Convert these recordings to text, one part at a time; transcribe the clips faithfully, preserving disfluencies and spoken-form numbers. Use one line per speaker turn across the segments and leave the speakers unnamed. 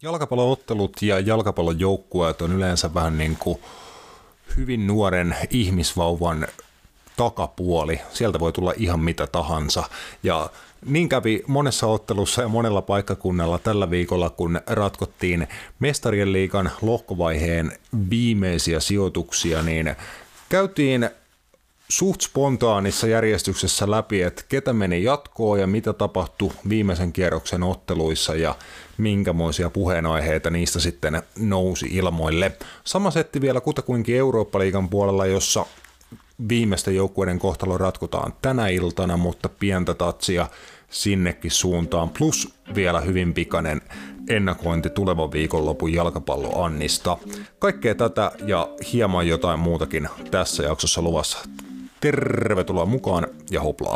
Jalkapalloottelut ja jalkapallojoukkueet on yleensä vähän niin kuin hyvin nuoren ihmisvauvan takapuoli. Sieltä voi tulla ihan mitä tahansa. Ja niin kävi monessa ottelussa ja monella paikkakunnalla tällä viikolla, kun ratkottiin Mestarien liigan lohkovaiheen viimeisiä sijoituksia, niin käytiin suht spontaanissa järjestyksessä läpi, että ketä meni jatkoon ja mitä tapahtui viimeisen kierroksen otteluissa ja minkämoisia puheenaiheita niistä sitten nousi ilmoille. Sama setti vielä kutakuinkin Eurooppa-liigan puolella, jossa viimeisten joukkueiden kohtalo ratkotaan tänä iltana, mutta pientä tatsia sinnekin suuntaan, plus vielä hyvin pikainen ennakointi tulevan viikonlopun jalkapalloannista. Kaikkea tätä ja hieman jotain muutakin tässä jaksossa luvassa. Tervetuloa mukaan ja hoplaa!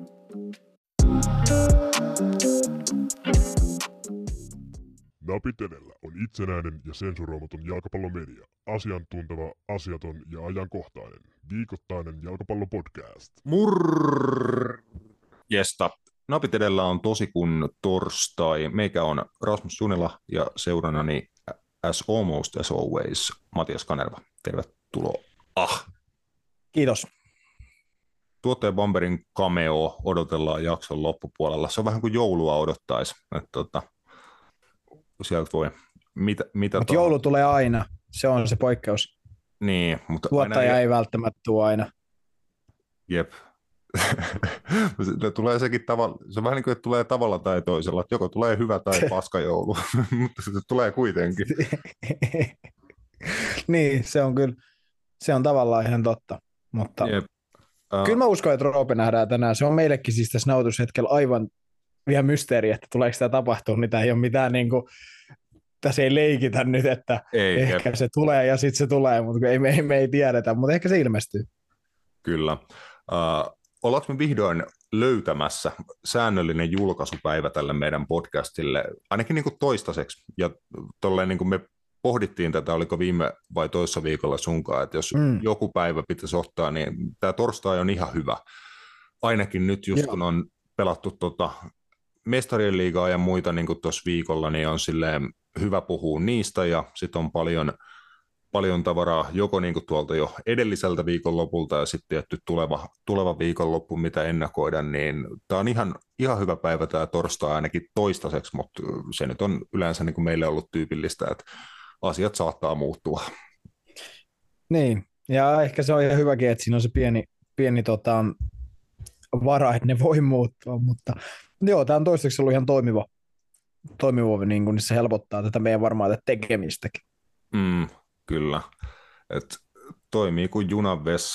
Napit edellä on itsenäinen ja sensuroimaton jalkapallomedia. Asiantunteva, asiaton ja ajankohtainen. Viikoittainen jalkapallopodcast.
Murr! Jesta. Napit edellä on tosi kun torstai. Meikä on Rasmus Junila ja seurannani as almost as always Matias Kanerva. Tervetuloa. Ah.
Kiitos.
Tuottaja Bamberin cameo odotellaan jakson loppupuolella. Se on vähän kuin joulua odottaisi. Että tota, sieltä voi mitä, mitä
Mutta joulu tulee aina. Se on se poikkeus.
Niin, mutta
tuottaja ei välttämättä tule aina.
Jep. Se tulee sekin tavalla, se on vähän niin kuin, että tulee tavalla tai toisella, että joko tulee hyvä tai paska joulu, mutta se tulee kuitenkin.
Niin, se on kyllä, se on tavallaan ihan totta, mutta
Jep. Uh,
kyllä mä uskon, että Roope nähdään tänään. Se on meillekin siis tässä nautushetkellä aivan vielä mysteeri, että tuleeko sitä tapahtua, niin tämä ei ole mitään niin kuin, tässä ei leikitä nyt, että
ei,
ehkä
jep.
se tulee ja sitten se tulee, mutta ei, me, ei, me ei tiedetä, mutta ehkä se ilmestyy.
Kyllä. Uh, ollaanko me vihdoin löytämässä säännöllinen julkaisupäivä tälle meidän podcastille, ainakin niin kuin toistaiseksi, ja tolleen niin kuin me pohdittiin tätä, oliko viime vai toissa viikolla sunkaan, että jos mm. joku päivä pitäisi ottaa, niin tämä torstai on ihan hyvä. Ainakin nyt just kun on pelattu tota Mestarien liigaa ja muita niin kuin tuossa viikolla, niin on silleen hyvä puhua niistä, ja sitten on paljon paljon tavaraa joko niin kuin tuolta jo edelliseltä viikonlopulta ja sitten tietty tuleva, tuleva viikonloppu, mitä ennakoida, niin tämä on ihan, ihan hyvä päivä tämä torstai ainakin toistaiseksi, mutta se nyt on yleensä niin kuin meille ollut tyypillistä, että asiat saattaa muuttua.
Niin, ja ehkä se on ihan hyväkin, että siinä on se pieni, pieni tota, vara, että ne voi muuttua, mutta joo, tämä on toistaiseksi ollut ihan toimiva, toimiva niin kuin se helpottaa tätä meidän varmaan tätä tekemistäkin.
Mm. Kyllä, että toimii kuin junan vessa.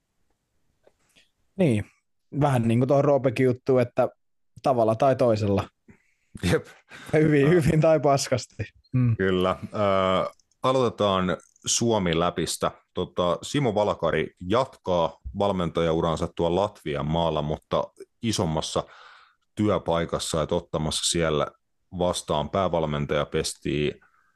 Niin, vähän niin kuin tuohon Roopekin juttu, että tavalla tai toisella.
Jep.
Hyvin, äh. hyvin tai paskasti. Mm.
Kyllä. Äh, aloitetaan Suomi-läpistä. Tota, Simo Valakari jatkaa valmentajauransa tuolla Latvian maalla, mutta isommassa työpaikassa, että ottamassa siellä vastaan päävalmentaja pestii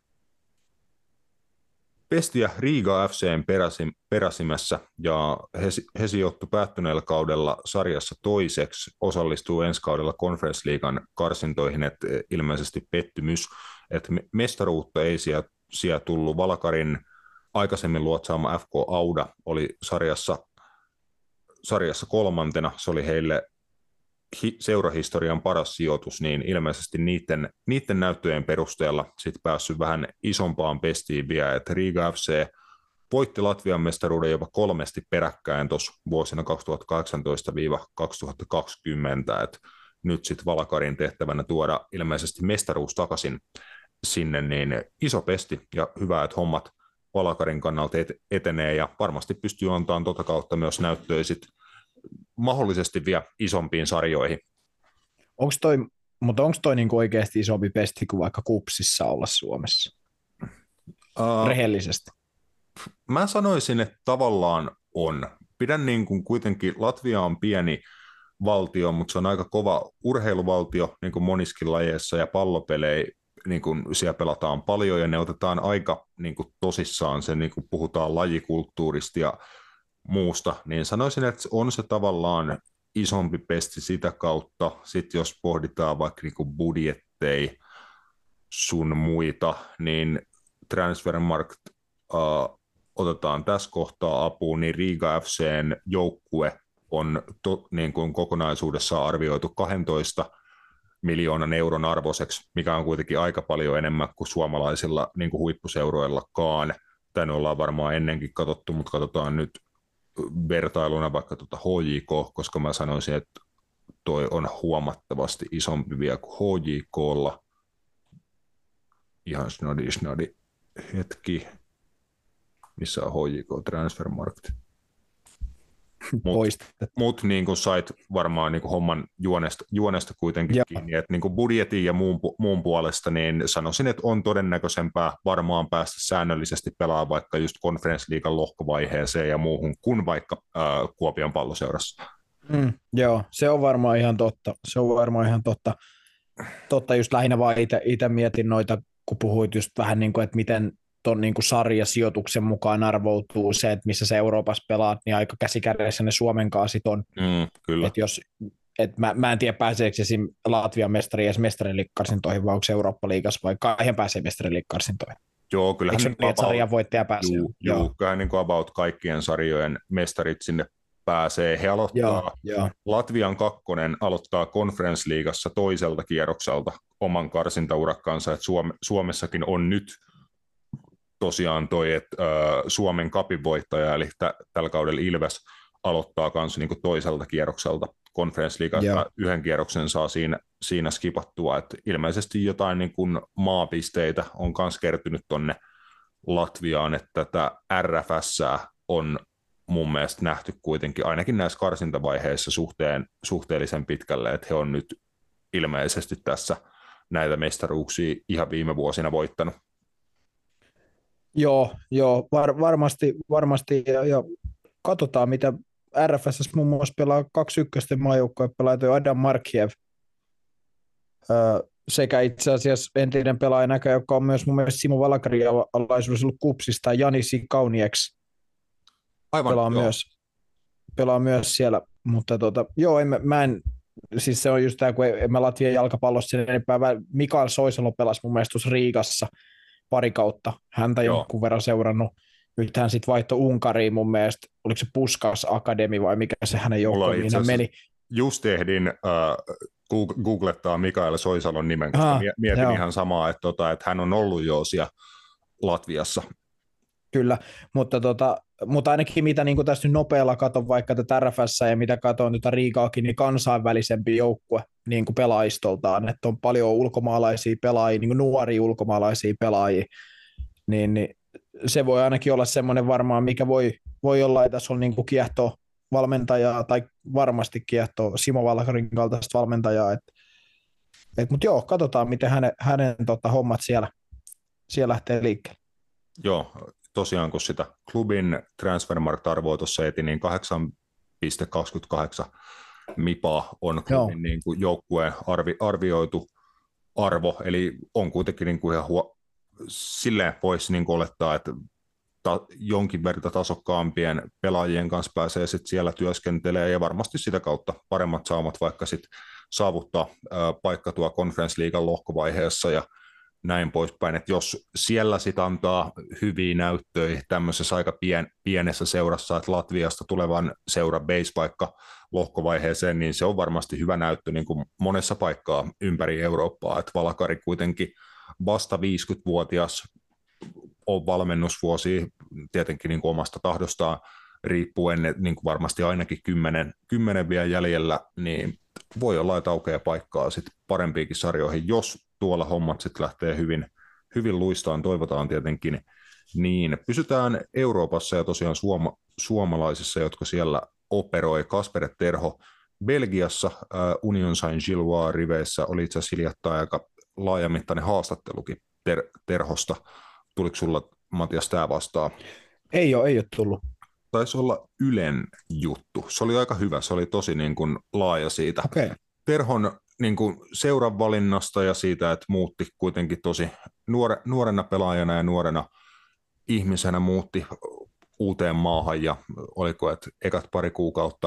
Pestiä Riga F C:n peräsim, peräsimessä, ja he, he sijoittu päättyneellä kaudella sarjassa toiseksi, osallistuu ensi kaudella Conference Leaguean karsintoihin, että ilmeisesti pettymys, että mestaruutta ei siellä, siellä tullut. Valakarin aikaisemmin luotsaama F K Auda oli sarjassa, sarjassa kolmantena, se oli heille hi, seurahistorian paras sijoitus, niin ilmeisesti niiden, niiden näyttöjen perusteella sitten päässyt vähän isompaan pestiin vielä, että Riga F C voitti Latvian mestaruuden jopa kolmesti peräkkäin tuossa vuosina kaksituhattakahdeksantoista kaksituhattakaksikymmentä, että nyt sitten Valakarin tehtävänä tuoda ilmeisesti mestaruus takaisin sinne, niin iso pesti ja hyvä, että hommat Valakarin kannalta etenee ja varmasti pystyy antamaan tuota kautta myös näyttöjä sitten mahdollisesti vielä isompiin sarjoihin.
Onko toi, mutta onko toi niinku oikeasti isompi pesti kuin vaikka Kupsissa olla Suomessa? Uh, Rehellisesti.
Mä sanoisin, että tavallaan on. Pidän niin kuin kuitenkin, Latvia on pieni valtio, mutta se on aika kova urheiluvaltio niin kuin moniskin lajeissa ja pallopelejä. Niin kuin siellä pelataan paljon ja ne otetaan aika niin kuin tosissaan, se niin kuin puhutaan lajikulttuurista ja muusta, niin sanoisin, että on se tavallaan isompi pesti sitä kautta, sitten jos pohditaan vaikka niinku budjetteja, sun muita, niin Transfermarkt uh, otetaan tässä kohtaa apuun, niin Riga F C:n joukkue on to, niin kuin kokonaisuudessaan arvioitu kaksitoista miljoonan euron arvoiseksi, mikä on kuitenkin aika paljon enemmän kuin suomalaisilla niin kuin huippuseuroillakaan. Tänne ollaan varmaan ennenkin katsottu, mutta katsotaan nyt vertailuna vaikka tuota H J K, koska mä sanoisin, että toi on huomattavasti isompi vielä kuin H J K:lla. Ihan snadi, snadi hetki. Missä on H J K Transfermarkt? Mutta mut, niin kuin sait varmaan niin kuin homman juonesta, juonesta kuitenkin ja. kiinni, että niin kuin budjetin ja muun, muun puolesta, niin sanoisin, että on todennäköisempää varmaan päästä säännöllisesti pelaamaan vaikka just konferenssliigan lohkovaiheeseen ja muuhun kuin vaikka äh, Kuopion Palloseurassa.
Mm, joo, se on varmaan ihan totta. Se on varmaan ihan totta. Totta just lähinnä vaan itse mietin noita, kun puhuit just vähän niin kuin, että miten tuon niin kuin sarjasijoituksen mukaan arvoutuu se, että missä se Euroopassa pelaat, niin aika käsikädessä ne Suomen kanssa on.
Mm, kyllä.
Et jos, et mä, mä en tiedä, pääseekö esim. Latvian mestari edes mestariliikkarsintoihin, vai onko se Eurooppa-liigassa, vai kaiken pääsee mestariliikkarsintoihin.
Joo, kyllähän
eikö se niin, että sarjan voittaja pääsee?
Juu, joo, joo. Kyllähän niin kuin about kaikkien sarjojen mestarit sinne pääsee. He aloittaa, joo, joo. Latvian kakkonen aloittaa konferenssliigassa toiselta kierrokselta oman karsintaurakkansa, että Suome, Suomessakin on nyt tosiaan toi, että äh, Suomen kapin voittaja, eli tä, tällä kaudella Ilves aloittaa myös niinku toiselta kierrokselta konferenssliigasta. Yeah. Yhden kierroksen saa siinä, siinä skipattua, että ilmeisesti jotain niinku maapisteitä on myös kertynyt tonne Latviaan, että tätä R F S on mun mielestä nähty kuitenkin ainakin näissä karsintavaiheissa suhteen, suhteellisen pitkälle, että he on nyt ilmeisesti tässä näitä mestaruuksia ihan viime vuosina voittanut.
Joo, joo var, varmasti, varmasti ja, ja katsotaan, mitä R F S muun muassa pelaa kaksi ykkösten maajoukkoja, pelaa toi Adam Markiev öö, sekä itse asiassa entinen pelaaja näköjään, joka on myös mun mielestä Simo Valakarin alaisuudessa ollut KuPSista, Jani Kaunieks
Aivan,
pelaa, myös, pelaa myös siellä, mutta tota, joo, en, mä en, siis se on just tämä, kun en mä Latvian jalkapallossa sen enempää, Mikael Soisalo pelasi mun mielestä tuossa Riigassa pari kautta, häntä joo. jonkun verran seurannut. Nyt hän sitten vaihtoi Unkariin mun mielestä, oliko se Puskas Akademi vai mikä se hänen joukkoon, niin hän meni.
Just ehdin uh, googlettaa Mikael Soisalon nimen, koska ah, mietin joo. ihan samaa, että, tota, että hän on ollut jo siellä Latviassa.
Kyllä, mutta, tota, mutta ainakin mitä niin tässä nyt nopealla katon vaikka tätä R F S ja mitä katon tätä Riigaakin, niin kansainvälisempi joukkue niin kuin pelaajistoltaan, että on paljon ulkomaalaisia pelaajia, niin kuin nuoria ulkomaalaisia pelaajia, niin, niin se voi ainakin olla semmoinen varmaan, mikä voi, voi olla, että tässä on niin kuin kiehtoa valmentajaa, tai varmasti kiehtoa Simo Valkarin kaltaista valmentajaa, et, et, mutta joo, katsotaan, miten hänen, hänen tota, hommat siellä, siellä lähtee liikkeelle.
Joo, tosiaan kun sitä klubin Transfermarkt-arvoa tuossa etin, niin kahdeksan pilkku kaksikymmentäkahdeksan mipa on klubin niin kuin joukkueen arvi, arvioitu arvo, eli on kuitenkin niin kuin ihan huo, silleen voisi niin kuin olettaa, että ta, jonkin verran tasokkaampien pelaajien kanssa pääsee sit siellä työskentelee ja varmasti sitä kautta paremmat saumat vaikka sit saavuttaa ää, paikka tuo konferenssliigan lohkovaiheessa ja näin poispäin, että jos siellä sitten antaa hyviä näyttöjä tämmöisessä aika pien, pienessä seurassa, että Latviasta tulevan seura base vaikka lohkovaiheeseen, niin se on varmasti hyvä näyttö niin kuin monessa paikkaa ympäri Eurooppaa, että Valakari kuitenkin vasta viisikymmentävuotias on valmennusvuosi tietenkin niin kuin omasta tahdostaan riippuen, niin kuin varmasti ainakin kymmenen, kymmenen vielä jäljellä, niin voi olla, että aukeaa paikkaa sitten parempiinkin sarjoihin, jos tuolla hommat sitten lähtee hyvin, hyvin luistaan, toivotaan tietenkin niin. Pysytään Euroopassa ja tosiaan suoma, suomalaisissa, jotka siellä operoi. Kasper Terho Belgiassa äh, Union Saint-Gilloise riveissä oli itse asiassa hiljattain aika laajamittainen haastattelukin ter- Terhosta. Tuliko sulla, Matias, tämä vastaan?
Ei ole, ei ole tullut.
Taisi olla Ylen juttu. Se oli aika hyvä, se oli tosi niin kuin laaja siitä.
Okay.
Terhon niin kuin seuran valinnasta ja siitä, että muutti kuitenkin tosi nuore, nuorena pelaajana ja nuorena ihmisenä muutti uuteen maahan ja oliko, että ekat pari kuukautta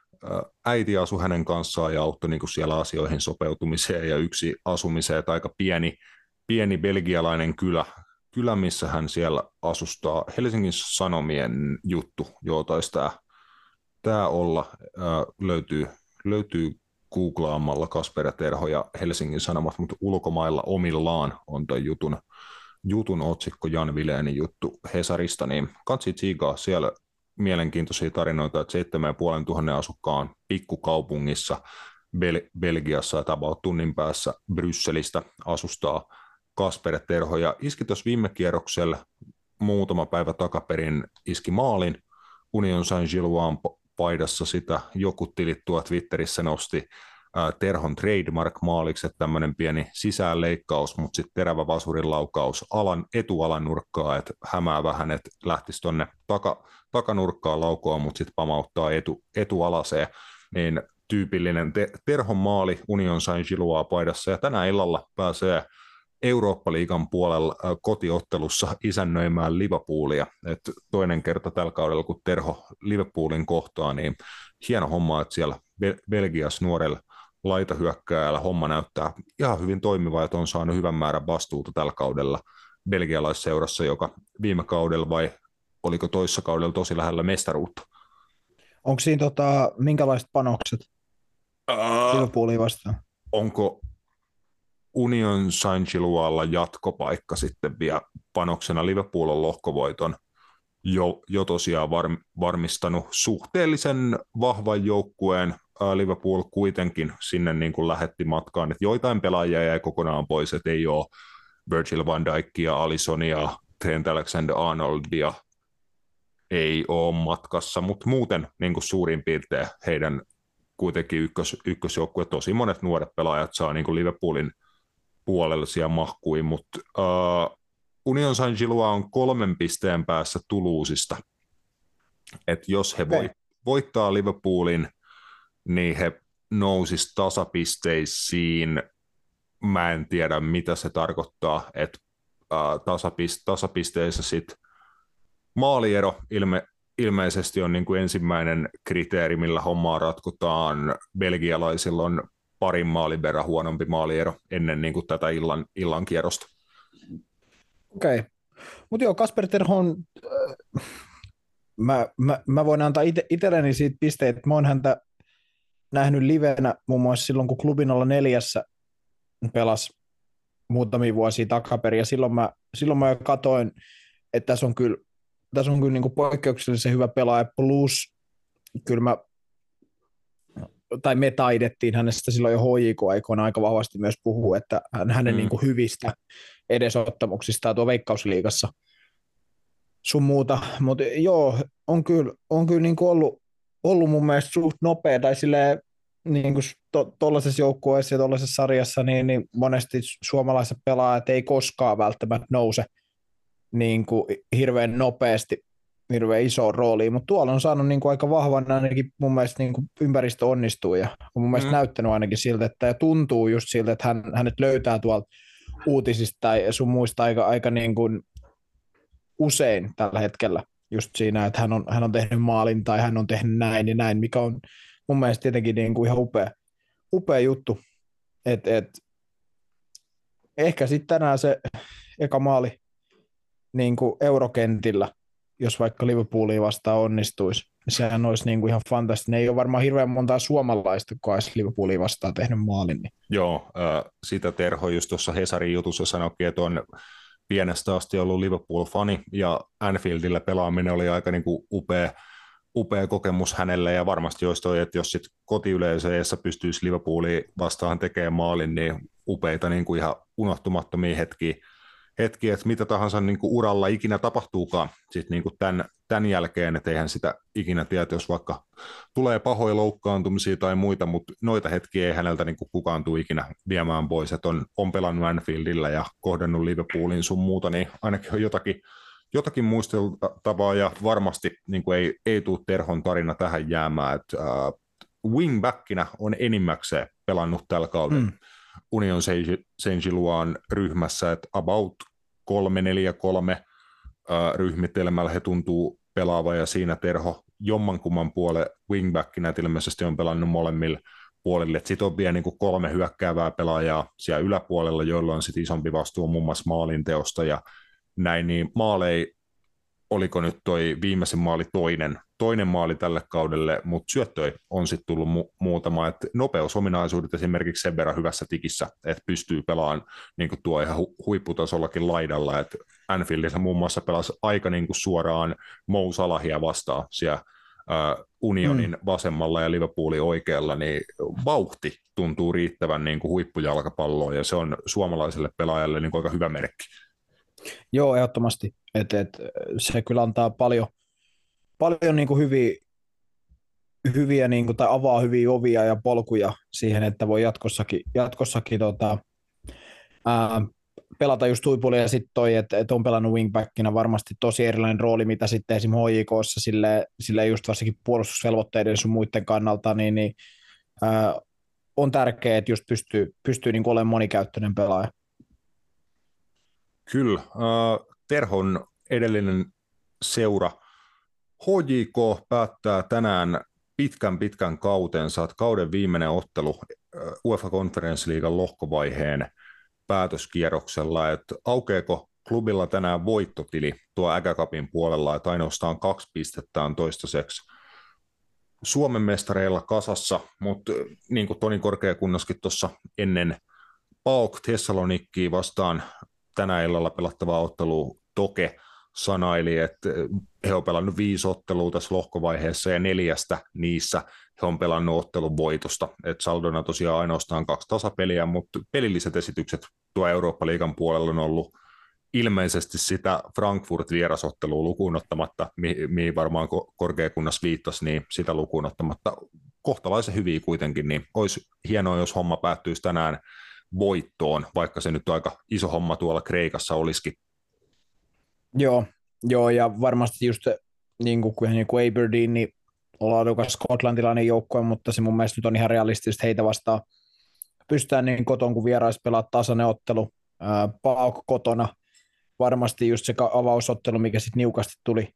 äiti asui hänen kanssaan ja auttoi niin kuin siellä asioihin sopeutumiseen ja yksi asumiseen, että aika pieni pieni belgialainen kylä, kylä, missä hän siellä asustaa. Helsingin Sanomien juttu, joo, taisi tämä, tämä olla, ää, löytyy, löytyy googlaamalla Kasper ja Terho ja Helsingin Sanomat, mutta ulkomailla omillaan on tuon jutun, jutun otsikko, Jan Vileenin juttu Hesarista, niin katsi tsiigaa siellä mielenkiintoisia tarinoita, että seitsemän ja puolen tuhannen asukkaan pikkukaupungissa Bel- Belgiassa, että about tunnin päässä Brysselistä asustaa Kasper Terho, ja iski tuossa viime kierroksella muutama päivä takaperin iski maalin Union Saint-Gilloisin paidassa, sitä joku tilit tuo Twitterissä nosti ää, Terhon trademark-maaliksi, että tämmöinen pieni sisäänleikkaus, mutta sitten terävä vasurin laukaus alan, etualan nurkkaa, että hämää vähän, että lähtisi tuonne taka, takanurkkaan laukoon, mutta sitten pamauttaa etu, etualaseen, niin tyypillinen te- Terhon maali Union Saint-Gilloisin paidassa, ja tänä illalla pääsee Eurooppa-liigan puolella äh, kotiottelussa isännöimään Liverpoolia. Et toinen kerta tällä kaudella, kun Terho Liverpoolin kohtaa, niin hieno homma, että siellä Bel- Belgiassa nuorella laitahyökkääjällä homma näyttää ihan hyvin toimivaa, että on saanut hyvän määrän vastuuta tällä kaudella belgialaisseurassa, joka viime kaudella vai oliko toissa kaudella tosi lähellä mestaruutta.
Onko siinä tota, minkälaiset panokset
Uh,
Liverpoolia vastaan?
Onko Union Saint-Gilloisilla jatkopaikka sitten vielä panoksena? Liverpool on lohkovoiton jo, jo tosiaan var, varmistanut suhteellisen vahvan joukkueen. Liverpool kuitenkin sinne niin kuin lähetti matkaan, että joitain pelaajia jäi kokonaan pois, että ei ole Virgil van Dijkia, Alissonia, Trent Alexander-Arnoldia ei ole matkassa, mutta muuten niin kuin suurin piirtein heidän kuitenkin ykkös, ykkösjoukkue, tosi monet nuoret pelaajat saa niin kuin Liverpoolin puolellisia mahkui, mutta uh, Union Saint-Gillois on kolmen pisteen päässä Toulousesta, että jos he okay. voit, voittaa Liverpoolin, niin he nousis tasapisteisiin, mä en tiedä mitä se tarkoittaa, että uh, tasapiste, tasapisteissä sitten maaliero ilme, ilmeisesti on niin kuin ensimmäinen kriteeri, millä hommaa ratkotaan. Belgialaisilla on parin maalin verran huonompi maaliero ennen niin kuin tätä illan, illan kierrosta.
Okei. Okay. Mutta joo, Kasper Terhon, äh, mä, mä, mä voin antaa ite, itselleni siitä pisteitä. Mä oon häntä nähnyt livenä muun muassa silloin, kun Klubin nolla neljä pelasi muutamia vuosia takaperin, ja silloin mä, silloin mä jo katoin, että tässä on kyllä, tässä on kyllä niin kuin poikkeuksellisen hyvä pelaaja, plus kyllä mä tai me taidettiin hänestä silloin jo H J K-aikoina aika vahvasti myös puhua, että hänen mm. niin kuin hyvistä edesottamuksistaan tuo Veikkausliigassa sun muuta, mutta joo, on kyllä, on kyllä niin kuin ollut, ollut mun mielestä suht nopea, tai silleen niin kuin tuollaisessa to, joukkueessa ja tuollaisessa sarjassa, niin, niin monesti suomalaiset pelaajat ei koskaan välttämättä nouse niin kuin hirveän nopeasti hirveän iso rooli, mutta tuolla on saanut niin kuin aika vahvan, ainakin mun mielestä niin kuin ympäristö onnistuu, ja on mun mielestä mm. näyttänyt ainakin siltä, että ja tuntuu just siltä, että hän, hänet löytää tuolta uutisista tai sun muista aika, aika niin kuin usein tällä hetkellä just siinä, että hän on, hän on tehnyt maalin tai hän on tehnyt näin ja näin, mikä on mun mielestä tietenkin niin kuin ihan upea, upea juttu, että et, ehkä sitten tänään se eka maali niin kuin eurokentillä, jos vaikka Liverpoolia vastaan onnistuisi, niin sehän olisi niin kuin ihan fantastinen. Ei ole varmaan hirveän montaa suomalaista, kun olisi Liverpoolia vastaan tehnyt maalin. Niin.
Joo, äh, sitä Terho just tuossa Hesarin jutussa sanoikin, että on pienestä asti ollut Liverpool-fani, ja Anfieldillä pelaaminen oli aika niin kuin upea, upea kokemus hänelle, ja varmasti olisi toi, että jos sitten kotiyleisössä pystyisi Liverpoolia vastaan tekemään maalin, niin upeita niin kuin ihan unohtumattomia hetkiä. hetki, että mitä tahansa niin kuin uralla ikinä tapahtuukaan sit niin kuin tämän, tämän jälkeen, että eihän sitä ikinä tiedä, jos vaikka tulee pahoja loukkaantumisia tai muita, mutta noita hetkiä ei häneltä niin kuin kukaan tule ikinä viemään pois, että on, on pelannut Anfieldillä ja kohdannut Liverpoolin sun muuta, niin ainakin on jotakin, jotakin muisteltavaa, ja varmasti niin kuin ei, ei tule Terhon tarina tähän jäämään, että äh, wingbackinä on enimmäkseen pelannut tällä kaudella. Mm. Union Saint-Gilloisin ryhmässä, että about kolme neljä kolme ryhmitelmällä he tuntuu pelaavan, ja siinä Terho jommankumman puolen wingbackinä, että ilmeisesti on pelannut molemmilla puolille. Sitten on vielä niin kuin kolme hyökkäävää pelaajaa siellä yläpuolella, joilla on sitten isompi vastuu muun muassa maalinteosta ja näin, niin maalei, oliko nyt toi viimeisen maali toinen, toinen maali tälle kaudelle, mutta syöttöi on sitten tullut mu- muutama, että nopeusominaisuudet esimerkiksi sen verran hyvässä tikissä, että pystyy pelaamaan niin kuin tuo ihan hu- huipputasollakin laidalla, että Anfieldissa muun muassa pelasi aika niin kuin suoraan Mo Salahia vastaan siellä Uh, Unionin mm. vasemmalla ja Liverpoolin oikealla, niin vauhti tuntuu riittävän niin kuin huippujalkapalloon, ja se on suomalaiselle pelaajalle niin kuin aika hyvä merkki.
Joo, ehdottomasti. Et, et, se kyllä antaa paljon, paljon niin kuin hyviä, hyviä niin kuin, tai avaa hyviä ovia ja polkuja siihen, että voi jatkossakin, jatkossakin tota, ää, pelata just huipulle, ja sitten toi, että et on pelannut wingbackina varmasti tosi erilainen rooli, mitä sitten esimerkiksi H J K:ssa sille, sille just varsinkin puolustusvelvoitteiden sun muiden kannalta, niin, niin ää, on tärkeää, että just pystyy, pystyy niin olemaan monikäyttöinen pelaaja.
Kyllä. Äh, Terhon edellinen seura H J K päättää tänään pitkän pitkän kautensa, että kauden viimeinen ottelu UEFA Conference Leaguean lohkovaiheen päätöskierroksella, että aukeeko klubilla tänään voittotili tuo Äkäkapin puolella, että ainoastaan kaksi pistettä on toistaiseksi Suomen mestareilla kasassa, mutta niin kuin Toni Korkeakunnaskin tuossa ennen PAOK Thessalonikkiin vastaan tänä illalla pelattavaa ottelua Toke sanaili, että he on pelannut viisi ottelua tässä lohkovaiheessa ja neljästä niissä he on pelannut ottelun voitosta. Et saldona tosiaan ainoastaan kaksi tasapeliä, mutta pelilliset esitykset tuo Eurooppa-liigan puolella on ollut ilmeisesti sitä Frankfurt-vierasottelua lukuun ottamatta, mi- mihin varmaan korkeakunnas viittasi, niin sitä lukuun ottamatta kohtalaisen hyviä kuitenkin, niin olisi hienoa, jos homma päättyisi tänään voittoon, vaikka se nyt aika iso homma tuolla Kreikassa olisikin.
Joo, joo, ja varmasti just niin kuin, niin kuin Aberdeen, niin laadukas skotlantilainen joukkue, mutta se mun mielestä nyt on ihan realistista heitä vastaan. Pystytään niin koton kuin vierais pelaa tasainen ottelu. PAOK kotona varmasti just se avausottelu, mikä sitten niukasti tuli,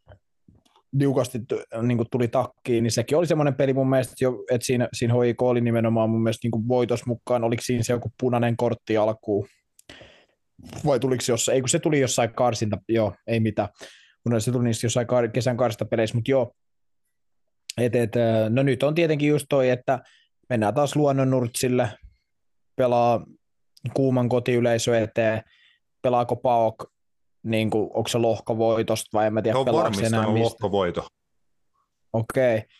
niukasti niin kuin tuli takkiin, niin sekin oli semmoinen peli mun mielestä jo, että siinä, siinä H I K oli nimenomaan mun mielestä niin kuin voitos mukaan, oliko siinä se joku punainen kortti alkuun, vai tuliko se jossain, ei kun se tuli jossain karsinta, joo, ei mitään, kun se tuli niistä jossain kesän karsintapeleissä, mutta joo, et, et, no nyt on tietenkin just toi, että mennään taas luonnonnurtsille, pelaa kuuman kotiyleisö eteen, pelaako PAOK, niin kuin, onko se lohkovoitosta vai en mä tiedä,
pelaako se enää mistä. Lohkovoito.
Okei. Okay.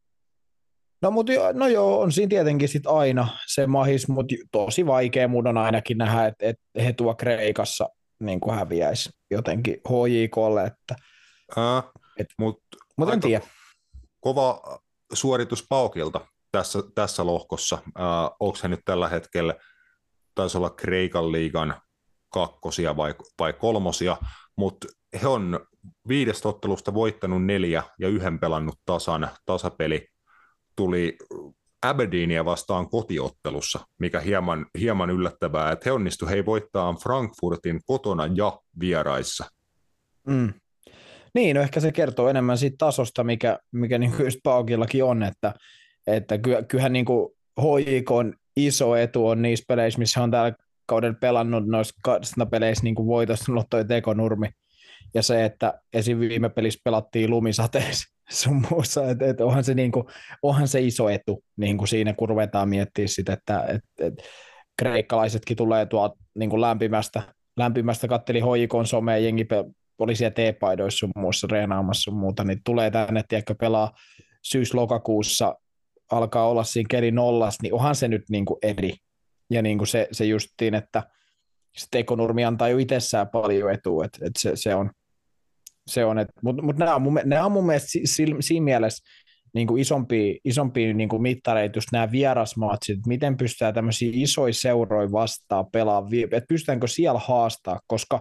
No, mutta no joo, on siinä tietenkin sit aina se mahis, mutta tosi vaikea mun on ainakin nähdä, että et he tuo Kreikassa niin kuin häviäisi jotenkin H J K:lle. Että,
äh,
et,
mutta
mut en tiedä.
Kova suoritus PAOKilta tässä, tässä lohkossa. Äh, onko he nyt tällä hetkellä, taisi olla Kreikan liigan kakkosia vai, vai kolmosia, mutta he on viidestä ottelusta voittanut neljä ja yhden pelannut tasan. Tasapeli tuli Aberdeenia vastaan kotiottelussa, mikä hieman, hieman yllättävää, että he onnistu hei voittaa Frankfurtin kotona ja vieraissa.
Mm. Niin, no ehkä se kertoo enemmän siitä tasosta, mikä, mikä niin just PAOKillakin on, että, että kyllähän niin kuin H J K:n iso etu on niissä peleissä, missä on tällä kaudella pelannut noissa karsintapeleissä niin kuin voitosta ollut toi tekonurmi. Ja se, että esim. Viime pelissä pelattiin lumisateessa sun muussa, että et onhan, se niinku, onhan se iso etu niinku siinä, kun ruvetaan miettimään sitä, että et, et, kreikkalaisetkin tulee tuolta niinku lämpimästä, lämpimästä katteli H J K:n somea, jengi oli siellä T-paidoissa sun muussa reenaamassa sun muuta, niin tulee tänne, tiedätkö, pelaa syys-lokakuussa, alkaa olla siinä keli nollas, niin onhan se nyt niinku eri. Ja niinku se, se justiin, että se tekonurmi antaa jo itsessään paljon etua, että, että se, se on, se on mutta mut nämä, nämä on mun mielestä si, siinä mielessä niin kuin isompia, isompia niin kuin mittareita, just nämä vierasmatsit, että miten pystytään tämmöisiä isoja seuroja vastaan pelaamaan, että pystytäänkö siellä haastaa, koska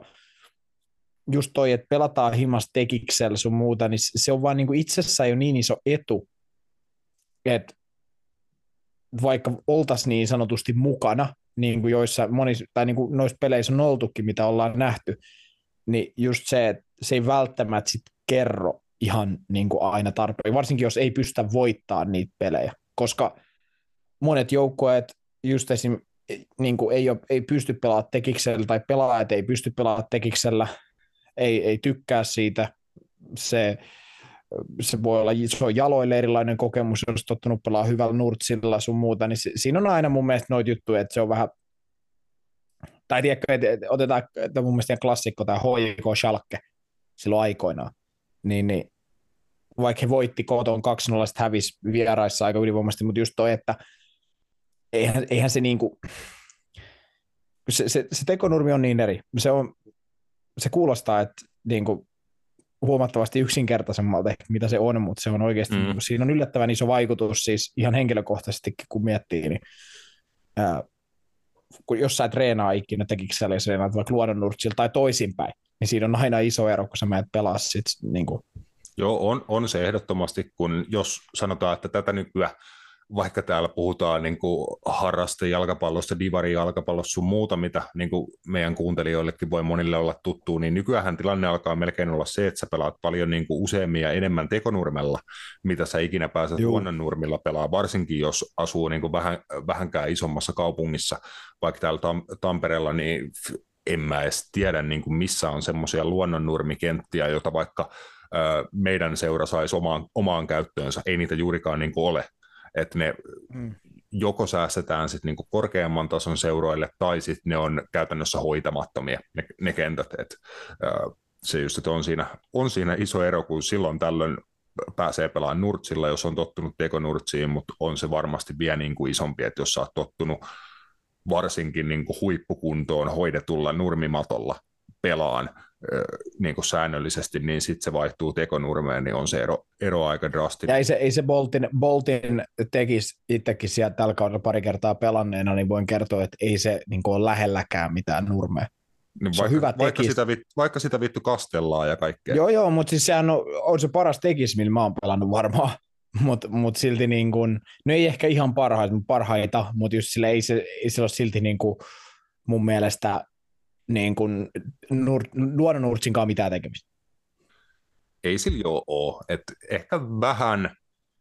just toi, että pelataan himas tekiksellä sun muuta, niin se on vaan niin kuin itsessään jo niin iso etu, että vaikka oltaisiin niin sanotusti mukana, niin kuin joissa monissa, tai niin kuin noissa peleissä on oltukin, mitä ollaan nähty, niin just se, että se ei välttämättä sit kerro ihan niin kuin aina tarpeen, varsinkin jos ei pystytä voittamaan niitä pelejä, koska monet joukkueet just esim. Niin kuin ei, ole, ei pysty pelaamaan tekiksellä tai pelaajat ei pysty pelaamaan tekiksellä, ei, ei tykkää siitä, se, se voi olla se on jaloille erilainen kokemus, jos tottunut pelaa hyvällä nurtsilla sun muuta, niin siinä on aina mun mielestä noita juttuja, että se on vähän, tai tiedätkö, että otetaan että mun mielestä klassikko tämä H J K Schalke silloin aikoinaan, niin, niin vaikka he voitti koton kaksi nolla, sitten hävisi vieraissa aika ylivoimaisesti, mutta just toi, että eihän, eihän se niinku, se, se, se tekonurmi on niin eri. Se, on, se kuulostaa, että niinku, huomattavasti yksinkertaisemmalta ehkä, mitä se on, mutta se on oikeasti, mm. siinä on yllättävän iso vaikutus siis ihan henkilökohtaisestikin, kun miettii, niin ää, kun jos sä treenaa ikinä tekiksellä, jos treenaat vaikka luonnonnurtsilla tai toisinpäin, niin siinä on aina iso ero, kun sä menet pelaa sit, niin kuin.
Joo, on, on se ehdottomasti, kun jos sanotaan, että tätä nykyään, vaikka täällä puhutaan niin kuin harraste jalkapallosta, divari jalkapallosta sun muuta, mitä niin kuin meidän kuuntelijoillekin voi monille olla tuttua, niin nykyään tilanne alkaa melkein olla se, että sä pelaat paljon niin kuin useammin ja enemmän tekonurmella, mitä sä ikinä pääset luonnonnurmilla pelaa, varsinkin jos asuu niin kuin vähän, vähänkään isommassa kaupungissa, vaikka täällä Tam- Tampereella, niin en mä edes tiedä, niin kuin missä on semmoisia luonnonnurmikenttiä, joita vaikka ö, meidän seura saisi omaan, omaan käyttöönsä, ei niitä juurikaan niin kuin ole. Että ne mm. joko säästetään sit niinku korkeamman tason seuroille, tai sitten ne on käytännössä hoitamattomia, ne, ne kentät. Et, äh, se just, että on siinä, on siinä iso ero, kun silloin tällöin pääsee pelaamaan nurtsilla, jos on tottunut tekonurtsiin, mutta on se varmasti vielä niinku isompi, että jos sä oot tottunut varsinkin niinku huippukuntoon hoidetulla nurmimatolla pelaan niin kuin säännöllisesti, niin sitten se vaihtuu tekonurmeen, niin on se ero, ero aika drastinen.
Ja ei se, ei se Boltin, Boltin tekisi itsekin sieltä tällä kaudella pari kertaa pelanneena, niin voin kertoa, että ei se niin kuin ole lähelläkään mitään nurmea.
Niin vaikka, hyvä vaikka, sitä, vaikka sitä vittu kastellaan ja kaikkea.
Joo, joo, mutta siis sehän on, on se paras tekis, millä mä oon pelannut varmaan, mutta mut silti niin kuin, no ei ehkä ihan parhaita, parhaita mutta just sille ei se, ei se ole silti niin kuin mun mielestä niin kuin nur, luonnonnurtsinkaan mitään tekemistä.
Ei sillä jo ole. että ehkä vähän,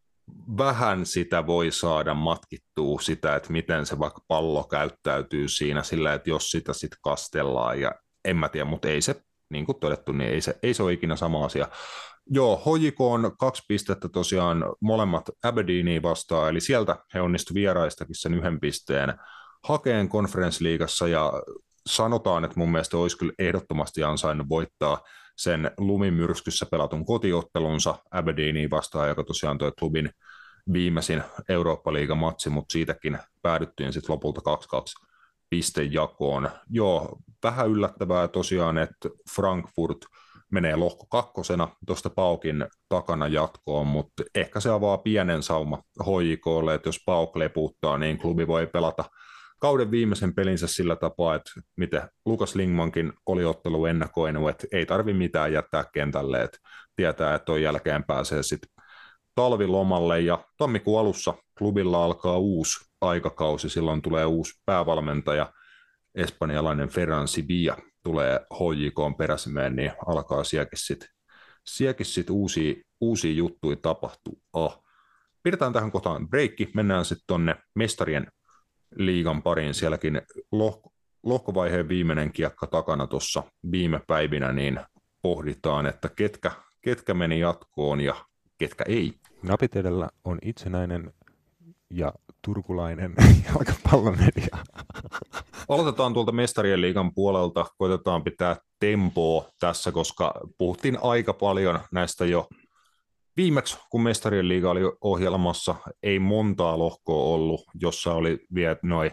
vähän sitä voi saada matkittua sitä, että miten se vaikka pallo käyttäytyy siinä sillä, että jos sitä sitten kastellaan ja en mä tiedä, mutta ei se, niin kuin todettu, niin ei se, ei se ole ikinä sama asia. Joo, H J K on kaksi pistettä tosiaan molemmat Aberdeenia vastaan, eli sieltä he onnistu vieraistakin sen yhden pisteen hakeen konferenssliigassa ja sanotaan, että mun mielestä olisi kyllä ehdottomasti ansainnut voittaa sen lumimyrskyssä pelatun kotiottelunsa Aberdeenia vastaan, joka tosiaan toi klubin viimeisin Eurooppa-liigamatsi, mutta siitäkin päädyttiin sitten lopulta kaksi kaksi pistejakoon. Joo, vähän yllättävää tosiaan, että Frankfurt menee lohko kakkosena tuosta Paukin takana jatkoon, mutta ehkä se avaa pienen sauma H J K:lle, että jos Pauk leputtaa, niin klubi voi pelata kauden viimeisen pelinsä sillä tapaa, että miten Lukas Lingmankin oli ottelu ennakoinut, että ei tarvitse mitään jättää kentälle, että tietää, että ton jälkeen pääsee sitten talvilomalle ja tammikuun alussa klubilla alkaa uusi aikakausi, silloin tulee uusi päävalmentaja, espanjalainen Ferran Sibilla tulee H J K:n peräsimeen, niin alkaa sielläkin sitten sit uusia, uusia juttuja tapahtua. Oh. Pidetään tähän kohtaan breikki, mennään sitten tonne mestarien liigan pariin, sielläkin lohko, lohkovaiheen viimeinen kiekka takana tuossa viime päivinä, niin pohditaan, että ketkä, ketkä meni jatkoon ja ketkä ei.
Napit edellä on itsenäinen ja turkulainen jalkapallomedia.
Aloitetaan tuolta mestarien liigan puolelta, koitetaan pitää tempoa tässä, koska puhuttiin aika paljon näistä jo viimeksi, kun mestarien liiga oli ohjelmassa, ei montaa lohkoa ollut, jossa oli vielä noin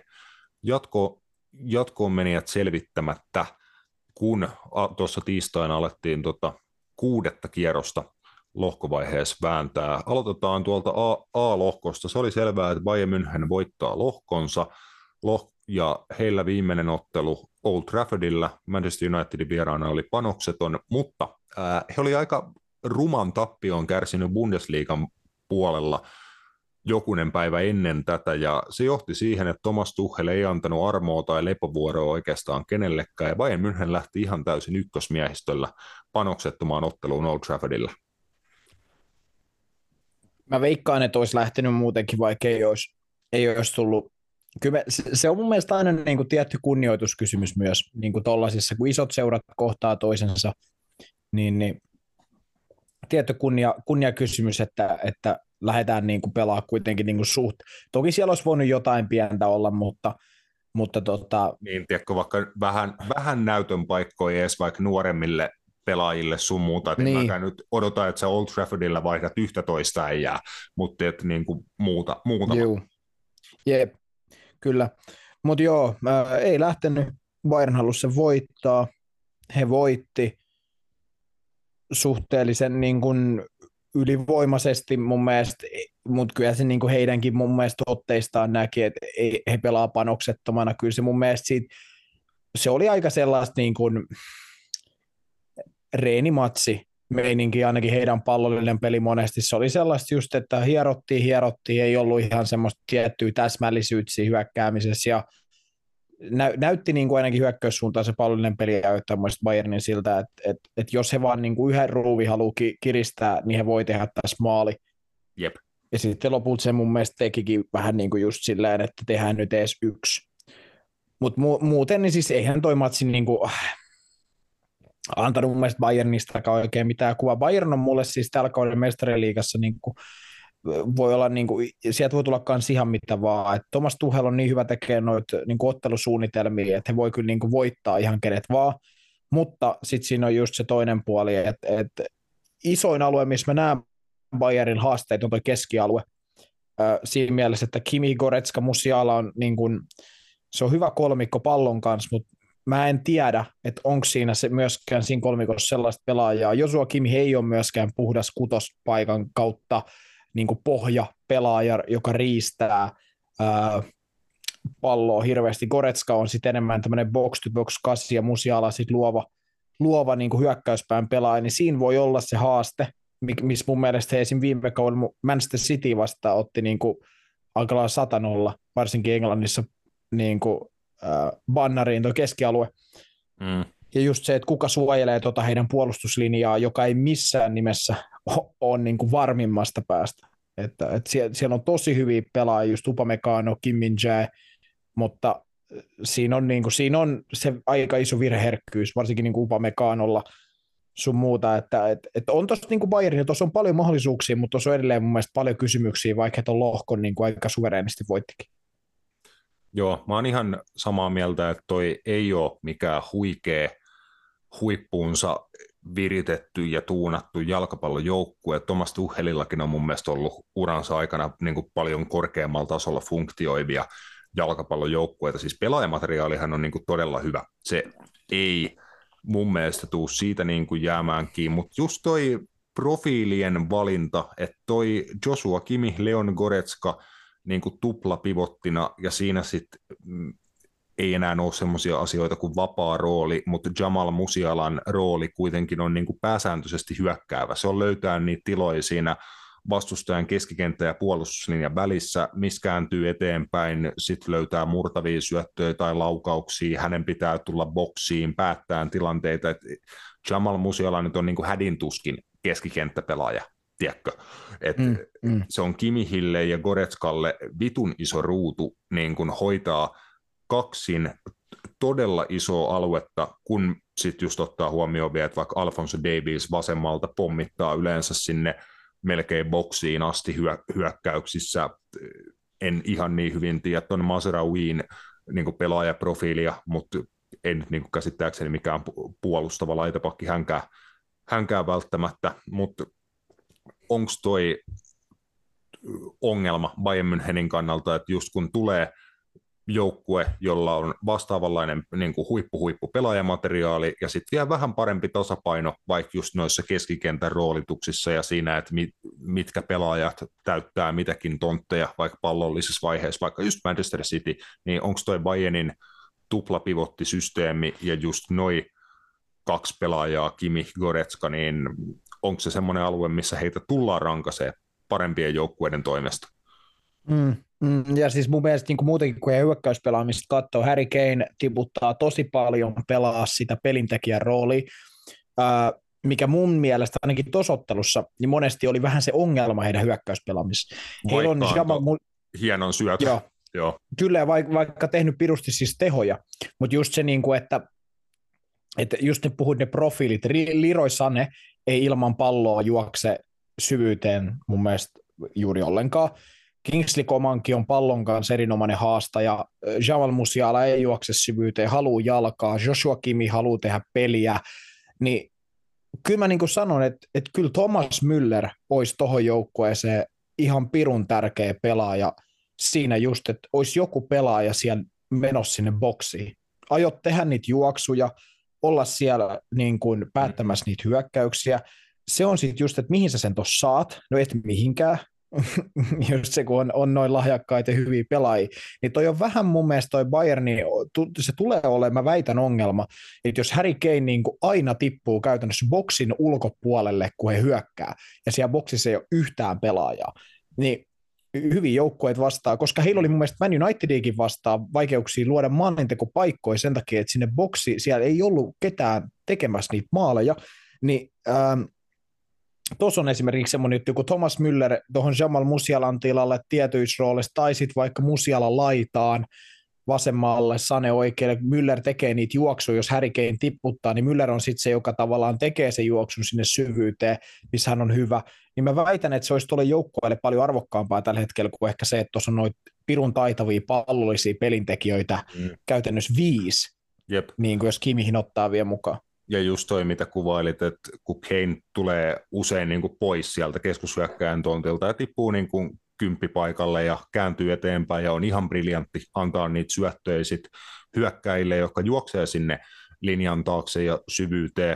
jatko, jatkoon menijät selvittämättä, kun tuossa tiistaina alettiin tota kuudetta kierrosta lohkovaiheessa vääntää. Aloitetaan tuolta A- A-lohkosta. Se oli selvää, että Bayern München voittaa lohkonsa, Loh- ja heillä viimeinen ottelu Old Traffordilla, Manchester Unitedin vieraana oli panokseton, mutta ää, he oli aika ruman tappion kärsinyt Bundesliigan puolella jokunen päivä ennen tätä, ja se johti siihen, että Thomas Tuchel ei antanut armoa tai lepovuoroa oikeastaan kenellekään, ja Bayern München lähti ihan täysin ykkösmiehistöllä panoksettomaan otteluun Old Traffordilla.
Mä veikkaan, että olisi lähtenyt muutenkin, vaikka ei olisi ei olisi tullut. Kyllä me, se, se on mun mielestä aina niin kuin tietty kunnioituskysymys myös, niin kuin tollasissa, kun isot seurat kohtaa toisensa, niin, niin tietty kunnia, kunniakysymys, että, että lähdetään niin kuin pelaa kuitenkin niin kuin suht. Toki siellä olisi voinut jotain pientä olla, mutta, mutta tota...
Niin, tiedätkö, vaikka vähän, vähän näytön paikkoja edes vaikka nuoremmille pelaajille sun muuta, että niin. Mäkään nyt odota, että sä Old Traffordilla vaihdat yhtätoista äijää, mutta et niin kuin muuta, muuta.
Joo, jep, kyllä. Mutta joo, ää, ei lähtenyt, Bayern halusi sen voittaa, he voitti suhteellisen niin kuin ylivoimaisesti mun mielestä, mutta kyllä se niin kuin heidänkin mun mielestä otteistaan näki, että he pelaa panoksettomana, kyllä se mun mielestä siitä, se oli aika sellaista niin kuin reenimatsi meininki, ainakin heidän pallollinen peli monesti. Se oli sellaista just, että hierottiin, hierottiin, ei ollut ihan semmoista tiettyä täsmällisyyttä siinä hyökkäämisessä, ja nä- näytti niin kuin ainakin hyökkäyssuuntaan se pallollinen peli näyttää Bayernin siltä, että, että, että jos he vaan niin kuin yhden ruuvin haluaa ki- kiristää, niin he voi tehdä tässä maali.
Jep.
Ja sitten lopulta se mun mielestä tekikin vähän niin kuin just silleen, että tehdään nyt edes yksi. Mutta mu- muuten niin siis eihän toi matsi niin kuin antanut mun mielestä Bayernistakaan oikein mitään kuvaa. Bayern on mulle siis tällä kauden mestariliigassa, niin kuin, voi olla, niin kuin, sieltä voi tulla kans ihan mitä vaan. Et Thomas Tuchel on niin hyvä tekemään noita niin kuin ottelusuunnitelmia, että he voi kyllä niin kuin voittaa ihan kenet vaan, mutta sitten siinä on just se toinen puoli, että, että isoin alue, missä mä näen Bayernin haasteet, on tuo keskialue. Siinä mielessä, että Kimi, Goretzka, Musiala on, niin kuin, se on hyvä kolmikko pallon kanssa, mutta mä en tiedä, että onko siinä se myöskään siinä kolmikossa sellaista pelaajaa. Joshua Kimi ei ole myöskään puhdas kutospaikan kautta niin kuin pohjapelaaja, joka riistää ää, palloa hirveästi. Goretzka on sitten enemmän tämmöinen box-to-box kasi ja Musiala sitten luova, luova niin kuin hyökkäyspään pelaaja, niin siinä voi olla se haaste, missä mun mielestä he esim. Viime kaudella Manchester City vastaan otti niin kuin aika lailla satanolla, varsinkin Englannissa niin kuin äh, bannariin tuo keskialue.
Mm.
Ja just se, että kuka suojelee tuota heidän puolustuslinjaa, joka ei missään nimessä ole, ole niin kuin varmimmasta päästä. Että, että siellä, siellä on tosi hyviä pelaajia, just Upamecano, Kim Min-jae, mutta siinä on, niin kuin, siinä on se aika iso virheherkkyys, varsinkin niin kuin Upamecanolla sun muuta, että, että, että on tuossa niin kuin Bayern, tuossa on paljon mahdollisuuksia, mutta tuossa on edelleen mun mielestä paljon kysymyksiä, vaikka he tuon lohkon niin kuin aika suvereenisti voittikin.
Joo, mä oon ihan samaa mieltä, että toi ei ole mikään huikea huippuunsa viritetty ja tuunattu jalkapallojoukkue. Thomas Tuchelillakin on mun mielestä ollut uransa aikana niin kuin paljon korkeammalla tasolla funktioivia jalkapallojoukkueita. Siis pelaajamateriaalihan on niin kuin todella hyvä. Se ei mun mielestä tuu siitä niin kuin jäämään kiinni, mutta just toi profiilien valinta, että toi Joshua Kimi, Leon Goretzka niin kuin tuplapivottina ja siinä sitten mm, ei enää ole semmoisia asioita kuin vapaa rooli, mutta Jamal Musialan rooli kuitenkin on niin kuin pääsääntöisesti hyökkäävä. Se on löytää niitä tiloja siinä vastustajan keskikenttä- ja puolustuslinjan välissä, missä kääntyy eteenpäin, sitten löytää murtavia syöttöjä tai laukauksia, hänen pitää tulla boksiin, päättää tilanteita. Et Jamal Musiala nyt on niin kuin hädintuskin keskikenttäpelaaja, tiedätkö? Et mm, mm. Se on Kimihille ja Goretzkalle vitun iso ruutu niin kuin hoitaa kaksin todella isoa aluetta, kun sitten just ottaa huomioon vielä, että vaikka Alphonso Davies vasemmalta pommittaa yleensä sinne melkein boksiin asti hyö- hyökkäyksissä. En ihan niin hyvin tiedä tuon Mazraouin niin pelaajaprofiilia, mutta en niin käsittääkseni mikään puolustava laitapakki hänkään, hänkään välttämättä, mutta onko toi ongelma Bayern Münchenin kannalta, että just kun tulee joukkue, jolla on vastaavanlainen niin kuin huippu-huippu pelaajamateriaali ja sitten vielä vähän parempi tasapaino vaikka just noissa keskikentän roolituksissa ja siinä, että mit, mitkä pelaajat täyttää mitäkin tontteja vaikka pallollisessa vaiheessa, vaikka just Manchester City, niin onko toi Bayernin tuplapivottisysteemi ja just noi kaksi pelaajaa, Kimi, Goretzka, niin onko se semmoinen alue, missä heitä tullaan rankaseen parempien joukkueiden toimesta?
Mm, mm, ja siis mun mielestä niin muutenkin, kun ei hyökkäyspelaamista katsoo, Harry Kane tiputtaa tosi paljon pelaa sitä pelintekijän roolia, äh, mikä mun mielestä ainakin tuossa ottelussa niin monesti oli vähän se ongelma heidän hyökkäyspelaamisessa. Heillä on Jamal,
hienon syötön.
Joo.
Joo.
Kyllä, vaikka, vaikka tehnyt pirusti siis tehoja, mutta just se, niin kuin, että, että just ne puhut ne profiilit, Leroy Sané ei ilman palloa juokse syvyyteen mun mielestä juuri ollenkaan. Kingsley Comankin on pallon kanssa erinomainen haastaja, Jamal Musiala ei juokse syvyyteen, haluaa jalkaa, Joshua Kimi haluaa tehdä peliä, niin kyllä mä niin kuin sanon, että, että kyllä Thomas Müller olisi tohon joukkueeseen ihan pirun tärkeä pelaaja siinä just, että olisi joku pelaaja siellä menossa sinne boksiin. Aiot tehdä niitä juoksuja, olla siellä niin kuin päättämässä niitä hyökkäyksiä. Se on sitten just, että mihin sä sen tuossa saat, no et mihinkään, just se kun on, on noin lahjakkaita ja hyviä pelaajia, niin toi on vähän mun mielestä toi Bayerni, se tulee olemaan, mä väitän ongelma, että jos Harry Kane niin kuin aina tippuu käytännössä boksin ulkopuolelle, kun he hyökkää, ja siellä boksissa ei ole yhtään pelaajaa, niin hyvin joukkueet vastaa, koska heillä oli mun mielestä Man Unitedikin vastaan vaikeuksia luoda maalintekopaikkoja sen takia, että sinne boksi, siellä ei ollut ketään tekemässä niitä maaleja, niin ähm, tuossa on esimerkiksi semmoinen juttu, kun Thomas Müller tuohon Jamal Musialan tilalle tietyissä roolissa, tai sitten vaikka Musiala laitaan vasemmalle, Sane oikealle, Müller tekee niitä juoksuja, jos Harry Kane tipputtaa, niin Müller on sitten se, joka tavallaan tekee sen juoksun sinne syvyyteen, missä hän on hyvä. Niin mä väitän, että se olisi tuolle joukkueelle paljon arvokkaampaa tällä hetkellä kuin ehkä se, että tuossa on noita pirun taitavia pallollisia pelintekijöitä mm. käytännössä viisi,
Jep.
niin kuin jos Kimihin ottaa vielä mukaan.
Ja just toi, mitä kuvailit, että kun Kane tulee usein niin kuin pois sieltä keskushyökkäjän tontilta ja tippuu niin kuin kymppipaikalle ja kääntyy eteenpäin ja on ihan briljantti antaa niitä syöttöjä sit hyökkäjille, jotka juoksee sinne linjan taakse ja syvyyteen,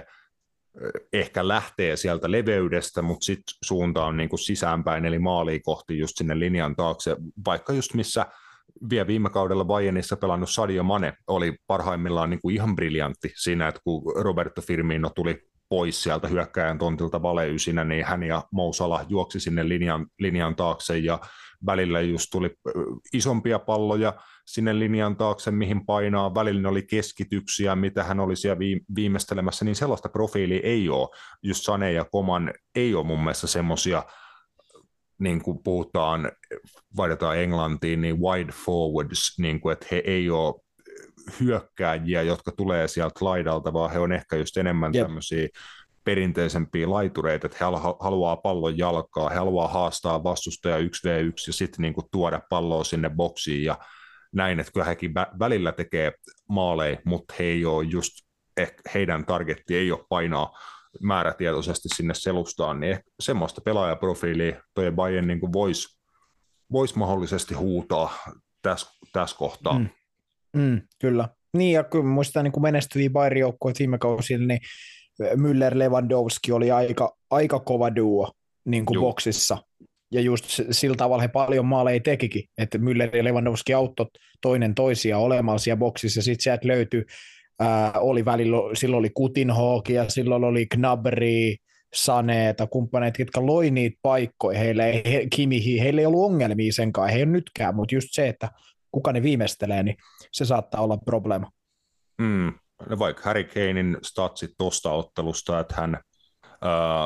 ehkä lähtee sieltä leveydestä, mutta sitten suunta on niin kuin sisäänpäin, eli maaliin kohti just sinne linjan taakse, vaikka just missä vielä viime kaudella Bayernissa pelannut Sadio Mane oli parhaimmillaan niin kuin ihan briljantti siinä, että kun Roberto Firmino tuli pois sieltä hyökkäjän tontilta valeysinä, niin hän ja Mo Salah juoksi sinne linjan, linjan taakse ja välillä just tuli isompia palloja sinne linjan taakse, mihin painaa, välillä oli keskityksiä, mitä hän oli siellä viimeistelemässä, niin sellaista profiilia ei ole. Just Sané ja Coman ei ole mun mielestä semmoisia, niin kuin puhutaan, vaihdetaan Englantiin, niin wide forwards, niin kuin, että he ei ole hyökkääjiä, jotka tulee sieltä laidalta, vaan he on ehkä just enemmän yep. tämmöisiä perinteisempiä laitureita, että he haluaa pallon jalkaa, he haluaa haastaa vastustaja yksi vastaan yksi ja sitten niin kuin tuoda palloa sinne boksiin ja näin, että kyllä hekin välillä tekee maaleja, mutta he ei ole just, ehkä heidän targetti ei ole painaa määrätietoisesti sinne selustaan, niin ehkä semmoista pelaajaprofiilia toi Bayern niin kuin voisi vois mahdollisesti huutaa tässä täs kohtaa.
Mm. Mm, kyllä. Niin, ja kyllä muistan niin menestyviä Bayern-joukkoja viime kausilla, niin Müller-Lewandowski oli aika, aika kova duo niin kuin boksissa. Ja just sillä tavalla he paljon maaleja tekikin, että Müller ja Lewandowski auttoi toinen toisia olemaan siellä boksissa, ja sitten sieltä löytyi, ää, oli välillä, silloin oli Coutinhoa, silloin oli Gnabry, Saneeta, kumppaneita, jotka loi niitä paikkoja, heille ei, he, Kimihi, heillä ei ollut ongelmia senkaan, he ei ole nytkään, mutta just se, että kuka ne viimeistelee, niin se saattaa olla probleema.
Mm, no vaikka Harry Kanein statsit tuosta ottelusta, että hän ää,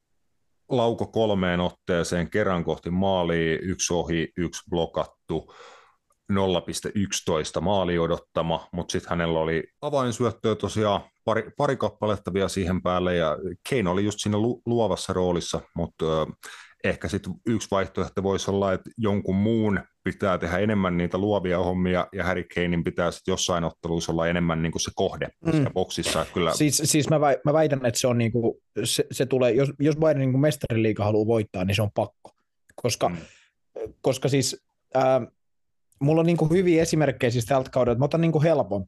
lauko kolmeen otteeseen kerran kohti maalia, yksi ohi, yksi blokattu, nolla pilkku yksitoista maali odottama, mutta sitten hänellä oli avainsyöttöä tosiaan pari, pari kappaletta vielä siihen päälle, ja Kane oli just siinä lu, luovassa roolissa, mutta äh, ehkä sitten yksi vaihtoehto voisi olla, että jonkun muun pitää tehdä enemmän niitä luovia hommia, ja Harry Kanein pitää sitten jossain otteluissa olla enemmän niin kuin se kohde mm. siellä boksissa. Kyllä.
Siis, siis mä, mä väitän, että se on niin kuin, se, se tulee, jos, jos Bayern niin kuin mestariliiga haluaa voittaa, niin se on pakko, koska, mm. koska siis äh, mulla on niin kuin hyviä esimerkkejä siis tältä kaudelta, mä otan niin kuin helpon,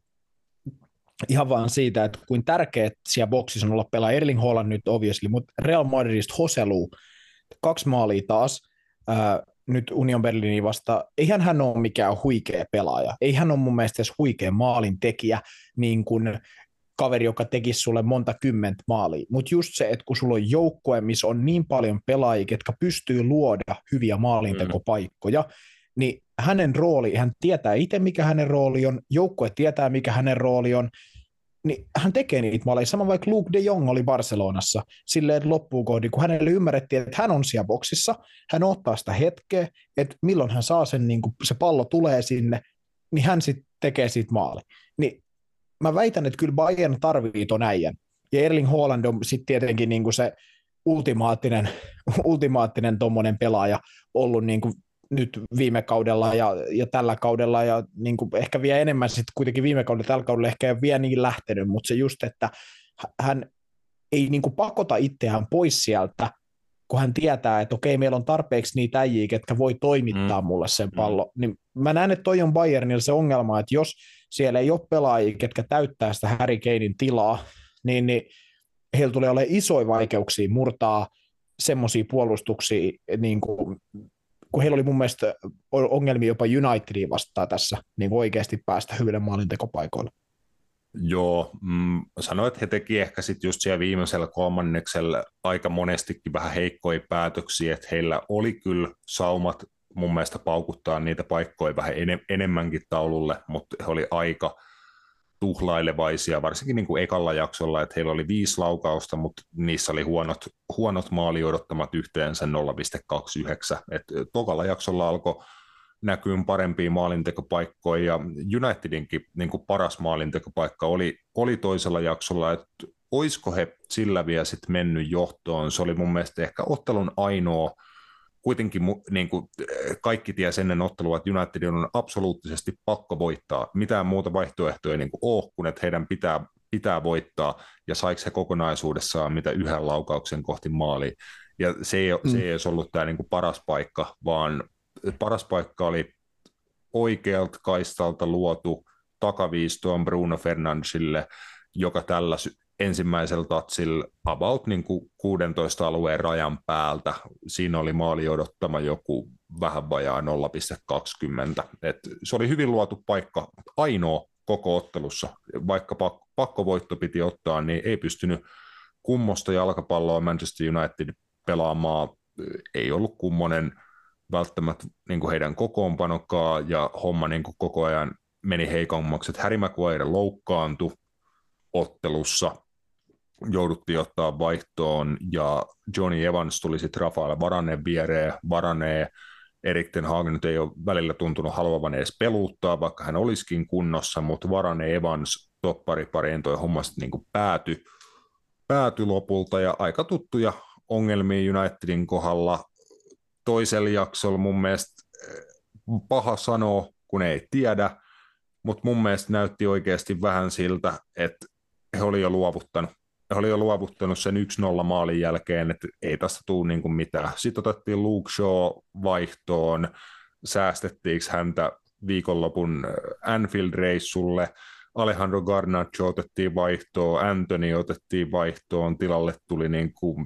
ihan vaan siitä, että kuin tärkeää siellä boksissa on olla pelaa. Erling Haaland nyt obviously, mutta Real Madridista Joselu, kaksi maalia taas, ää, nyt Union Berlinin vasta. Eihän hän ole mikään huikea pelaaja. Ei hän ole mun mielestä edes huikea maalintekijä, niin kuin kaveri, joka tekisi sulle monta kymmentä maalia. Mutta just se, että kun sulla on joukkue, missä on niin paljon pelaajia, jotka pystyy luoda hyviä maalintekopaikkoja, mm. niin hänen rooli, hän tietää itse, mikä hänen rooli on, joukkue tietää, mikä hänen rooli on, niin hän tekee niitä maaleja. Sama vaikka Luke de Jong oli Barcelonassa silleen, että loppuun kohdin, kun hänelle ymmärrettiin, että hän on siellä boksissa, hän ottaa sitä hetkeä, että milloin hän saa sen, niin kun se pallo tulee sinne, niin hän sitten tekee siitä maali. Niin mä väitän, että kyllä Bayern tarvii ton äijän. Ja Erling Haaland on sitten tietenkin niin kuin se ultimaattinen, ultimaattinen tommonen pelaaja ollut niin kuin nyt viime kaudella ja, ja tällä kaudella, ja niin kuin ehkä vielä enemmän sitten kuitenkin viime kaudella, tällä kaudella ehkä ei ole vielä niin lähtenyt, mutta se just, että hän ei niin kuin pakota itseään pois sieltä, kun hän tietää, että okei, meillä on tarpeeksi niitä äijiä, ketkä voi toimittaa mm. mulle sen pallon, mm. niin mä näen, että toi on Bayernilla se ongelma, että jos siellä ei ole pelaajia, ketkä täyttää sitä Harry Kanen tilaa, niin, niin heillä tulee olemaan isoja vaikeuksia murtaa semmoisia puolustuksia, niin kuin, kun heillä oli mun mielestä ongelmia jopa Unitedia vastaan tässä, niin oikeasti päästä hyville maalintekopaikoille.
Joo, mm, sanoin, että he teki ehkä sitten just siellä viimeisellä kolmanneksella aika monestikin vähän heikkoja päätöksiä, että heillä oli kyllä saumat mun mielestä paukuttaa niitä paikkoja vähän en- enemmänkin taululle, mutta he oli aika tuhlailevaisia, varsinkin niin kuin ekalla jaksolla, että heillä oli viisi laukausta, mutta niissä oli huonot, huonot maali odottamat yhteensä nolla pilkku kaksikymmentäyhdeksän. että tokalla jaksolla alkoi näkyy parempia maalintekopaikkoja, ja Unitedinkin niin kuin paras maalintekopaikka oli, oli toisella jaksolla, että olisiko he sillä vielä sitten mennyt johtoon. Se oli mun mielestä ehkä ottelun ainoa, kuitenkin niin kuin kaikki tiesi ennen ottelua, että United on absoluuttisesti pakko voittaa. Mitään muuta vaihtoehtoja ei niin kuin ole, kun että heidän pitää, pitää voittaa, ja saiko he kokonaisuudessaan mitä yhden laukauksen kohti maaliin. Ja se ei, mm. se ei olisi ollut tämä niin kuin paras paikka, vaan paras paikka oli oikealta kaistalta luotu takaviistoon Bruno Fernandesille, joka tällä ensimmäisellä tatsilla about niin kuin kuusitoista alueen rajan päältä. Siinä oli maali odottama joku vähän vajaa nolla pilkku kaksikymmentä. Et se oli hyvin luotu paikka, ainoa koko ottelussa. Vaikka pakkovoitto piti ottaa, niin ei pystynyt kummosta jalkapalloa Manchester United pelaamaan. Ei ollut kummonen välttämättä niin kuin heidän kokoonpanokaan, ja homma niin kuin koko ajan meni heikommaksi. Harry Maguire loukkaantui ottelussa, jouduttiin ottaa vaihtoon, ja Johnny Evans tuli sitten Rafael Varanen viereen. Varane, Erik ten Hag nyt ei ole välillä tuntunut haluavan edes peluuttaa, vaikka hän olisikin kunnossa, mutta Varane Evans topparipariin toi homma sitten niin kuin päätyi, päätyi lopulta, ja aika tuttuja ongelmia Unitedin kohdalla. Toisella jaksolla mun mielestä paha sanoa, kun ei tiedä, mutta mun mielestä näytti oikeasti vähän siltä, että he oli jo luovuttanut. He oli jo luovuttanut sen yksi nolla maalin jälkeen, että ei tästä tule niin kuin mitään. Sitten otettiin Luke Shaw vaihtoon, säästettiinkö häntä viikonlopun Anfield-reissulle, Alejandro Garnacho otettiin vaihtoon, Anthony otettiin vaihtoon, tilalle tuli niin kuin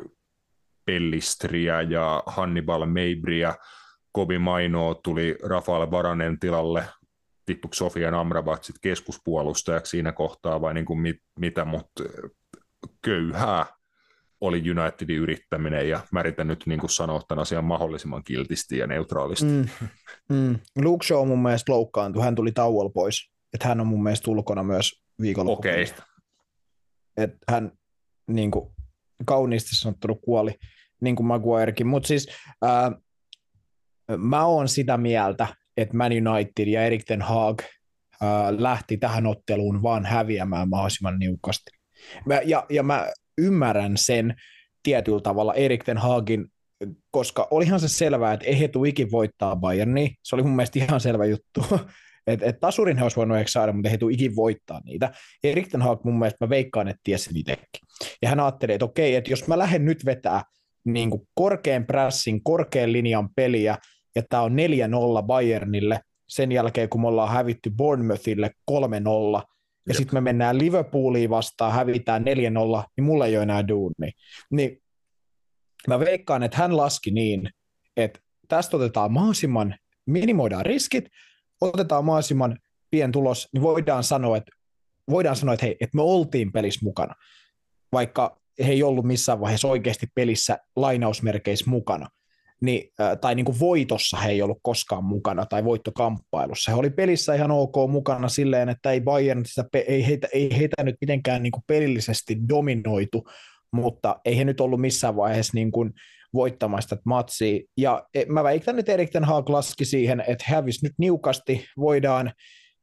Pellistriä ja Hannibal Mejbriä, Kobi Maino tuli Rafael Varanen tilalle, tippuiko Sofian Amrabat sitten keskuspuolustajaksi siinä kohtaa vai niin kuin mit, mitä, mutta köyhää oli Unitedin yrittäminen, ja mä yritän nyt niin kuin sanoa tämän asian mahdollisimman kiltisti ja neutraalisti. Mm,
mm. Luke Shaw mun mielestä loukkaantui, hän tuli tauolla pois, että hän on mun mielestä ulkona myös viikonloppupeistä. Okay. Että hän niin kuin kauniisti sanottu kuoli, niin kuin Maguirekin, mutta siis ää, mä oon sitä mieltä, että Man United ja Erik ten Hag ää, lähti tähän otteluun vaan häviämään mahdollisimman niukasti. Mä, ja, ja mä ymmärrän sen tietyllä tavalla Erik ten Hagin, koska olihan se selvää, että ei he tule ikin voittaa Bayernia. Se oli mun mielestä ihan selvä juttu. Että et tasurin he olisi voinut ehkä saada, mutta he tule ikin voittaa niitä. Erik ten Hag mun mielestä mä veikkaan, että tiesi itsekin. Ja hän ajattelee, että okei, että jos mä lähden nyt vetää niin kuin korkean pressin, korkean linjan peliä, ja tämä on neljä nolla Bayernille sen jälkeen, kun me ollaan hävitty Bournemouthille kolme nolla, ja sitten me mennään Liverpooliin vastaan, hävitään neljä nolla, niin mulla ei ole enää duunia. Niin mä veikkaan, että hän laski niin, että tästä otetaan mahdollisimman, minimoidaan riskit, otetaan mahdollisimman pien tulos, niin voidaan sanoa, että, voidaan sanoa, että hei, että me oltiin pelissä mukana, vaikka he ei ollut missään vaiheessa oikeasti pelissä lainausmerkeissä mukana. niin, tai niin kuin voitossa he ei ollut koskaan mukana, tai voittokamppailussa. He oli pelissä ihan ok mukana silleen, että ei Bayern sitä, ei, heitä, ei heitä nyt mitenkään niin kuin pelillisesti dominoitu, mutta ei he nyt ollut missään vaiheessa niin kuin voittamasta matsia. Ja mä väitän, että Erik ten Hag laski siihen, että hävisi nyt niukasti, voidaan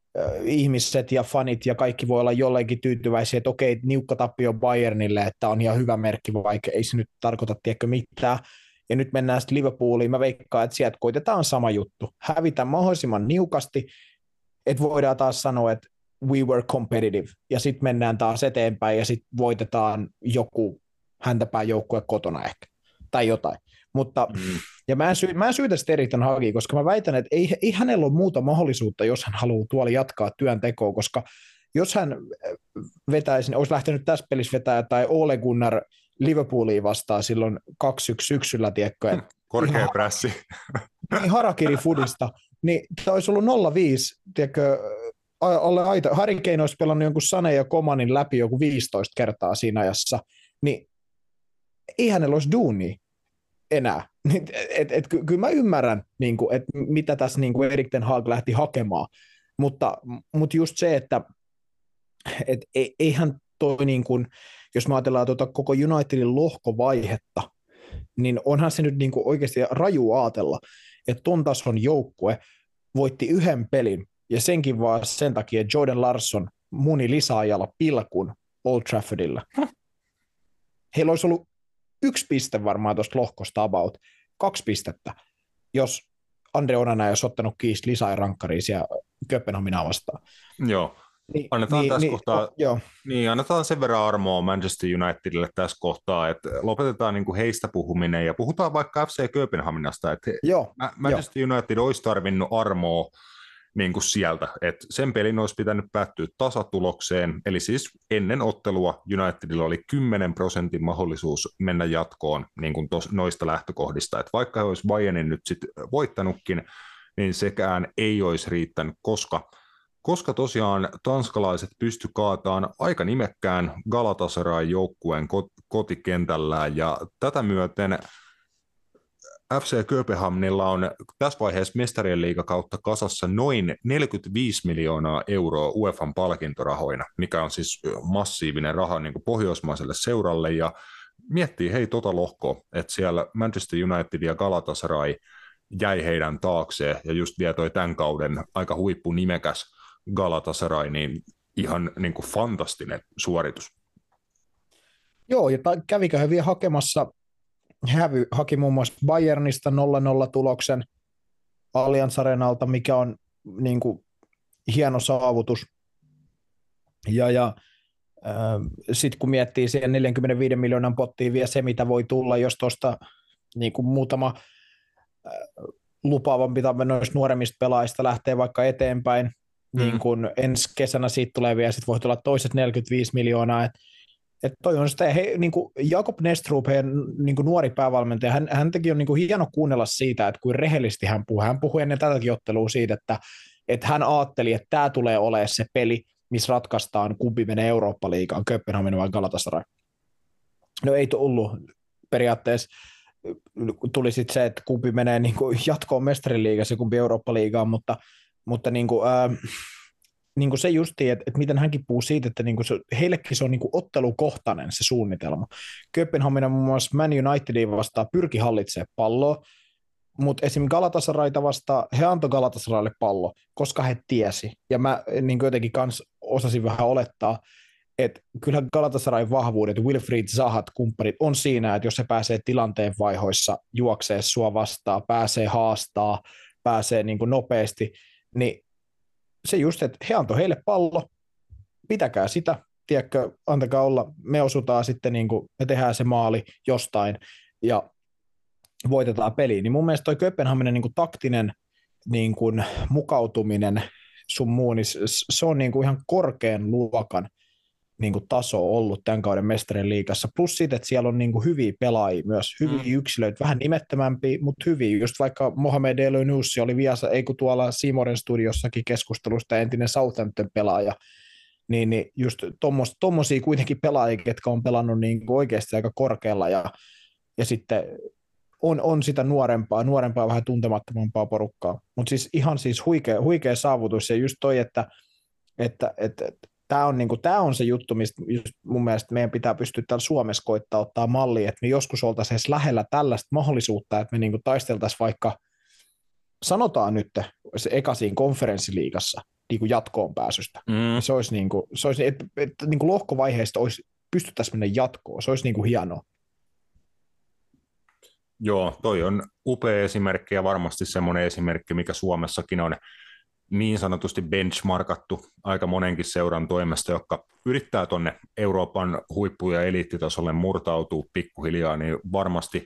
ihmiset ja fanit ja kaikki voi olla jollekin tyytyväisiä, että okei, niukka tappio Bayernille, että on ihan hyvä merkki, vaikka ei se nyt tarkoita tiedäkö mitään. Ja nyt mennään sitten Liverpooliin, mä veikkaan, että sieltä koitetaan sama juttu. Hävitään mahdollisimman niukasti, että voidaan taas sanoa, että we were competitive, ja sitten mennään taas eteenpäin, ja sitten voitetaan joku häntäpään joukkue kotona ehkä, tai jotain. Mutta, mm. ja mä en, syy, mä en syytä sitä Erik ten Hagia, koska mä väitän, että ei, ei hänellä ole muuta mahdollisuutta, jos hän haluaa tuolla jatkaa työntekoa, koska jos hän vetäisi, olisi lähtenyt tässä pelissä vetää tai Ole Gunnar Liverpoolia vastaan silloin kaksi yksi syksyllä, tiedätkö?
Korkea prässi.
Niin harakiri fudista, niin tämä olisi ollut nolla viisi, tiedätkö, alle aita. Harry Kane olisi pelannut jonkun Sane ja Komanin läpi joku viisitoista kertaa siinä ajassa, niin ei hänellä olisi duunia enää. Et, et, et, kyllä mä ymmärrän, niin kuin, että mitä tässä niin kuin Erik ten Hag lähti hakemaan, mutta, mutta just se, että et, eihän toi, niin kuin, jos me ajatellaan tuota koko Unitedin lohkovaihetta, niin onhan se nyt niin kuin oikeasti raju aatella, että ton tason joukkue voitti yhden pelin, ja senkin vaan sen takia, että Jordan Larsson muni lisäajalla pilkun Old Traffordilla. Heillä olisi ollut yksi piste varmaan tuosta lohkosta about, kaksi pistettä, jos Andre Onana ei olisi ottanut kiinni lisäajanrankkariin siellä Kööpenhaminaa vastaan.
Joo.
Niin,
annetaan
niin,
tässä
niin,
kohtaa,
oh, joo.
niin, annetaan sen verran armoa Manchester Unitedille tässä kohtaa, että lopetetaan niin kuin heistä puhuminen ja puhutaan vaikka F C Kööpenhaminasta, että
joo,
Manchester
jo.
United olisi tarvinnut armoa niin kuin sieltä, että sen pelin olisi pitänyt päättyä tasatulokseen, eli siis ennen ottelua Unitedilla oli kymmenen prosentin mahdollisuus mennä jatkoon niin kuin tos, noista lähtökohdista, että vaikka he olisi Bayernin nyt sit voittanutkin, niin sekään ei olisi riittänyt, koska koska tosiaan tanskalaiset pysty kaataan aika nimekkään Galatasaray-joukkueen kotikentällään, ja tätä myöten F C Kööpenhaminilla on tässä vaiheessa mestarien liigakautta kasassa noin neljäkymmentäviisi miljoonaa euroa UEFAn palkintorahoina, mikä on siis massiivinen raha niin kuin pohjoismaiselle seuralle, ja miettii hei tota lohkoa, että siellä Manchester United ja Galatasaray jäi heidän taakseen, ja just vielä toi tämän kauden aika huippunimekäs Galatasaray, niin ihan niin kuin fantastinen suoritus.
Joo, ja kävikö he vielä hakemassa, he haki muun muassa Bayernista nolla nolla tuloksen Allianz Arenalta, mikä on niin kuin hieno saavutus. Ja, ja äh, sitten kun miettii siihen neljäkymmentäviisi miljoonan pottiin vielä se, mitä voi tulla, jos tuosta niin kuin muutama äh, lupaavampi noista nuoremmista pelaajista lähtee vaikka eteenpäin, Mm. niin kun ensi kesänä siitä tulee vielä, sitten voi tulla toiset neljäkymmentäviisi miljoonaa, että et toi on sitä, he, niin kuin Jakob Nestrup, heidän niin kuin nuori päävalmentaja, hän, häntäkin on niin kuin hieno kuunnella siitä, että kuin rehellisesti hän puhuu, hän puhui ennen tätäkin ottelua siitä, että, että hän ajatteli, että tämä tulee olemaan se peli, missä ratkaistaan, kumpi menee Eurooppa-liigaan, Kööpenhamina vai Galatasaray. No ei tullut periaatteessa, tuli sitten se, että kumpi menee niin kuin jatkoon mestariliigassa ja kumpi Eurooppa-liigaan, mutta Mutta niin kuin, äh, niin kuin se justi, että, että miten hänkin puhuu siitä, että niin kuin se, heillekin se on niin kuin ottelukohtainen se suunnitelma. Kööpenhamina muun muassa Man Unitedin vastaan pyrki hallitsemaan palloa, mutta esimerkiksi Galatasarayta vastaan he antoi Galatasaraylle pallo, koska he tiesi. Ja mä niin kuin jotenkin kans osasin vähän olettaa, että kyllähän Galatasarayn vahvuudet, Wilfried Zahat, kumppanit on siinä, että jos se pääsee tilanteen vaihoissa juoksee sua vastaan, pääsee haastaa, pääsee niin kuin nopeasti, niin se just, että he antoi heille pallo, pitäkää sitä, tiedätkö, antakaa olla, me osutaan sitten, niin kuin, me tehdään se maali jostain ja voitetaan peliin. Niin mun mielestä toi Kööpenhaminen niin kuin taktinen niin kuin mukautuminen sun muu, niin se on niin kuin ihan korkean luokan niin kuin taso ollut tämän kauden mestarien liigassa. Plus siitä, että siellä on niin kuin hyviä pelaajia myös, hyviä mm. yksilöitä, vähän nimettömämpiä, mutta hyviä. Just vaikka Mohamed El Noussi oli vielä, ei kun tuolla Seymoren studiossakin keskustelusta entinen Southampton-pelaaja, niin, niin just tuommoisia kuitenkin pelaajia, ketkä on pelannut niin kuin oikeasti aika korkealla ja, ja sitten on, on sitä nuorempaa, nuorempaa vähän tuntemattomampaa porukkaa. Mutta siis ihan siis huikea, huikea saavutus ja just toi, että että, että, että tämä on, niinku, tää on se juttu, mistä just mun mielestä meidän pitää pystyä täällä Suomessa koittaa ottaa mallia, että me joskus oltaisiin edes lähellä tällaista mahdollisuutta, että me niinku taisteltaisiin vaikka, sanotaan nyt se eka siinä konferenssiliigassa niinku jatkoon pääsystä.
Mm.
Se olisi, niinku, se olisi että, että niinku lohkovaiheesta olisi, pystyttäisiin mennä jatkoon, se olisi niinku hienoa.
Joo, toi on upea esimerkki ja varmasti semmoinen esimerkki, mikä Suomessakin on niin sanotusti benchmarkattu aika monenkin seuran toimesta, jotka yrittää tuonne Euroopan huippu- ja eliittitasolle murtautua pikkuhiljaa, niin varmasti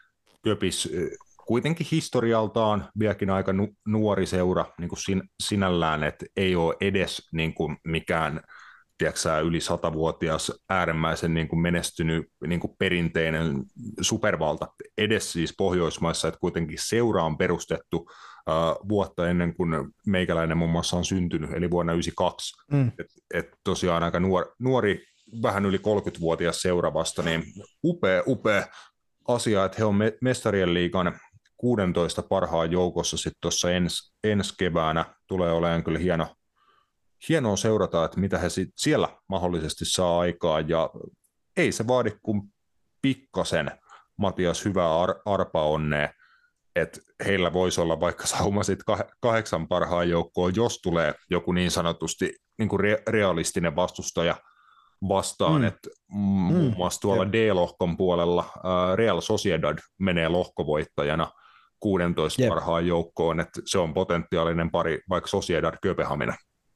Köpis kuitenkin historialtaan vieläkin aika nu- nuori seura niin kuin sin- sinällään, että ei ole edes niin kuin mikään tiedätkö, yli satavuotias äärimmäisen niin kuin menestynyt niin kuin perinteinen supervalta edes siis Pohjoismaissa, että kuitenkin seura on perustettu uh, vuotta ennen kuin meikäläinen muun muassa on syntynyt, eli vuonna yhdeksänkymmentäkaksi. Mm. Et, et tosiaan aika nuori, nuori, vähän yli kolmekymmentävuotias seura vasta, niin upea, upea asia, että he on me- mestarien liigan kuusitoista parhaan joukossa sitten tuossa ens, ensi keväänä. Tulee olemaan kyllä hieno, hienoa seurata, että mitä he sit siellä mahdollisesti saa aikaa, ja ei se vaadi kuin pikkasen Matias hyvää ar- arpaonnea, että heillä voisi olla vaikka sauma sit kah- kahdeksan parhaan joukkoon, jos tulee joku niin sanotusti niin kuin re- realistinen vastustaja vastaan, mm. että muun muassa tuolla mm. D-lohkon puolella ää, Real Sociedad menee lohkovoittajana kuusitoista yep. parhaan joukkoon, että se on potentiaalinen pari vaikka Sociedad Köpenhamina.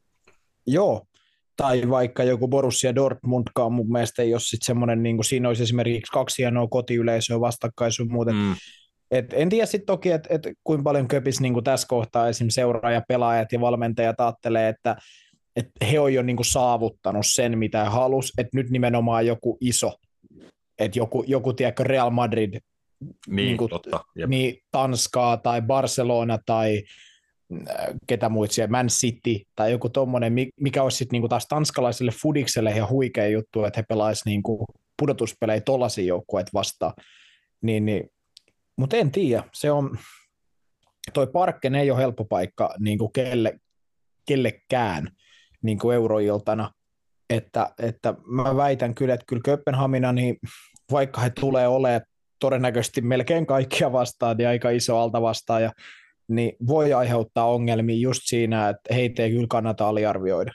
Joo, tai vaikka joku Borussia Dortmundkaan mun mielestä ei ole sitten semmoinen, niin kuin siinä olisi esimerkiksi kaksi hienoa kotiyleisöä vastakkain sun muuten. Mm. Et en tiedä sitten toki, että et kuinka paljon Köpis niin kuin tässä kohtaa esimerkiksi seuraaja, pelaajat ja valmentajat ajattelee, että et he on jo niin kuin saavuttanut sen, mitä he halusi, että nyt nimenomaan joku iso, että joku, joku tiedätkö, Real Madrid,
niin,
niin kuin,
totta.
niin Tanskaa tai Barcelona tai ketä muita siellä, Man City tai joku tommonen, mikä olisi sitten niinku taas tanskalaiselle fudikselle ihan huikea juttu, että he pelaisivat niinku pudotuspelejä tollaisia joukkueita vastaan. Niin, niin. Mutta en tiedä, se on, toi Parken ei ole helppo paikka niinku kelle, kellekään niinku euroiltana, että, että mä väitän kyllä, että kyllä Kööpenhamina, niin vaikka he tulee olemaan todennäköisesti melkein kaikkia vastaan ja aika iso alta vastaan, ja niin voi aiheuttaa ongelmia just siinä, että heitä ei kyllä kannata aliarvioida.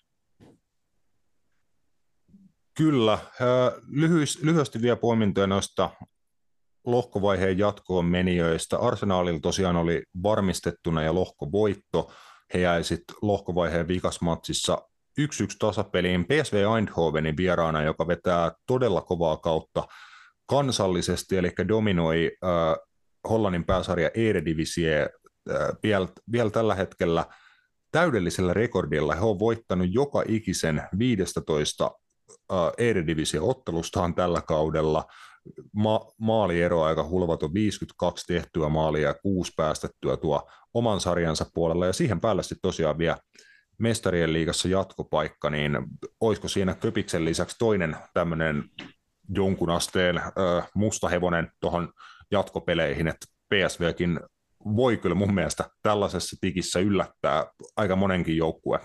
Kyllä. Lyhyis, lyhyesti vielä poimintoja noista lohkovaiheen jatkoon menijöistä. Arsenalilla tosiaan oli varmistettuna ja lohkovoitto. He jäi sitten lohkovaiheen vikasmatsissa yksi yksi tasapeliin P S V Eindhovenin vieraana, joka vetää todella kovaa kautta kansallisesti, eli dominoi äh, Hollannin pääsarja Eredivisie vielä, vielä tällä hetkellä täydellisellä rekordilla. He on voittanut joka ikisen viisitoista Eredivisie-ottelustaan tällä kaudella. Ma- maaliero aika hulvaton, viisikymmentäkaksi tehtyä maalia ja kuusi päästettyä tuo oman sarjansa puolella. Ja siihen päälle sitten tosiaan vielä mestarien liigassa jatkopaikka, niin olisiko siinä Köpiksen lisäksi toinen tämmöinen jonkun asteen äh, musta hevonen tuohon jatkopeleihin, että P S V:kin voi kyllä mun mielestä tällaisessa tikissä yllättää aika monenkin joukkueen.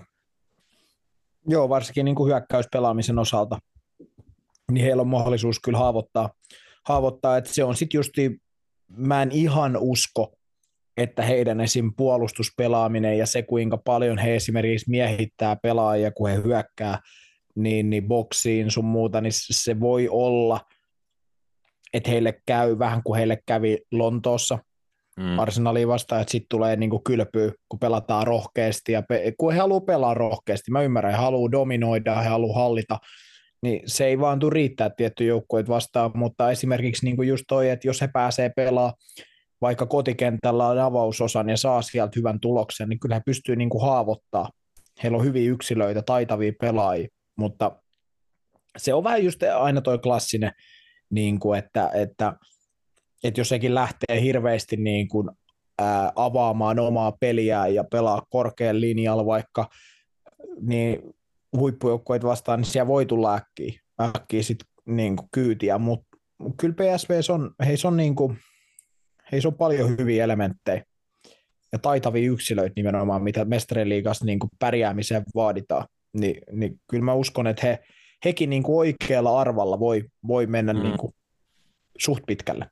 Joo, varsinkin niin kuin hyökkäyspelaamisen osalta, niin heillä on mahdollisuus kyllä haavoittaa, haavoittaa että se on sitten justi, mä en ihan usko, että heidän esim. Puolustuspelaaminen ja se, kuinka paljon he esimerkiksi miehittää pelaajia, kun he hyökkää, niin, niin boksiin sun muuta, niin se voi olla, että heille käy vähän kuin heille kävi Lontoossa, Mm. Arsenalia vastaan, että sitten tulee niinku kylpyä, kun pelataan rohkeasti, ja pe- kun he haluaa pelaa rohkeasti, mä ymmärrän, he haluaa dominoida, he haluaa hallita, niin se ei vaan tule riittää tiettyjä joukkoja vastaan, mutta esimerkiksi niinku just toi, että jos he pääsee pelaamaan vaikka kotikentällä on avausosan ja saa sieltä hyvän tuloksen, niin kyllä he pystyy niinku haavoittaa. Heillä on hyviä yksilöitä, taitavia pelaajia, mutta se on vähän just aina toi klassinen, niin kuin että, että että jos sekin lähtee hirveästi niin kuin, ää, avaamaan omaa peliään ja pelaa korkean linjalla vaikka niin huippujoukkueet vastaan, niin siellä voi tulla äkkiä, äkkiä sit, niin kuin kyytiä, mutta kyllä P S V on, hei, se on niin kuin, heissä on paljon hyviä elementtejä ja taitavia yksilöitä nimenomaan, mitä Mestarien liigassa niin kuin pärjäämiseen vaaditaan. Ni, niin kyllä mä uskon, että he, hekin niin kuin oikealla arvalla voi, voi mennä mm. niin kuin suht pitkälle.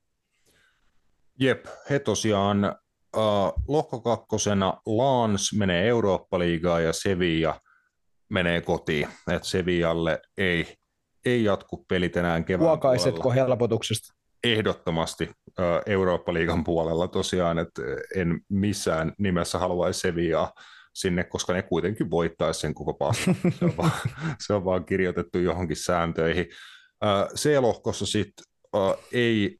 Jep, he tosiaan äh, lohko kakkosena Lans menee Eurooppa-liigaan ja Sevilla menee kotiin. Et Sevillalle ei, ei jatku pelit enää kevään
Huokaisetko
puolella.
helpotuksesta?
Ehdottomasti äh, Eurooppa-liigan puolella tosiaan, että en missään nimessä haluaisi Sevillaa sinne, koska ne kuitenkin voittaisi sen koko paskan. Se on vaan, se on vaan kirjoitettu johonkin sääntöihin. Äh, C-lohkossa sitten äh, ei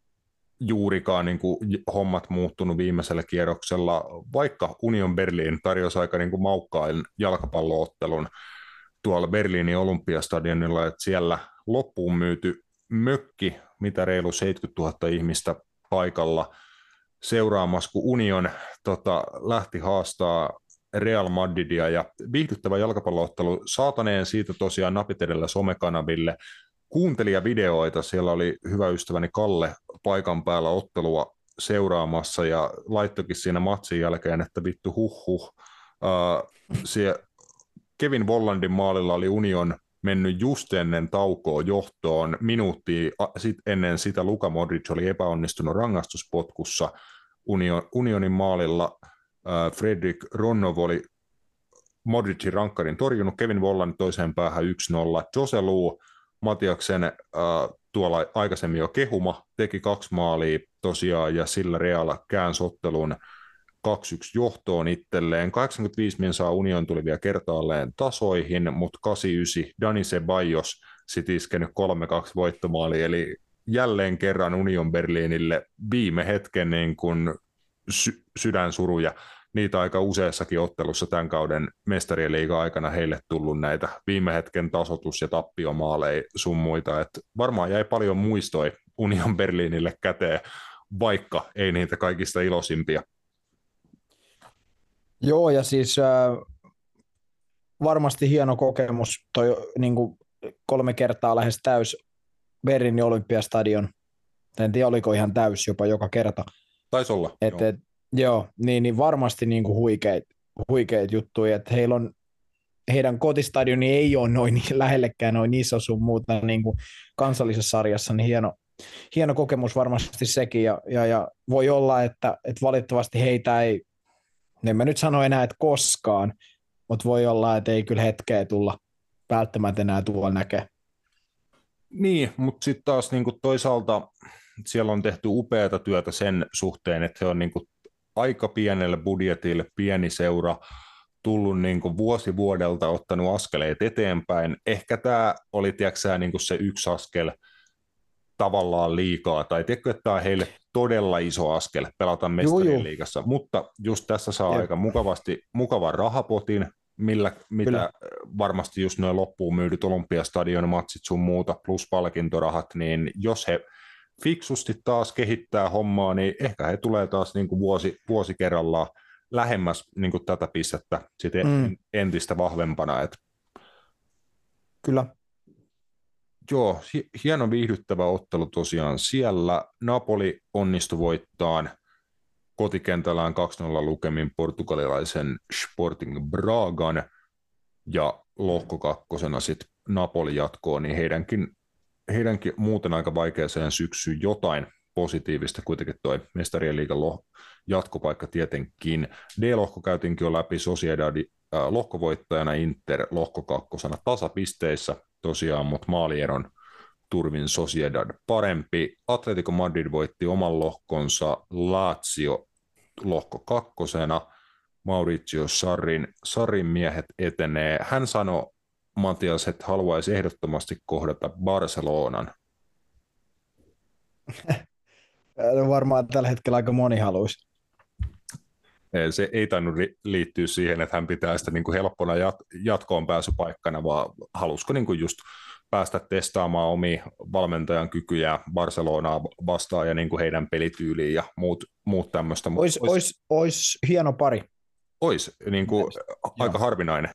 juurikaan niin kuin hommat muuttunut viimeisellä kierroksella, vaikka Union Berlin tarjosi aika niin kuin maukkain jalkapalloottelun tuolla Berliinin Olympiastadionilla, että siellä loppuun myyty mökki, mitä reilu seitsemänkymmentätuhatta ihmistä paikalla seuraamassa, kun Union tota, lähti haastaa Real Madridia, ja viihdyttävä jalkapalloottelu saataneen siitä tosiaan napit edellä somekanaville. Kuuntelijavideoita, siellä oli hyvä ystäväni Kalle paikan päällä ottelua seuraamassa ja laittokin siinä matsin jälkeen, että vittu huh huh. Uh, siellä Kevin Vollandin maalilla oli Union mennyt just ennen taukoa johtoon. Minuuttia sit ennen sitä Luka Modric oli epäonnistunut rangaistuspotkussa. Union, Unionin maalilla uh, Fredrik Ronov oli Modricin rankkarin torjunut. Kevin Volland toiseen päähän yksi nolla. Joselu Matiaksen äh, tuolla aikaisemmin jo kehuma, teki kaksi maalia tosiaan, ja sillä Real käänsi ottelun kaksi yksi johtoon itselleen. kahdeksankymmentäviisi minsaa Union tuli vielä kertaalleen tasoihin, mutta kahdeksankymmentäyhdeksän Dani Ceballos sitten iskenyt kolme kaksi voittomaali, eli jälleen kerran Union Berlinille viime hetken niin kuin sy- sydänsuruja. Niitä aika useassakin ottelussa tämän kauden Mestarien liigan aikana heille tullut näitä viime hetken tasoitus- ja tappiomaaleja sun muita. Et varmaan jäi paljon muistoja Union Berlinille käteen, vaikka ei niitä kaikista iloisimpia.
Joo, ja siis äh, varmasti hieno kokemus, toi niin kuin kolme kertaa lähes täys Berliinin Olympiastadion. En tiedä, oliko ihan täys jopa joka kerta.
Taisi olla,
et,
joo.
Et, joo, niin, niin varmasti niin kuin huikeita huikeet juttuja, että heillä on, heidän kotistadioni ei ole noin niin lähellekään noin iso sun muuta niin kuin kansallisessa sarjassa, niin hieno, hieno kokemus varmasti sekin, ja, ja, ja voi olla, että, että valitettavasti heitä ei, en mä nyt sano enää, että koskaan, mutta voi olla, että ei kyllä hetkeä tulla välttämättä enää tuolla näkee.
Niin, mutta sitten taas niinku toisaalta siellä on tehty upeata työtä sen suhteen, että he on niinku aika pienellä budjetilla, pieni seura, tullut niinku vuosi vuodelta ottanut askeleet eteenpäin. Ehkä tämä oli tiiäksä, niinku se yksi askel tavallaan liikaa, tai tiedätkö, että tämä on heille todella iso askel pelata Mestarien liigassa, mutta just tässä saa Jep. aika mukavasti mukavan rahapotin, millä, mitä Kyllä. varmasti just noin loppuun myydyt Olympiastadion matsit sun muuta, plus palkintorahat, niin jos he fiksusti taas kehittää hommaa, niin ehkä he tulee taas niin kuin vuosi, vuosi kerrallaan lähemmäs niin kuin tätä pistettä sitten mm. entistä vahvempana. Et.
Kyllä.
Joo, hieno viihdyttävä ottelu tosiaan siellä. Napoli onnistui voittaan kotikentällään kaksi nolla lukemin portugalilaisen Sporting Bragan, ja lohko kakkosena sitten Napoli jatkoo, niin heidänkin, heidänkin muuten aika vaikeaseen syksyyn jotain positiivista kuitenkin toi Mestarien liigan jatkopaikka tietenkin. D-lohko käytiinkin jo läpi, Sociedad äh, lohkovoittajana, Inter lohko kakkosena tasapisteissä tosiaan, mutta maalieron turvin Sociedad parempi. Atletico Madrid voitti oman lohkonsa, Lazio lohko kakkosena, Mauricio Sarrin, Sarrin miehet etenee. Hän sanoi, Matias, että haluaisi ehdottomasti kohdata Barcelonan.
Varmaan tällä hetkellä aika moni haluaisi.
Se ei tainnut liittyä siihen, että hän pitää sitä niin kuin helppona jatkoon pääsypaikkana, vaan halusiko niin kuin just päästä testaamaan omia valmentajan kykyjä Barcelonaa vastaan ja niin kuin heidän pelityyliin ja muut, muut tämmöistä.
Olisi ois, ois, ois hieno pari.
Olisi niin kuin aika Joo. harvinainen.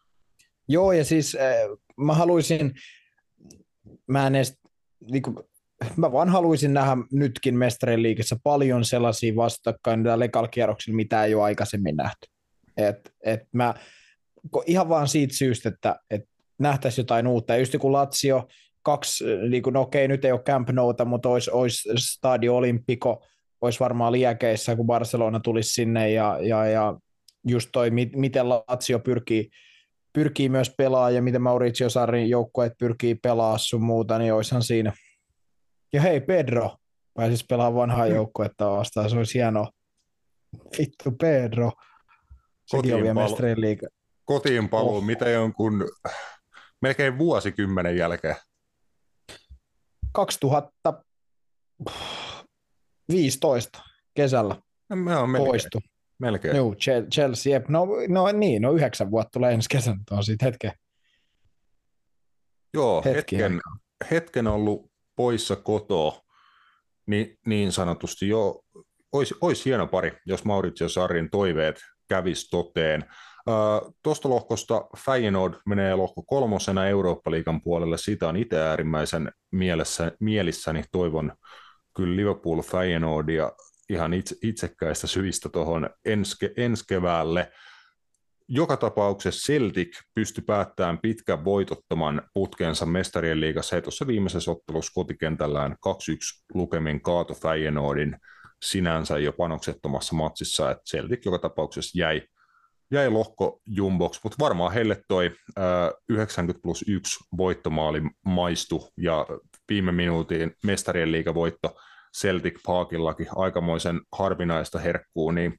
Joo, ja siis äh, mä haluaisin, mä en edes, niin kuin, mä vaan haluaisin nähdä nytkin mestarien liigassa paljon sellaisia vastakkain tällä ekalla kierroksilla, mitä ei ole aikaisemmin nähty. Et, et mä, ihan vaan siitä syystä, että et nähtäisiin jotain uutta. Ja just kun Lazio, kaksi, niin kuin, no okei, nyt ei ole Camp Nouta, mutta olisi, olisi Stadio Olimpico, olisi varmaan liekeissä, kun Barcelona tulisi sinne, ja, ja, ja just toi, miten Lazio pyrkii, pyrkii myös pelaamaan, ja miten Maurizio Sarrin joukkueet pyrkii pelaamaan sun muuta, niin olisihan siinä. Ja hei, Pedro pääsisi pelaamaan vanhaa joukkuetta vastaan, se olisi hienoa. Vittu Pedro. Sekin on vielä mestarien liiga.
Kotiin paluu, oh. Mitä jonkun melkein vuosikymmenen jälkeen?
kaksituhattaviisitoista kesällä
no,
poistui.
Melkein.
Joo, Chelsea, no, no niin, no yhdeksän vuotta tulee ensi kesän, on siitä hetken.
Joo, hetken, hetken ollut poissa kotoa, niin, niin sanotusti jo, olisi, olisi hieno pari, jos Maurizio Sarrin toiveet kävisi toteen. Uh, Tuosta lohkosta Feyenoord menee lohko kolmosena Eurooppa-liigan puolelle. Siitä on itse äärimmäisen mielessä, mielissäni. Toivon kyllä Liverpool Feyenoordia ihan itse, itsekkäistä syistä tuohon ensi, ensi keväälle. Joka tapauksessa Celtic pystyi päättämään pitkän voitottoman putkeensa mestarien liigassa. He tuossa viimeisessä ottelussa kotikentällään kaksi yksi lukemin kaato Feyenoordin sinänsä jo panoksettomassa matsissa. Et Celtic joka tapauksessa jäi Jäi lohko jumboksi, mutta varmaan heille toi äh, yhdeksänkymmentä plus yksi voittomaali maistu ja viime minuutin mestarien liigavoitto Celtic Parkillakin aikamoisen harvinaista herkkuu, niin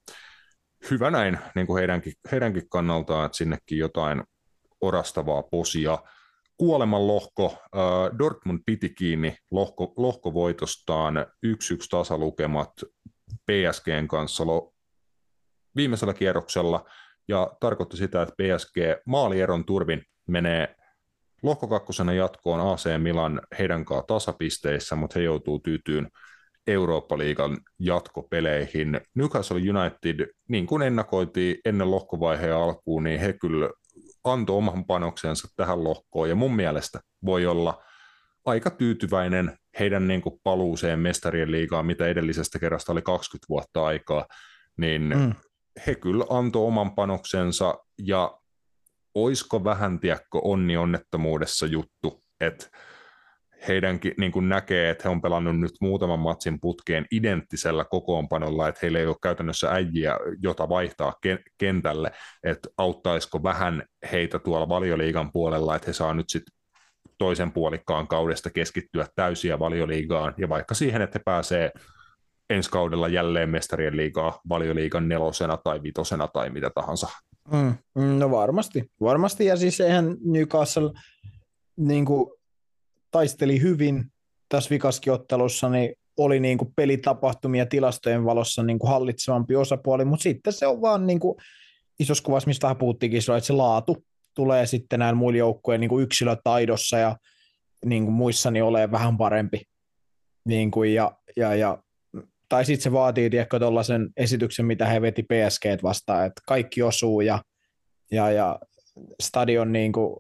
hyvä näin niin kuin heidänkin, heidänkin kannaltaan, että sinnekin jotain orastavaa posia. Kuoleman lohko, äh, Dortmund piti kiinni lohko, lohkovoitostaan yksi yksi tasalukemat P S G:n kanssa lo- viimeisellä kierroksella, ja tarkoitti sitä, että P S G maalieron turvin menee lohkokakkosena jatkoon A C Milan heidän kanssa tasapisteissä, mutta he joutuu tyytyyn Eurooppa-liigan jatkopeleihin. Newcastle United, niin kuin ennakoitiin ennen lohkovaiheen alkuun, niin he kyllä antoi oman panoksensa tähän lohkoon, ja mun mielestä voi olla aika tyytyväinen heidän niin kuin paluuseen mestarien liigaan, mitä edellisestä kerrasta oli kaksikymmentä vuotta aikaa, niin mm. he kyllä antoi oman panoksensa, ja oisko vähän, tiedätkö, onni onnettomuudessa juttu, että heidänkin niin kuin näkee, että he on pelannut nyt muutaman matsin putkeen identtisellä kokoonpanolla, että heillä ei ole käytännössä äijiä, jota vaihtaa kentälle, että auttaisiko vähän heitä tuolla Valioliigan puolella, että he saa nyt sitten toisen puolikkaan kaudesta keskittyä täysiä Valioliigaan, ja vaikka siihen, että he pääsee ensi kaudella jälleen mestarien liigaa Valioliigan nelosena tai vitosena tai mitä tahansa.
Mm, no varmasti, varmasti, ja siis eihän Newcastle niin kuin taisteli hyvin tässä vikaskiottelussa, niin oli niin kuin pelitapahtumia tilastojen valossa niin kuin hallitsevampi osapuoli, mutta sitten se on vaan niin kuin isossa kuvassa, mistä vähän puhuttiinkin, että se laatu tulee sitten näillä muilla joukkueen niin kuin yksilötaidossa ja niin kuin muissa niin ole vähän parempi. Niin kuin ja, ja, ja, tai sitten se vaatii tiedätkö, tuollaisen esityksen, mitä he veti P S G vastaan, että kaikki osuu ja, ja, ja stadion niin kuin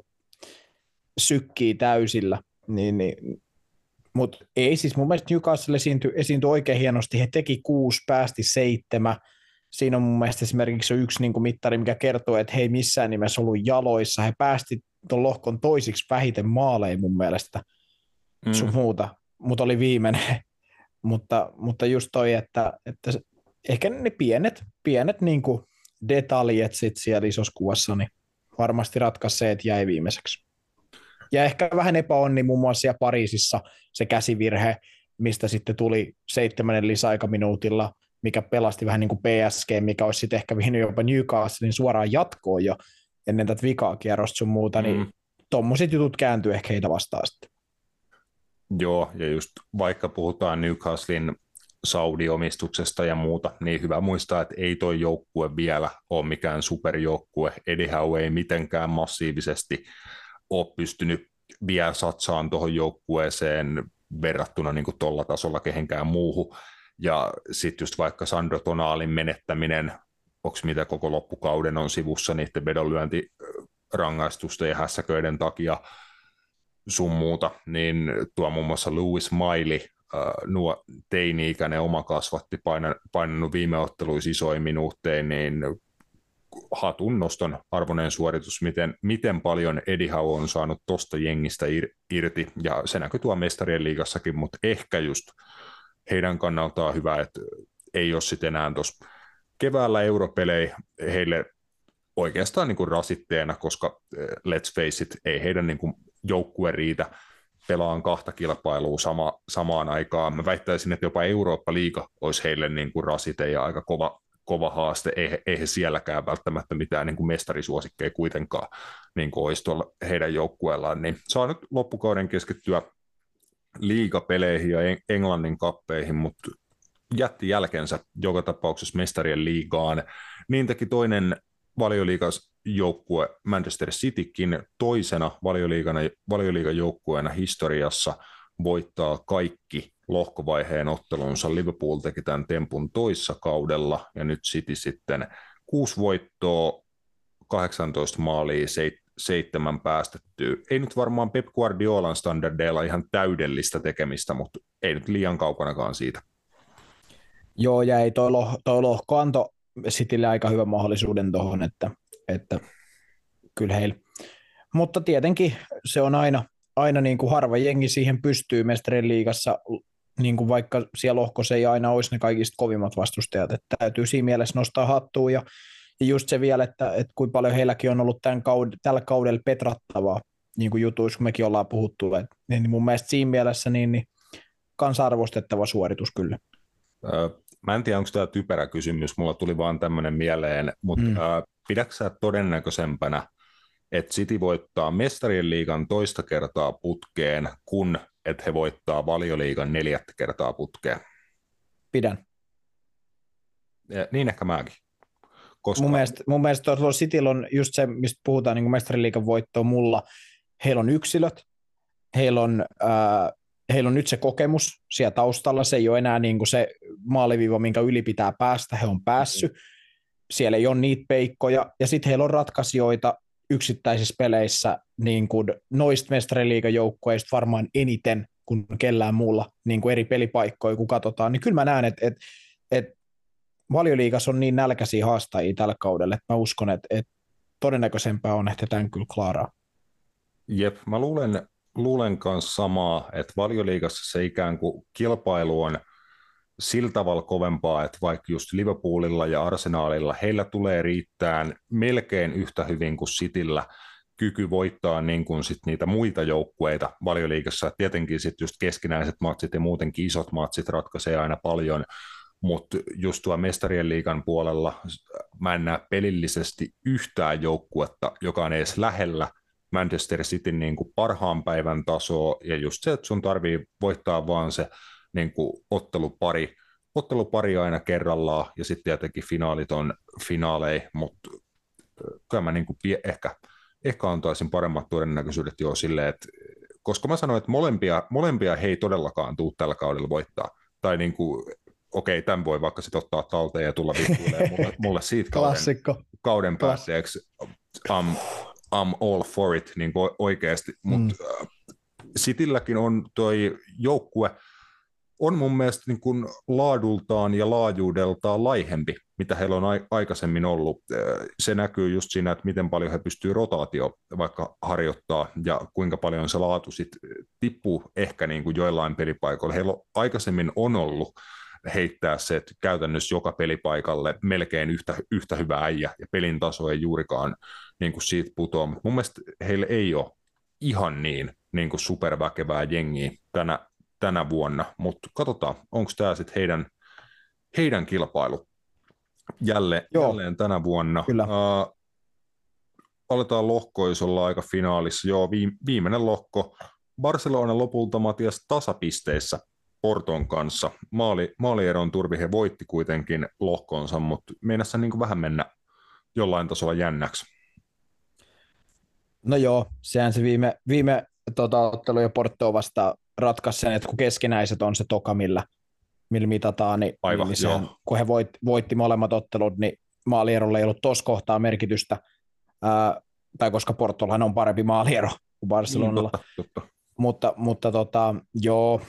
sykkii täysillä. Niin, niin. Mutta ei siis mun mielestä Newcastle esiintyi, esiintyi oikein hienosti. He teki kuusi, päästi seitsemän. Siinä on mun mielestä esimerkiksi yksi niin kuin mittari, mikä kertoo, että he ei missään nimessä ollut jaloissa. He päästi tuon lohkon toisiksi vähiten maaleja mun mielestä. Mm. Sun muuta, mutta oli viimeinen. mutta, mutta just toi, että, että ehkä ne pienet, pienet niin kuin detaljet sit siellä isossa kuvassa, niin varmasti ratkaisi se, että jäi viimeiseksi. Ja ehkä vähän epäonni muun muassa siellä Pariisissa se käsivirhe, mistä sitten tuli seitsemännen lisäaikaminuutilla, mikä pelasti vähän niin kuin P S G, mikä olisi sitten ehkä vihnyt jopa Newcastlein suoraan jatkoon jo ennen tätä vikaa kierrosta sun muuta, niin mm. tommosit jutut kääntyy ehkä heitä vastaan sitten.
Joo, ja just vaikka puhutaan Newcastlein Saudi-omistuksesta ja muuta, niin hyvä muistaa, että ei toi joukkue vielä ole mikään superjoukkue. Eddie Howe ei mitenkään massiivisesti ole pystynyt vielä satsaan tuohon joukkueeseen verrattuna niin tuolla tasolla kehenkään muuhun. Ja sitten just vaikka Sandro Tonaalin menettäminen, onko mitä koko loppukauden on sivussa niiden vedonlyöntirangaistusten ja hässäköiden takia, sun muuta, niin tuo muun muassa Lewis Miley, nuo teini-ikäinen oma kasvatti, painanut viime otteluissa isoin minuuttein, niin hatun noston arvoinen suoritus, miten, miten paljon Eddie Howe on saanut tuosta jengistä irti, ja se näkyy tuo mestarien liigassakin, mutta ehkä just heidän kannaltaan hyvä, että ei ole sitten enää tuossa keväällä europelejä heille oikeastaan niin kuin rasitteena, koska let's face it, ei heidän niin kuin joukkue riitä pelaan kahta kilpailua sama, samaan aikaan. Mä väittäisin, että jopa Eurooppa-liiga olisi heille niin kuin rasite ja aika kova, kova haaste. Ei, ei he sielläkään välttämättä mitään niin kuin mestarisuosikkeja kuitenkaan niin kuin olisi tuolla heidän joukkueellaan. Niin saa nyt loppukauden keskittyä liigapeleihin ja Englannin kappeihin, mutta jätti jälkensä joka tapauksessa mestarien liigaan. Niin teki toinen Valioliigas joukkue Manchester Citykin toisena valioliigan joukkueena historiassa voittaa kaikki lohkovaiheen ottelunsa. Liverpool teki tämän tempun toissa kaudella ja nyt City sitten kuusi voittoa, kahdeksantoista maalia, seitsemän päästettyä. Ei nyt varmaan Pep Guardiolan standardeilla ihan täydellistä tekemistä, mutta ei nyt liian kaukanakaan siitä.
Joo, ja ei toi, loh, toi lohko antoi Citylle aika hyvän mahdollisuuden tuohon, että, että kyllä heillä. Mutta tietenkin se on aina, aina niin kuin harva jengi siihen pystyy mestarien liigassa, niin kuin vaikka siellä lohkossa ei aina olisi ne kaikista kovimmat vastustajat, että täytyy siinä mielessä nostaa hattua ja, ja just se vielä, että, että kuinka paljon heilläkin on ollut tämän kaud- tällä kaudella petrattavaa, niin kuin jutuissa, kun mekin ollaan puhuttu, että, niin mun mielestä siinä mielessä niin, niin kansa-arvostettava suoritus kyllä.
Öö. Mä en tiedä, onko tämä typerä kysymys, mulla tuli vaan tämmöinen mieleen, mutta mm. äh, pidätkö sä todennäköisempänä, että City voittaa mestarien liigan toista kertaa putkeen, kun että he voittaa Valioliigan neljättä kertaa putkeen?
Pidän.
Ja, niin ehkä mäkin. Koska...
Mun mielestä, mun mielestä tuolla Cityllä on just se, mistä puhutaan niin mestarien liigan voittoa mulla. Heillä on yksilöt, heillä on... Äh, Heillä on nyt se kokemus siellä taustalla, se ei ole enää niin kuin se maaliviiva, minkä yli pitää päästä, he on päässyt. Siellä ei ole niitä peikkoja, ja sitten heillä on ratkaisijoita yksittäisissä peleissä niin kuin noista mestariliigan joukkueista varmaan eniten kuin kellään muulla niin kuin eri pelipaikkoja, kun katsotaan. Niin kyllä mä näen, että, että, että Valioliigassa on niin nälkäisiä haastajia tällä kaudella, että mä uskon, että, että todennäköisempää on, että tämän kyllä klaaraa.
Jep, mä luulen, luulen kanssa samaa, että Valioliigassa se ikään kuin kilpailu on sillä tavalla kovempaa, että vaikka just Liverpoolilla ja Arsenalilla heillä tulee riittään melkein yhtä hyvin kuin Cityllä kyky voittaa niin kuin sit niitä muita joukkueita Valioliigassa. Tietenkin sit just keskinäiset matsit ja muutenkin isot matsit ratkaisee aina paljon, mutta just tuo mestarien liigan puolella mä en näe pelillisesti yhtään joukkuetta, joka on edes lähellä Manchester Cityn niin kuin parhaan päivän tasoa, ja just se, että sun tarvii voittaa vaan se niin kuin ottelupari, ottelupari aina kerrallaan, ja sitten tietenkin finaalit on finaaleja, mutta kyllä mä niin kuin pie- ehkä, ehkä antaisin paremmat todennäköisyydet jo silleen, että koska mä sanoin, että molempia, molempia he ei todellakaan tule tällä kaudella voittaa, tai niin kuin, okei, tämän voi vaikka sitten ottaa talteen ja tulla vittuilemaan mulle, mulle siitä kauden, kauden päätteeksi, um, I'm all for it niin kuin oikeasti, mutta mm. Citylläkin on toi joukkue, on mun mielestä niin kuin laadultaan ja laajuudeltaan laihempi, mitä heillä on aikaisemmin ollut. Se näkyy just siinä, että miten paljon he pystyy rotaatio vaikka harjoittaa ja kuinka paljon se laatu sitten tippuu ehkä niin kuin joillain pelipaikoilla. Heillä on, aikaisemmin on ollut heittää se, että käytännössä joka pelipaikalle melkein yhtä, yhtä hyvä äijä ja pelin taso ei juurikaan niin kuin siitä putoa, mutta mun mielestä heillä ei ole ihan niin, niin kuin superväkevää jengiä tänä, tänä vuonna, mutta katsotaan, onko tämä sitten heidän, heidän kilpailu jälleen, jälleen tänä vuonna. Uh, aletaan lohkoisolla aika finaalissa, joo, viimeinen lohko, Barcelona lopulta Matias tasapisteissä Porton kanssa. Maali, maalieron turvi he voitti kuitenkin lohkonsa, mutta meinassa niin kuin vähän mennä jollain tasolla jännäksi.
No joo, sehän se viime, viime tota, ottelu jo Portoa vastaan ratkaisi sen, että kun keskinäiset on se toka, millä, millä mitataan, niin,
Aivan,
niin sehän, kun he voit, voitti molemmat ottelut, niin maalierolla ei ollut tuossa kohtaa merkitystä, ää, tai koska Portollahan on parempi maaliero kuin Barcelonalla.
Mm, totta, totta.
mutta, mutta tota, joo,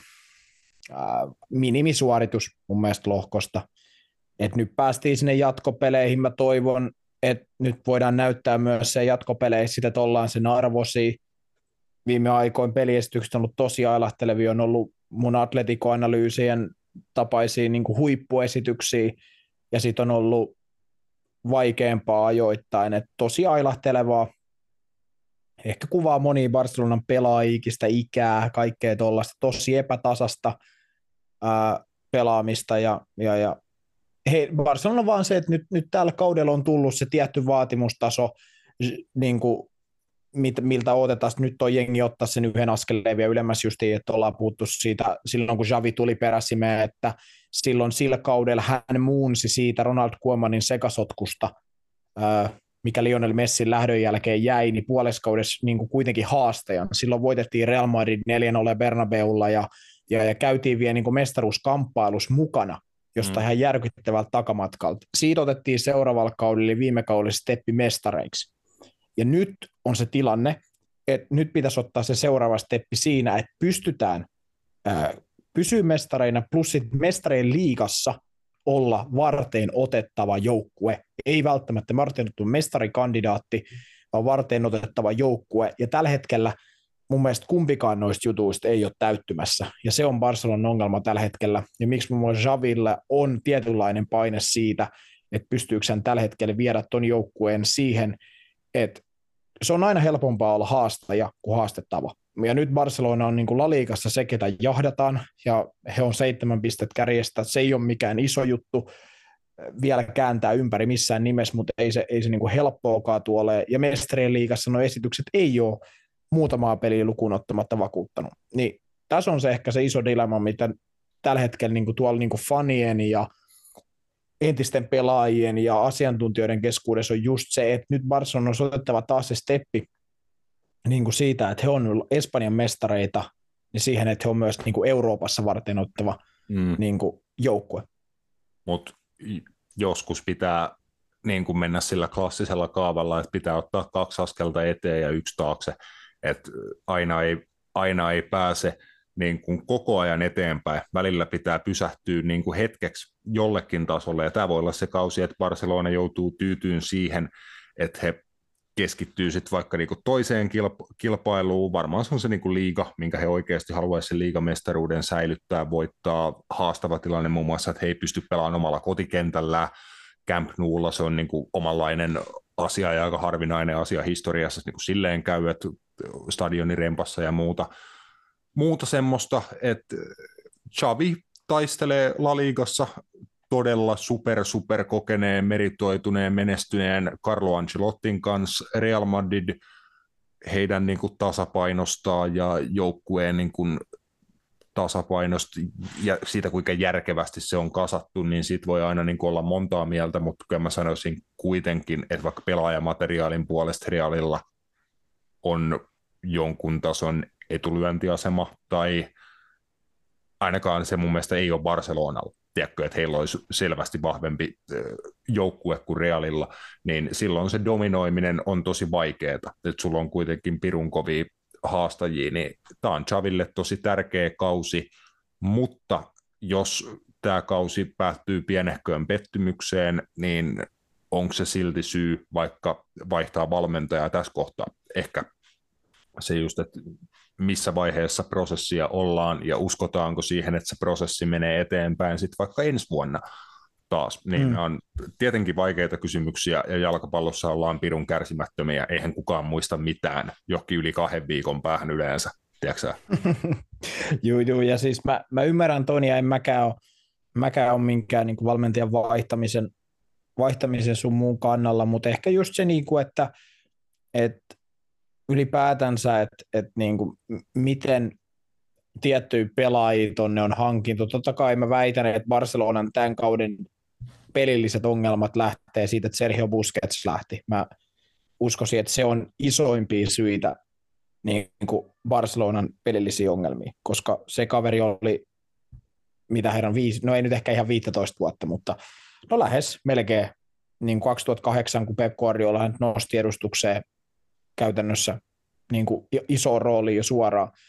ää, minimisuoritus mun mielestä lohkosta. Et nyt päästiin sinne jatkopeleihin, mä toivon, että nyt voidaan näyttää myös se jatkopeleissä, että ollaan sen arvoisia. Viime aikoin peliesitykset on ollut tosi ailahtelevia, on ollut mun Atletico-analyysien tapaisia niin kuin huippuesityksiä, ja sitten on ollut vaikeampaa ajoittain, että tosi ailahtelevaa. Ehkä kuvaa monia Barcelonan pelaajikista, ikää, kaikkea tuollaista, tosi epätasasta ää, pelaamista, ja, ja, ja hei, Barcelona on vaan se, että nyt, nyt tällä kaudella on tullut se tietty vaatimustaso, niin kuin, mit, miltä otetaan, nyt toi jengi ottaa sen yhden askeleen vielä ylemmäs justiin, että ollaan puhuttu siitä silloin, kun Xavi tuli peräsimeen, että silloin sillä kaudella hän muunsi siitä Ronald Koemanin sekasotkusta, mikä Lionel Messin lähdön jälkeen jäi, niin puoleskaudessa niin kuin kuitenkin haastajan. Silloin voitettiin Real Madrid neljä nolla Bernabeulla ja, ja, ja käytiin vielä niin kuin mestaruuskamppailussa mukana, josta mm. ihan järkyttävältä takamatkalta. Siitä otettiin seuraavalla kaudella, eli viime kaudella steppi mestareiksi. Ja nyt on se tilanne, että nyt pitäisi ottaa se seuraava steppi siinä, että pystytään ää, pysyä mestareina, plus sitten mestareen liigassa olla varteen otettava joukkue. Ei välttämättä varteen otettava mestarikandidaatti, vaan varteen otettava joukkue. Ja tällä hetkellä mun mielestä kumpikaan noista jutuista ei ole täyttymässä. Ja se on Barcelonan ongelma tällä hetkellä. Ja miksi mun mielestä Xavilla on tietynlainen paine siitä, että pystyykö hän tällä hetkellä viedä ton joukkueen siihen, että se on aina helpompaa olla haastaja kuin haastettava. Ja nyt Barcelona on niin kuin La Ligassa se, ketä jahdataan, ja he on seitsemän pistettä kärjestä. Se ei ole mikään iso juttu vielä kääntää ympäri missään nimessä, mutta ei se, ei se niin kuin helppoakaan tuolle. Ja Mestarien liigassa nuo esitykset ei ole muutamaa peliä lukuun ottamatta vakuuttanut. Niin tässä on se ehkä se iso dilemma, mitä tällä hetkellä niin kuin tuolla niin kuin fanien ja entisten pelaajien ja asiantuntijoiden keskuudessa on just se, että nyt Barcelona on otettava taas se steppi niin kuin siitä, että he on Espanjan mestareita, niin siihen, että he on myös niin kuin Euroopassa varten ottava mm. niin kuin joukkue.
Mutta joskus pitää niin kuin mennä sillä klassisella kaavalla, että pitää ottaa kaksi askelta eteen ja yksi taakse, että aina ei, aina ei pääse niin kuin koko ajan eteenpäin. Välillä pitää pysähtyä niin kuin hetkeksi jollekin tasolle, ja tämä voi olla se kausi, että Barcelona joutuu tyytyyn siihen, että he keskittyy sitten vaikka niinku toiseen kilpailuun, varmaan se on se niinku liiga, minkä he oikeasti haluaisivat sen liigamestaruuden säilyttää, voittaa. Haastava tilanne muun muassa, että he ei pysty pelaamaan omalla kotikentällä, Camp Noulla se on niinku omanlainen asia ja aika harvinainen asia historiassa, niinku silleen käy, että stadionin rempassa ja muuta, muuta semmoista, että Xavi taistelee La Ligassa todella super, super kokeneen, meritoituneen, menestyneen Carlo Ancelottin kanssa. Real Madrid heidän niin kuin tasapainostaa ja joukkueen niin kuin tasapainosta ja siitä, kuinka järkevästi se on kasattu, niin siitä voi aina niin kuin olla montaa mieltä, mutta kyllä mä sanoisin kuitenkin, että vaikka pelaajamateriaalin puolesta Realilla on jonkun tason etulyöntiasema, tai ainakaan se mun mielestä ei ole Barcelonalla. Tiedätkö, että heillä olisi selvästi vahvempi joukkue kuin Realilla, niin silloin se dominoiminen on tosi vaikeaa. Että sulla on kuitenkin pirun kovia haastajia, niin tämä on Xaville tosi tärkeä kausi, mutta jos tämä kausi päättyy pienehköön pettymykseen, niin onko se silti syy vaikka vaihtaa valmentajaa tässä kohtaa? Ehkä se just, että missä vaiheessa prosessia ollaan ja uskotaanko siihen, että se prosessi menee eteenpäin sitten vaikka ensi vuonna taas. Niin mm. on tietenkin vaikeita kysymyksiä ja jalkapallossa ollaan pirun kärsimättömiä. Eihän kukaan muista mitään johonkin yli kahden viikon päähän yleensä, tiedätkö
Joo, joo, ja siis mä, mä ymmärrän ton ja en mäkään ole, mäkään ole minkään niin kuin valmentajan vaihtamisen, vaihtamisen sun muun kannalla, mutta ehkä just se, niin kuin, että, että ylipäätänsä, että, että niin kuin, miten tiettyjä pelaajia tonne on hankintu. Totta kai mä väitän, että Barcelonan tämän kauden pelilliset ongelmat lähtee siitä, että Sergio Busquets lähti. Mä uskoisin, että se on isoimpia syitä niin kuin Barcelonan pelillisiä ongelmia, koska se kaveri oli, mitä herran viisi, no ei nyt ehkä ihan viisitoista vuotta, mutta no lähes melkein niin kaksituhattakahdeksan, kun Pep Guardiola nosti edustukseen käytännössä niin kuin iso rooli jo suoraan,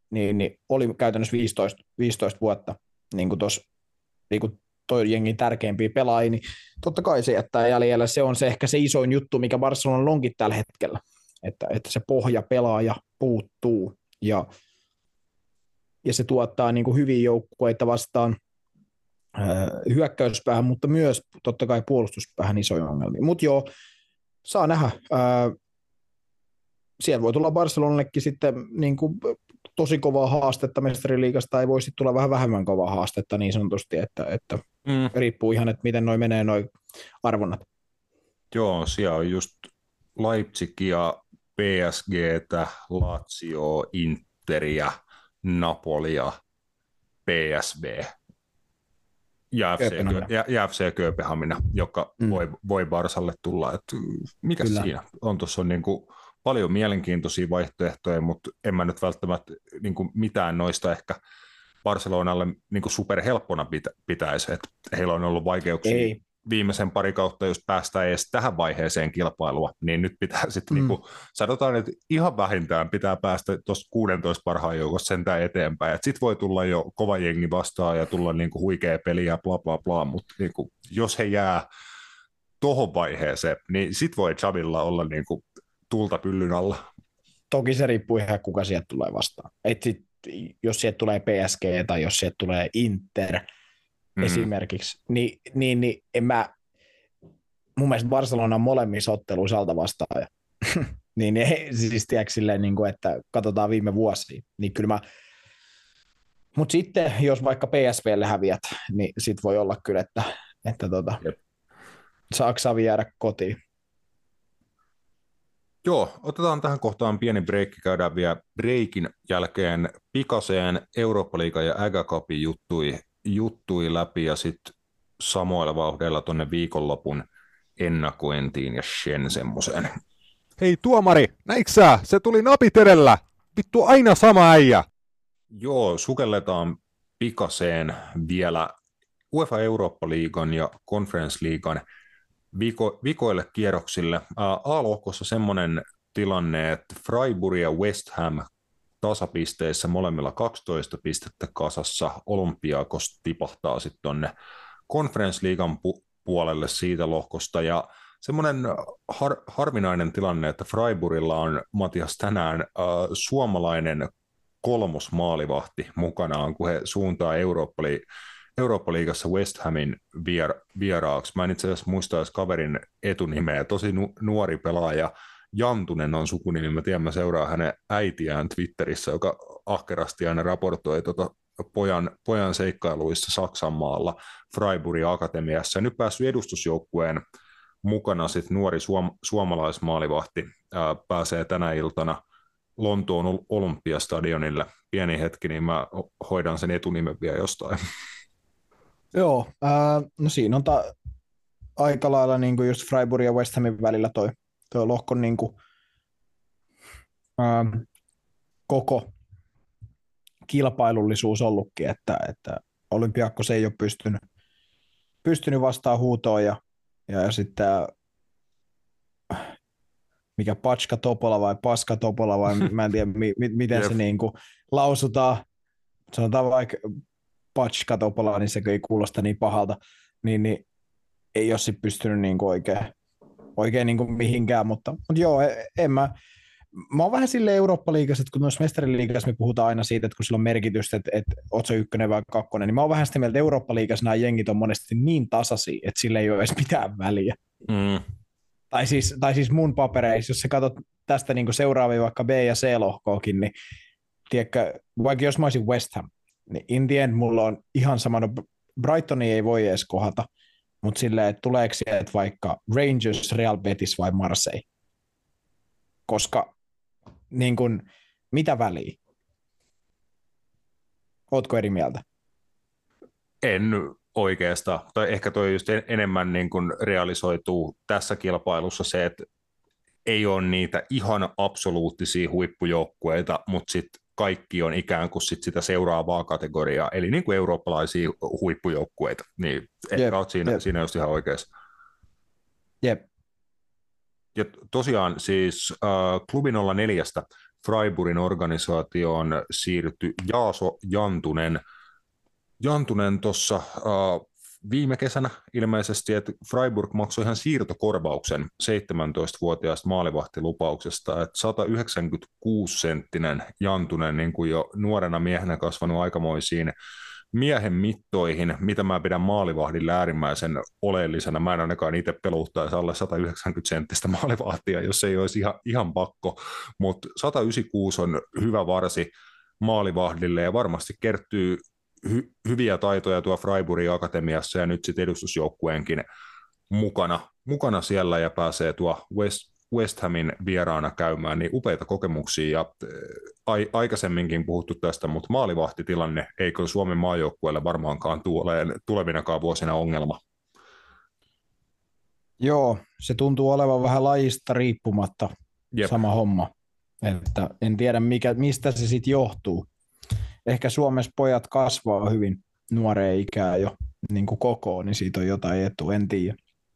niin, niin oli käytännössä viisitoista, viisitoista vuotta niin kuin tuossa niin kuin toi jengin tärkeimpiä pelaajia, niin totta kai se jättää jäljellä. Se on se ehkä se isoin juttu, mikä Barcelona onkin tällä hetkellä, että, että se pohjapelaaja puuttuu ja, ja se tuottaa niin kuin hyviä joukkueita vastaan äh, hyökkäyspäähän, mutta myös totta kai puolustuspäähän isoja ongelmia. Mutta joo, saa nähdä. Äh, siellä voi tulla Barcelonallekin sitten niin kuin tosi kovaa haastetta mestariliigasta, tai voi sitten tulla vähän vähemmän kovaa haastetta niin sanotusti, että, että mm. riippuu ihan, että miten noi menee noi arvonnat.
Joo, siellä on just Leipzigia, P S G:tä, Lazio, Interia, Napolia, P S V ja F C, ja, ja F C Kööpenhamina, joka mm. voi, voi Barsalle tulla. Et mikä Kyllä. siinä on? Tuossa on niinku paljon mielenkiintoisia vaihtoehtoja, mutta en mä nyt välttämättä niinku mitään noista ehkä Barcelonalle niinku superhelppona pitä, pitäisi. Et heillä on ollut vaikeuksia Ei. viimeisen pari kautta, jos päästään edes tähän vaiheeseen kilpailua, niin nyt pitää sitten, mm. niinku, sanotaan, että ihan vähintään pitää päästä tuossa kuusitoista parhaan joukossa sentään eteenpäin. Sitten voi tulla jo kova jengi vastaan ja tulla niinku huikea peli ja bla bla bla, mutta niinku, jos he jää tohon vaiheeseen, niin sit voi Xavilla olla niinku tulta pyllyn alla.
Toki se riippuu ihan, kuka sieltä tulee vastaan. Et sit, jos sieltä tulee P S G tai jos sieltä tulee Inter mm-hmm. esimerkiksi, niin, niin, niin en mä, mun mielestä Barcelona on molemmissa otteluissa alta vastaaja. niin, niin siis tiedätkö silleen, niin kuin, että katsotaan viime vuosia, niin kyllä mä, mutta sitten jos vaikka P S V:lle häviät, niin sit voi olla kyllä, että, että tota, saako Xavi jäädä kotiin.
Joo, otetaan tähän kohtaan pieni breikki, käydään vielä breikin jälkeen pikaseen Eurooppa-liigan ja Äga Cupin juttui, juttui läpi ja sitten samoilla vauhdeilla tuonne viikonlopun ennakointiin ja sen semmoseen.
Hei tuomari, näitkö sä? Se tuli napit edellä. Vittu aina sama äijä.
Joo, sukelletaan pikaseen vielä UEFA Eurooppa-liigan ja Conference-liigan Viko, vikoille kierroksille. A-lohkossa semmoinen tilanne, että Freiburg ja West Ham tasapisteissä molemmilla kaksitoista pistettä kasassa. Olympiakos tipahtaa sitten tuonne Conference-liigan pu- puolelle siitä lohkosta. Ja semmoinen har- harvinainen tilanne, että Freiburgilla on, Matias, tänään äh, suomalainen kolmosmaalivahti mukanaan, kun he suuntaa Eurooppa-liigan Eurooppa-liigassa West Hamin vier- vieraaksi. Mä en itse asiassa muista edes kaverin etunimeä. Tosi nu- nuori pelaaja. Jantunen on sukunimi. Mä tiedän, mä seuraan hänen äitiään Twitterissä, joka ahkerasti aina raportoi tuota pojan, pojan seikkailuissa Saksan maalla Freiburgin akatemiassa. Ja nyt päässyt edustusjoukkueen mukana sit nuori suom- suomalaismaalivahti ää, pääsee tänä iltana Lontoon Olympiastadionille. Pieni hetki, niin mä hoidan sen etunimen vielä jostain.
Joo, ää, no siinä on ta- aika lailla niin kuin just Freiburg ja West Hamin välillä toi, toi lohkon niin kuin, ää, koko kilpailullisuus ollutkin, että, että Olympiakos ei ole pystynyt, pystynyt vastaan huutoon ja, ja, ja sitten mikä Patska Topola vai Paska Topola vai mä en tiedä mi- mi- miten se niin kuin lausutaan, sanotaan vaikka Patska Topola, niin se ei kuulosta niin pahalta, niin, niin ei ole sitten pystynyt niin kuin oikein, oikein niin kuin mihinkään, mutta, mutta joo, en mä, mä oon vähän silleen Eurooppa-liigassa, että kun noissa mestariliigassa me puhutaan aina siitä, että kun sillä on merkitystä, että, että oot sä ykkönen vai kakkonen, niin mä oon vähän sitä mieltä, että Eurooppa-liigassa nämä jengit on monesti niin tasaisia, että sillä ei ole edes mitään väliä. Mm. Tai, siis, tai siis mun papereissa, jos sä katsot tästä niin kuin seuraavia vaikka B- ja C-lohkoakin, niin tiedätkö, vaikka jos mä olisin West Ham, niin in the end mulla on ihan sama, no Brightoni ei voi edes kohdata, mutta silleen, että tuleeko sieltä vaikka Rangers, Real Betis vai Marseille, koska niin kun, mitä väliä? Ootko eri mieltä?
En oikeastaan, tai ehkä toi just enemmän niin kuin realisoituu tässä kilpailussa se, että ei ole niitä ihan absoluuttisia huippujoukkueita, mutta sitten kaikki on ikään kuin sit sitä seuraavaa kategoriaa, eli niin kuin eurooppalaisia huippujoukkueita, niin ehkä yep, olet siinä, yep. siinä just ihan oikeassa.
Jep.
Ja tosiaan siis äh, Klubi nolla neljä Freiburgin organisaatioon siirtyi Jaaso Jantunen. Jantunen tuossa uh, viime kesänä ilmeisesti, että Freiburg maksoi ihan siirtokorvauksen seitsemäntoistavuotiaasta maalivahtilupauksesta, että sata yhdeksänkymmentäkuusi senttinen Jantunen, niin kuin jo nuorena miehenä kasvanut aikamoisiin miehen mittoihin, mitä mä pidän maalivahdin äärimmäisen oleellisena. Mä en ainakaan itse peluuttaisi alle sata yhdeksänkymmentä senttistä maalivahtia, jos ei olisi ihan, ihan pakko, mutta sata yhdeksänkymmentäkuusi on hyvä varsi maalivahdille ja varmasti kertyy hy- hyviä taitoja tuo Freiburgin akatemiassa ja nyt sitten edustusjoukkueenkin mukana, mukana siellä ja pääsee tuo West, West Hamin vieraana käymään, niin upeita kokemuksia ja ai, aikaisemminkin puhuttu tästä, mutta maalivahtitilanne ei kyllä Suomen maajoukkueelle varmaankaan tule tulevinakaan vuosina ongelma.
Joo, se tuntuu olevan vähän lajista riippumatta
Jep.
sama homma. Että en tiedä, mikä, mistä se sitten johtuu. Ehkä Suomessa pojat kasvaa hyvin nuoreen ikään jo niin kuin kokoon, niin siitä on jotain etua, en tiedä.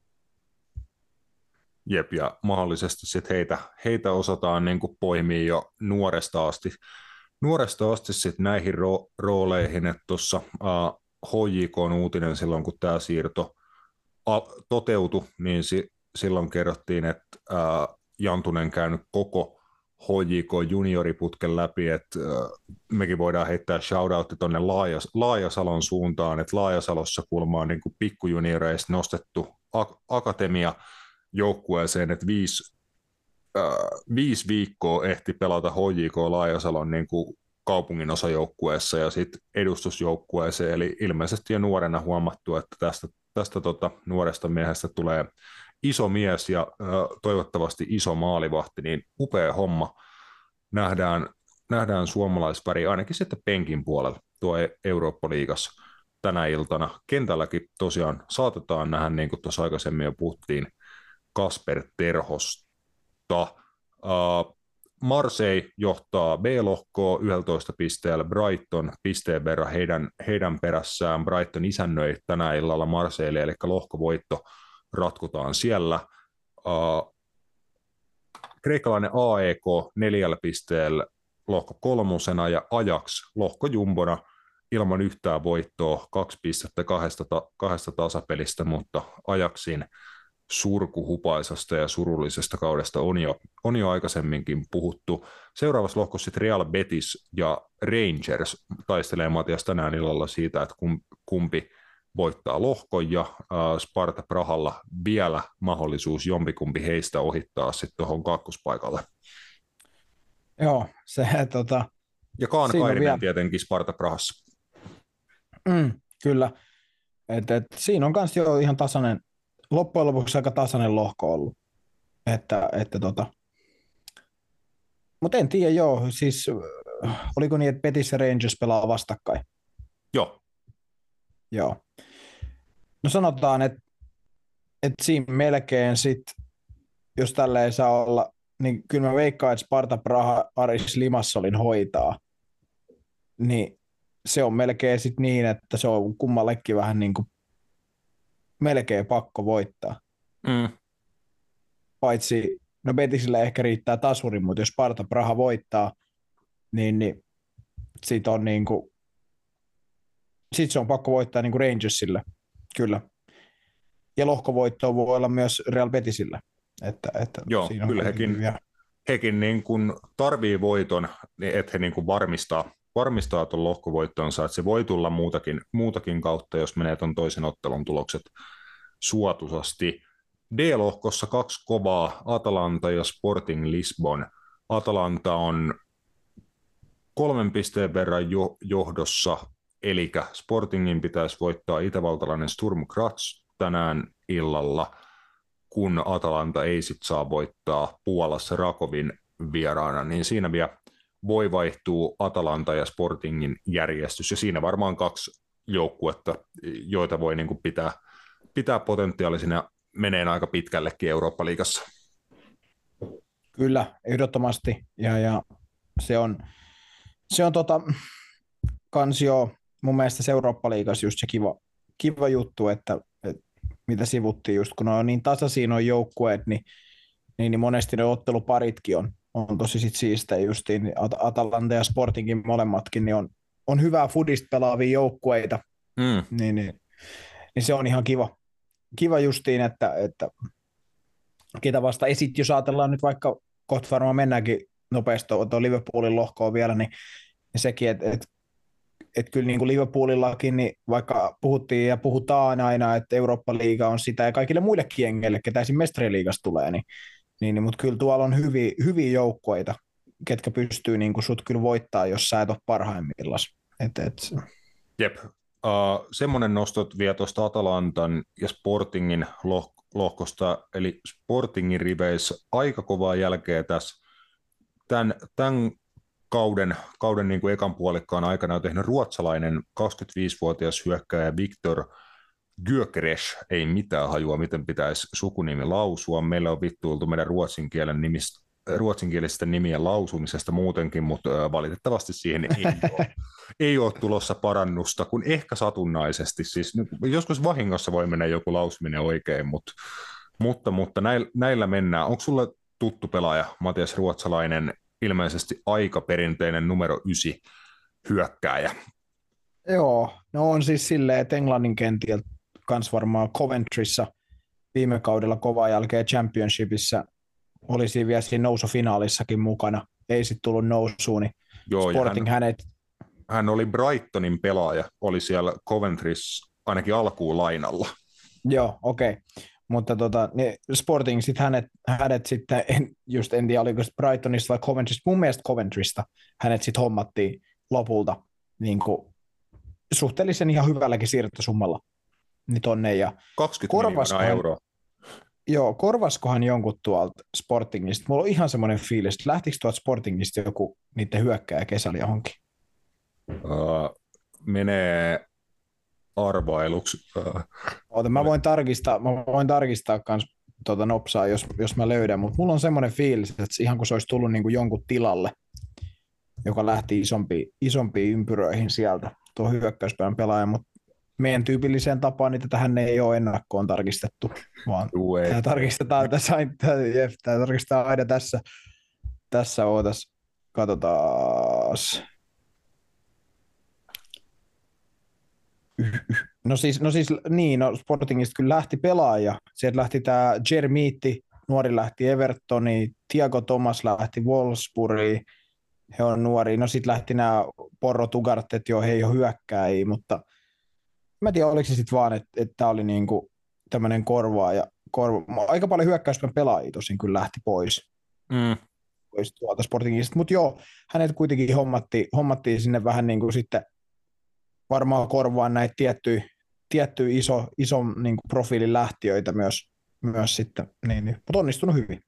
Jep, ja mahdollisesti sit heitä, heitä osataan niin kuin poimia jo nuoresta asti, nuoresta asti sit näihin ro- rooleihin, että tuossa uh, H J K:n uutinen silloin, kun tämä siirto a- toteutui, niin si- silloin kerrottiin, että uh, Jantunen käynyt koko H J K junioriputken läpi, että uh, mekin voidaan heittää shoutoutti tuonne Laajas- Laajasalon suuntaan, että Laajasalossa kuulemma on niin kuin pikkujunioreista nostettu ak- akatemia joukkueeseen, että viisi, äh, viisi viikkoa ehti pelata H J K Laajasalon niin kuin kaupungin osajoukkueessa ja sitten edustusjoukkueeseen, eli ilmeisesti jo nuorena huomattu, että tästä, tästä tota, nuoresta miehestä tulee iso mies ja äh, toivottavasti iso maalivahti, niin upea homma. Nähdään, nähdään suomalaisväri ainakin sitten penkin puolella tuo Eurooppa-liigassa tänä iltana. Kentälläkin tosiaan saatetaan nähdä, niin kuin tuossa aikaisemmin jo puhuttiin, Kasper Terhosta. Uh, Marseille johtaa B-lohkoa yksitoista pisteellä, Brighton pisteen verran heidän, heidän perässään. Brighton isännöi tänä illalla Marseille, eli lohkovoitto ratkotaan siellä. Uh, kreikkalainen A E K neljällä pisteellä lohko kolmosena ja Ajax lohkojumbona ilman yhtään voittoa, kaksi pistettä kahdesta, ta- kahdesta tasapelistä, mutta Ajaxin surkuhupaisasta ja surullisesta kaudesta on jo, on jo aikaisemminkin puhuttu. Seuraavassa lohkossa sitten Real Betis ja Rangers taistelee Matias tänään illalla siitä, että kumpi voittaa lohkon ja äh, Sparta Prahalla vielä mahdollisuus jompikumpi heistä ohittaa sitten tuohon kakkospaikalle.
Joo, se tota...
Ja Kaan Kairinen
vielä...
tietenkin Sparta Prahassa.
Mm, kyllä. Et, et, siinä on myös jo ihan tasainen, loppujen lopuksi aika tasainen lohko ollut. Että, että tota... Mutta en tiedä, joo, siis oliko niin, että Betis ja Rangers pelaa vastakkain?
Joo.
Joo. No sanotaan, että, että siinä melkein sitten, jos tällä ei saa olla, niin kyllä mä veikkaan, että Sparta Praha Aris Limassolin hoitaa. Niin se on melkein sitten niin, että se on kummallekin vähän niin kuin melkein pakko voittaa.
Mm.
Paitsi, no Betisille ehkä riittää tasuri, mutta jos Sparta Praha voittaa, niin, niin siitä on niin kuin, sit se on pakko voittaa niin kuin Rangersille, kyllä. Ja lohkovoittoa voi olla myös Real Betisille. Että, että
joo,
siinä
kyllä hekin, hekin niin kuin tarvii voiton, että he niin kuin varmistaa, varmistaa tuon lohkovoittonsa, että se voi tulla muutakin, muutakin kautta, jos menee tuon toisen ottelun tulokset suotuisasti. D-lohkossa kaksi kovaa, Atalanta ja Sporting Lisbon. Atalanta on kolmen pisteen verran jo, johdossa, eli Sportingin pitäisi voittaa itävaltalainen Sturm Graz tänään illalla, kun Atalanta ei sit saa voittaa Puolassa Rakovin vieraana, niin siinä vielä voi vaihtua Atalanta ja Sportingin järjestys, ja siinä varmaan kaksi joukkuetta, joita voi niin kuin pitää, pitää potentiaalisina meneen aika pitkällekin Eurooppa-liigassa.
Kyllä, ehdottomasti, ja, ja se on, se on tota, kans jo mun mielestä Eurooppa-liigassa just se kiva, kiva juttu, että, että mitä sivuttiin just, kun on niin tasaisia nuo joukkueet, niin, niin, niin monesti ne otteluparitkin on, on tosi sit siistejä justiin. At- Atalanta ja Sportingin molemmatkin niin on, on hyvää fudista pelaavia joukkueita,
Mm.
niin, niin, niin se on ihan kiva. Kiva justiin, että, että ketä vasta. Ja sitten jos ajatellaan nyt vaikka, kohta varmaan mennäänkin nopeasti tuo Liverpoolin lohkoon vielä, niin, niin sekin, että et, et kyllä niin kuin Liverpoolillakin, niin vaikka puhuttiin ja puhutaan aina, että Eurooppa-liiga on sitä ja kaikille muillekin jengeille, ketä esim. Mestariliigasta tulee, niin, niin, niin mutta kyllä tuolla on hyviä, hyviä joukkueita, ketkä pystyy niin kuin sut kyllä voittaa, jos sä et ole parhaimmillaan. Et, et.
Jep. Uh, semmoinen nostot vielä tuosta Atalantan ja Sportingin loh- lohkosta, eli Sportingin riveissä aika kovaa jälkeä tässä. Tämän, tämän kauden, kauden niin kuin ekan puolikkaan aikana on tehnyt ruotsalainen kaksikymmentäviisivuotias hyökkääjä Viktor Gyökeres, ei mitään hajua, miten pitäisi sukunimi lausua. Meillä on vittuiltu meidän ruotsin kielen nimistä, ruotsinkielistä nimien lausumisesta muutenkin, mutta valitettavasti siihen ei ole, ei ole tulossa parannusta, kun ehkä satunnaisesti. Siis joskus vahingossa voi mennä joku lausuminen oikein, mutta, mutta, mutta näillä, näillä mennään. Onko sulle tuttu pelaaja, Matias Ruotsalainen, ilmeisesti aika perinteinen numero ysi hyökkääjä?
Joo, no on siis silleen, että Englannin kentiltä kans varmaan Coventryssa viime kaudella kovaa jälkeen Championshipissa oli siinä vielä siinä nousufinaalissakin mukana. Ei sitten tullut nousuun, niin
Joo,
Sporting
hän,
hänet...
hän oli Brightonin pelaaja, oli siellä Coventrys ainakin alkuun lainalla.
Joo, okei. Okay. Mutta tota, niin Sporting sitten hänet, hänet sitten, en, just en tiedä oliko Brightonista vai Coventrysta, mun mielestä Coventrysta hänet sitten hommattiin lopulta niin kuin suhteellisen ihan hyvälläkin siirtosummalla niin tonne. Ja
kaksikymmentä miljoonaa euroa.
Joo, korvaskohan jonkun tuolta Sportingista? Mulla on ihan semmoinen fiilis, että lähtikö tuolta Sportingista joku niiden hyökkääjä kesällä johonkin?
Uh, menee arvailuksi. Uh,
Oota, mä voin tarkistaa, mä voin tarkistaa kans tuota nopsaa, jos, jos mä löydän, mutta mulla on semmoinen fiilis, että ihan kuin se olisi tullut niin kuin jonkun tilalle, joka lähti isompiin, isompiin ympyröihin sieltä, tuo hyökkäyspään pelaaja, mutta meidän tyypilliseen tapaan niin tähän ei ole ennakkoon tarkistettu, vaan
Juu,
tämä tarkistetaan, tässä, tämä tarkistetaan aina tässä, tässä ootas, katsotaas. No siis, no siis niin, no Sportingista kyllä lähti pelaaja, sieltä lähti tämä Jeremiitti, nuori lähti Evertoniin, Thiago Thomas lähti Wolfsburgiin, he on nuori, no sitten lähti nämä Porro Tugartet, jo he ei ole hyökkääjiä, mutta mä en tiedä, oliko se sitten vaan, että, että tämä oli niinku tämmöinen korvaaja. Korva. Aika paljon hyökkäyspän pelaajia tosin kyllä lähti pois,
mm.
pois tuolta Sportingista. Mutta joo, hänet kuitenkin hommattiin, hommattiin sinne vähän niin kuin sitten varmaan korvaan näitä tiettyjä, tiettyjä iso, iso niin kuin profiilin lähtiöitä myös, myös sitten. Niin, niin. Mutta onnistunut hyvin.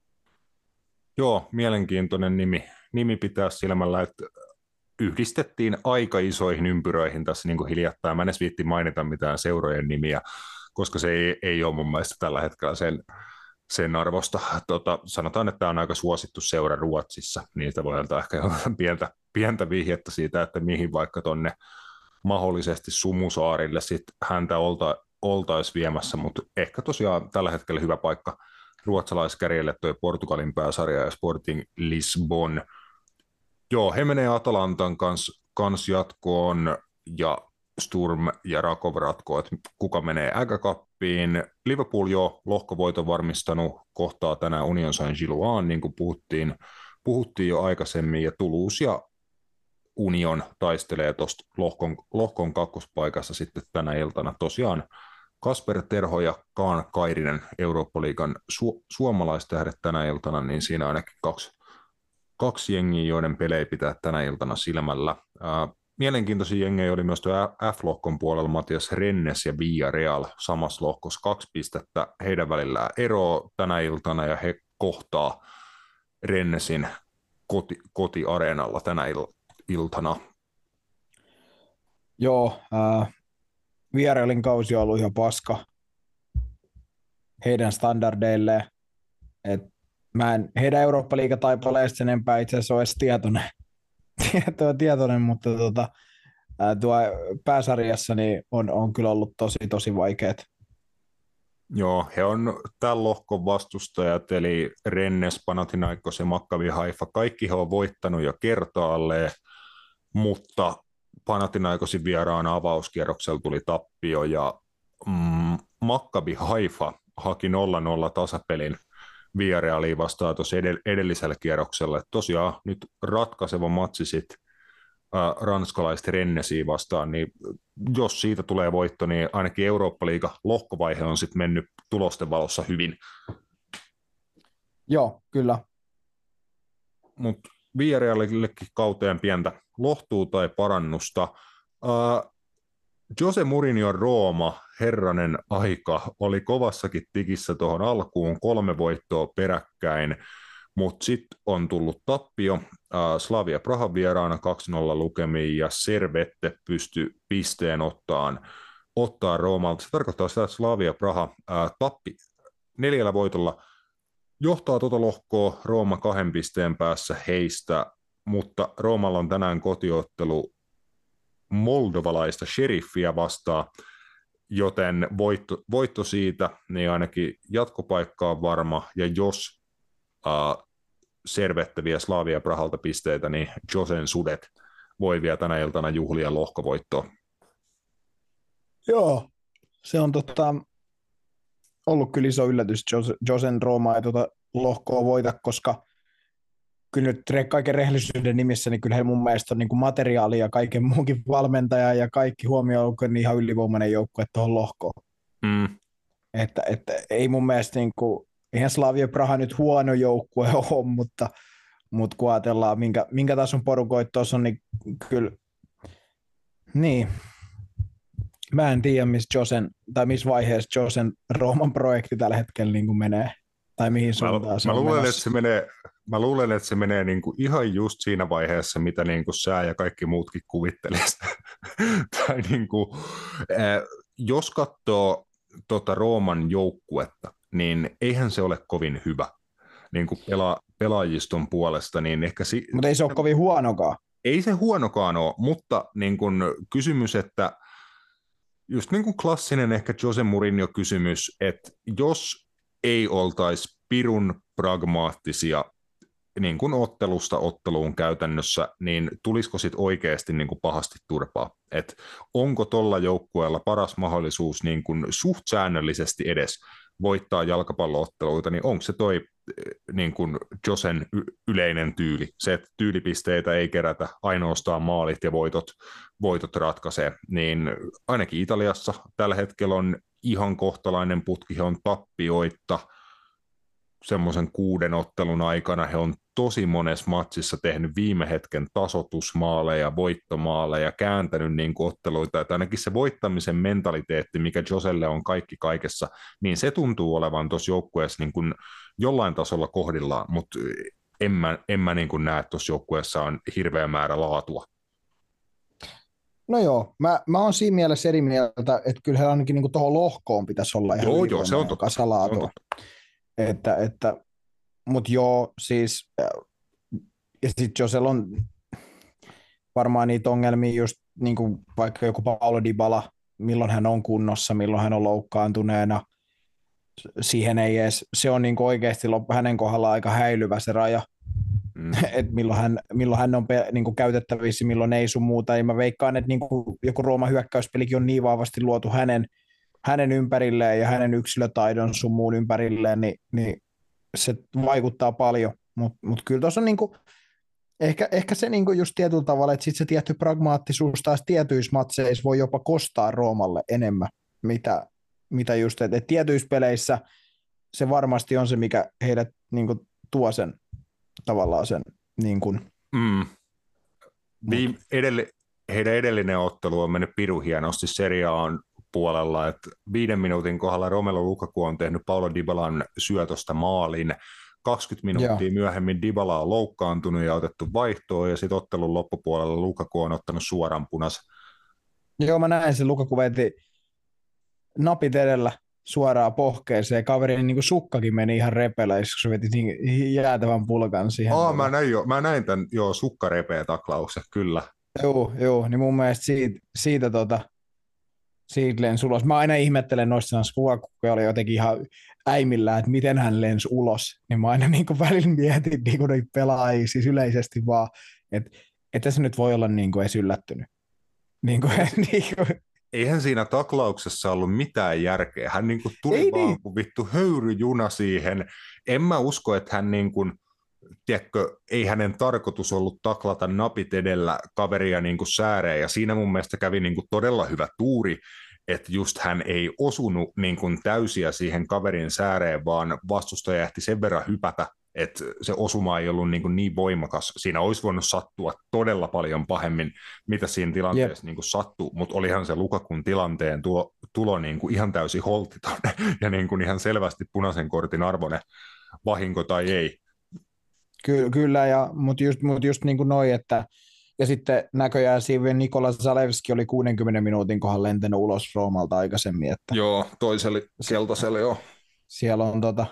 Joo, mielenkiintoinen nimi. Nimi pitää silmällä, että yhdistettiin aika isoihin ympyröihin tässä niin kuin hiljattain. Mä en edes viitti mainita mitään seurojen nimiä, koska se ei, ei ole mun mielestä tällä hetkellä sen, sen arvosta. Tota, sanotaan, että tämä on aika suosittu seura Ruotsissa. Niitä voi antaa ehkä pientä, pientä vihjettä siitä, että mihin vaikka tonne mahdollisesti Sumusaarille sit häntä olta, oltaisiin viemässä, mutta ehkä tosiaan tällä hetkellä hyvä paikka ruotsalaiskärjelle tuo Portugalin pääsarja ja Sporting Lisbon. Joo, he menee Atalantan kanssa kans jatkoon ja Sturm ja Rakov ratkoo, että kuka menee Ägäkappiin. Liverpool jo lohkovoiton varmistanut, kohtaa tänään Union Saint-Gilloise, niin kuin puhuttiin, puhuttiin jo aikaisemmin, ja Toulouse ja Union taistelee tuosta lohkon, lohkon kakkospaikassa sitten tänä iltana. Tosiaan Kasper Terho ja Kaan Kairinen, Eurooppa-liigan su- suomalaistähdet tänä iltana, niin siinä ainakin kaksi Kaksi jengiä, joiden pelejä pitää tänä iltana silmällä. Ää, mielenkiintoisia jengejä oli myös tuo F-lohkon puolella Matias Rennes ja Villarreal samassa lohkossa. Kaksi pistettä heidän välillään eroa tänä iltana ja he kohtaa Rennesin koti, kotiareenalla tänä il- iltana.
Joo, äh, Villarrealin kausi on ollut ihan paska heidän standardeilleen. Et mä en heidän Eurooppa-liigataipaleesta sen enempää itse asiassa ole edes tietoinen, tietoinen, tietoinen mutta tota, ää, tuo pääsarjassa niin on, on kyllä ollut tosi, tosi vaikeat,
Joo, he on tämän lohkon vastustajat, eli Rennes, Panathinaikos ja Maccabi Haifa. Kaikki he on voittanut jo kertaalleen, mutta Panathinaikosin vieraan avauskierroksella tuli tappio, ja mm, Maccabi Haifa haki nolla nolla tasapelin Villarealia vastaan tuossa edellisellä kierroksella. Et tosiaan nyt ratkaiseva matsi sitten ranskalaiset Rennesiä vastaan, niin jos siitä tulee voitto, niin ainakin Eurooppa-liiga lohkovaihe on sitten mennyt tulosten valossa hyvin.
Joo, kyllä.
Mutta Villarealillekin kauteen pientä lohtuu tai parannusta. Uh, Jose Mourinhon Rooma, herranen aika, oli kovassakin tikissä tuohon alkuun, kolme voittoa peräkkäin, mutta sitten on tullut tappio, äh, Slavia Prahan vieraana kaksi nolla lukemiin, ja Servette pystyi pisteen ottaan, ottaa Roomalta. Se tarkoittaa sitä, että Slavia Praha äh, tappi neljällä voitolla, johtaa tuota lohkoa, Rooma kahden pisteen päässä heistä, mutta Roomalla on tänään kotiottelu moldovalaista Sheriffiä vastaan, joten voitto, voitto siitä, niin ainakin jatkopaikka on varma, ja jos uh, Servette vie Slavia Prahalta pisteitä, niin Josen sudet voi vielä tänä iltana juhlia lohkovoittoa.
Joo, se on tota, ollut kyllä iso yllätys, Josen Rooma ei tuota lohkoa voita, koska kyllä nyt kaiken rehellisyyden nimissä, niin kyllä he mun mielestä on niin kuin materiaali ja kaiken muunkin valmentaja ja kaikki huomioon niin ihan ylivoimainen joukkue tuohon lohkoon.
Mm.
Että, että ei mun mielestä, niin kuin, eihän Slavia Praha nyt huono joukkue ole, mutta, mutta kun ajatellaan, minkä, minkä tason porukoit tuossa on, niin kyllä, niin, mä en tiedä, missä Josen, tai missä vaiheessa Josen Rooman projekti tällä hetkellä niin kuin menee, tai mihin suuntaan
mä,
se
mä
on
luulen,
menossa.
että se menee, mä luulen, että se menee niinku ihan just siinä vaiheessa, mitä niinku sä ja kaikki muutkin kuvittelisivat. tai niinku, äh, jos katsoo tota Rooman joukkuetta, niin eihän se ole kovin hyvä niin kuin pela, pelaajiston puolesta. Niin ehkä si-
Mutta ei se ole kovin huonokaan.
Ei se huonokaan ole, mutta niin kuin kysymys, että just niin kuin klassinen ehkä Jose Mourinho-kysymys, että jos ei oltaisi pirun pragmaattisia niin kuin ottelusta otteluun käytännössä, niin tulisiko sitten oikeasti niin kuin pahasti turpaa? Et onko tuolla joukkueella paras mahdollisuus niin kuin suht säännöllisesti edes voittaa jalkapallootteluita, niin onko se toi niin kuin Josen yleinen tyyli? Se, että tyylipisteitä ei kerätä, ainoastaan maalit ja voitot, voitot ratkaisee, niin ainakin Italiassa tällä hetkellä on ihan kohtalainen putki, he on tappioitta semmoisen kuuden ottelun aikana, he on tosi monessa matsissa tehnyt viime hetken tasoitusmaaleja, voittomaaleja, kääntänyt niin kuin otteluita, että ainakin se voittamisen mentaliteetti, mikä Joselle on kaikki kaikessa, niin se tuntuu olevan tuossa joukkueessa niin kuin jollain tasolla kohdillaan, mutta en mä, en mä niin kuin näe, että tuossa joukkueessa on hirveä määrä laatua.
No joo, mä, mä oon siinä mielessä eri mieltä, että kyllä ainakin niin tuohon lohkoon pitäisi olla ihan
joo, joo, se on totta.
kasalaatua. Että, että, mutta joo, siis, ja sitten Josella on varmaan niitä ongelmia just niin kuin vaikka joku Paulo Dybala, milloin hän on kunnossa, milloin hän on loukkaantuneena, siihen ei edes, se on niin kuin oikeasti hänen kohdallaan aika häilyvä se raja, mm. että milloin hän, milloin hän on niin kuin käytettävissä, milloin ei sun muuta, ja mä veikkaan, että niin kuin joku Rooman hyökkäyspelikin on niin vahvasti luotu hänen, hänen ympärilleen ja hänen yksilötaidon sun muun ympärilleen, niin, niin se vaikuttaa paljon, mutta mut kyllä tuossa on niinku, ehkä, ehkä se niinku just tietyllä tavalla, että sit se tietty pragmaattisuus taas tietyissä matseissa voi jopa kostaa Roomalle enemmän, mitä, mitä just, että et tietyissä peleissä se varmasti on se, mikä heidät niinku tuo sen tavallaan sen niinku.
Mm. Viime, edelle, heidän edellinen ottelu on mennyt pirun hienosti, Serie A on puolella, että viiden minuutin kohdalla Romelu Lukaku on tehnyt Paulo Dybalan syötosta maalin, kaksikymmentä minuuttia Joo. myöhemmin Dybala on loukkaantunut ja otettu vaihtoon, ja sitten ottelun loppupuolella Lukaku on ottanut suoran punas.
Joo, mä näin sen, Lukaku veti napit edellä suoraan pohkeeseen, kaverin niin kuin sukkakin meni ihan repeleiksi, kun se veti niin jäätävän pulkan siihen.
Aa, mä näin, jo, mä näin tämän, joo, sukka repeä taklauksen, kyllä.
Joo, joo, niin mun mielestä siitä, siitä tota, siitä lensi ulos. Mä aina ihmettelen noissa kuva, kun oli jotenkin ihan äimillään, että miten hän lensi ulos. Niin mä aina niin kuin välillä mietin niin kuin niitä pelaajia, siis yleisesti vaan, että että se nyt voi olla niin kuin edes yllättynyt. Niin kuin, niin kuin.
Eihän siinä taklauksessa ollut mitään järkeä. Hän niin kuin tuli
Ei
vaan
niin.
kuin vittu höyryjuna siihen. En mä usko, että hän niin kuin, tiedätkö, ei hänen tarkoitus ollut taklata napit edellä kaveria niin kuin sääreen. Ja siinä mun mielestä kävi niin kuin todella hyvä tuuri, että just hän ei osunut niin kuin täysiä siihen kaverin sääreen, vaan vastustaja ehti sen verran hypätä, että se osuma ei ollut niin, kuin niin voimakas. Siinä olisi voinut sattua todella paljon pahemmin, mitä siinä tilanteessa niin kuin sattui, mutta olihan se Lukakun tilanteen tulo, tulo niin kuin ihan täysin holtiton ja niin kuin ihan selvästi punaisen kortin arvoinen, vahinko tai ei.
Ky- kyllä, ja, mutta just, mut just niin kuin noi, että ja sitten näköjään siinä Nikola Zalewski oli kuudenkymmenen minuutin kohan lentänyt ulos Roomalta aikaisemmin. Että
joo, toiselle keltaiselle joo.
Siellä on tota,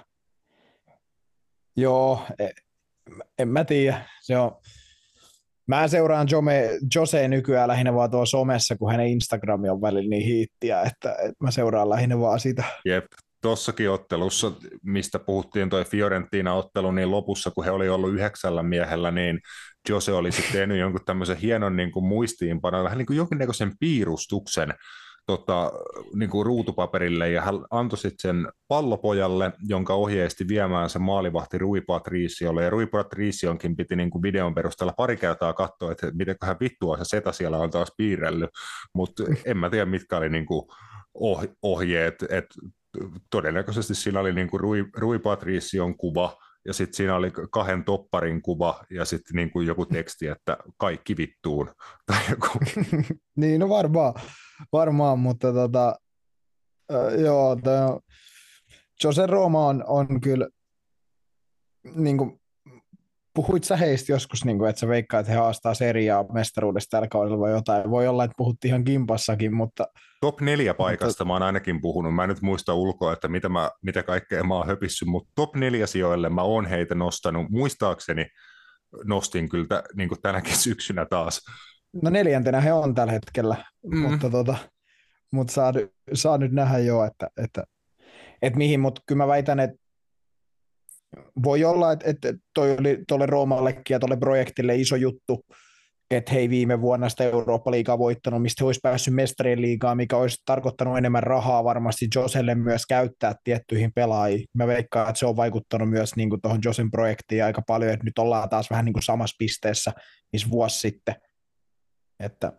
joo, en, en mä tiedä, se on, mä seuraan Jome, Jose nykyään lähinnä vaan tuolla somessa, kun hänen Instagrami on välillä niin hiittiä, että, että mä seuraan lähinnä vaan sitä.
Jep, tossakin ottelussa, mistä puhuttiin toi Fiorentina-ottelu, niin lopussa, kun he oli ollut yhdeksällä miehellä, niin Jose oli sitten tehnyt jonkun tämmöisen hienon niin kuin muistiinpanon, vähän niin kuin jonkinnäköisen piirustuksen tota, niin kuin ruutupaperille, ja hän antoi sitten sen pallopojalle, jonka ohjeisti viemään se maalivahti Rui Patriciolle, ja Rui Patricionkin piti niin kuin videon perusteella pari kertaa katsoa, että mitenköhän vittua se seta siellä on taas piirrellyt, mutta en mä tiedä, mitkä oli niin kuin ohjeet, että todennäköisesti siinä oli niin kuin Rui, Rui Patricion kuva, ja sitten siinä oli kahden topparin kuva, ja sitten niin kuin joku teksti, että kaikki vittuun, tai joku.
Niin, no varmaan, varmaan mutta tota, äh, joo, tämä Jose Roma on, on kyllä, niin kuin, puhuit sä heistä joskus, niin kuin, että sä veikkaat, että he haastaa seriaa mestaruudesta tällä kaudella vai jotain. Voi olla, että puhuttiin ihan kimpassakin, mutta
Top neljä paikasta mutta mä oon ainakin puhunut. Mä en nyt muista ulkoa, että mitä, mä, mitä kaikkea mä oon höpissyt, mutta top neljä sijoille mä oon heitä nostanut. Muistaakseni nostin kyllä t- niin kuin tänäkin syksynä taas.
No neljäntenä he on tällä hetkellä, mm. mutta, tota, mutta saa, saa nyt nähdä jo, että, että, että mihin, mutta kyllä mä väitän, että voi olla, että, että toi oli tuolle Roomallekin ja tuolle projektille iso juttu, että hei viime vuonna sitä Eurooppa-liigaa voittanut, mistä he olisi päässyt mestarien liigaan, mikä olisi tarkoittanut enemmän rahaa varmasti Joselle myös käyttää tiettyihin pelaajiin. Mä veikkaan, että se on vaikuttanut myös niin kuin tuohon Josen projektiin aika paljon, että nyt ollaan taas vähän niin kuin samassa pisteessä, missä vuosi sitten. Että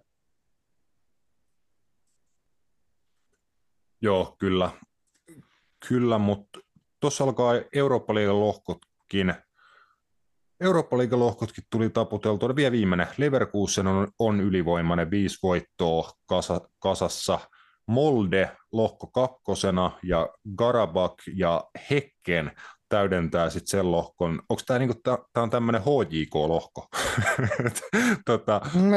Joo, kyllä. Kyllä, mutta tuossa alkaa Eurooppa-liigan lohkotkin. Eurooppa-liigan lohkotkin tuli taputeltua. Vielä viimeinen. Leverkusen on, on ylivoimainen, viisi voittoa kasa, kasassa. Molde lohko kakkosena ja Garabak ja Hekken täydentää sitten sen lohkon. Onko tämä niinku, on tämmöinen H J K-lohko? tota,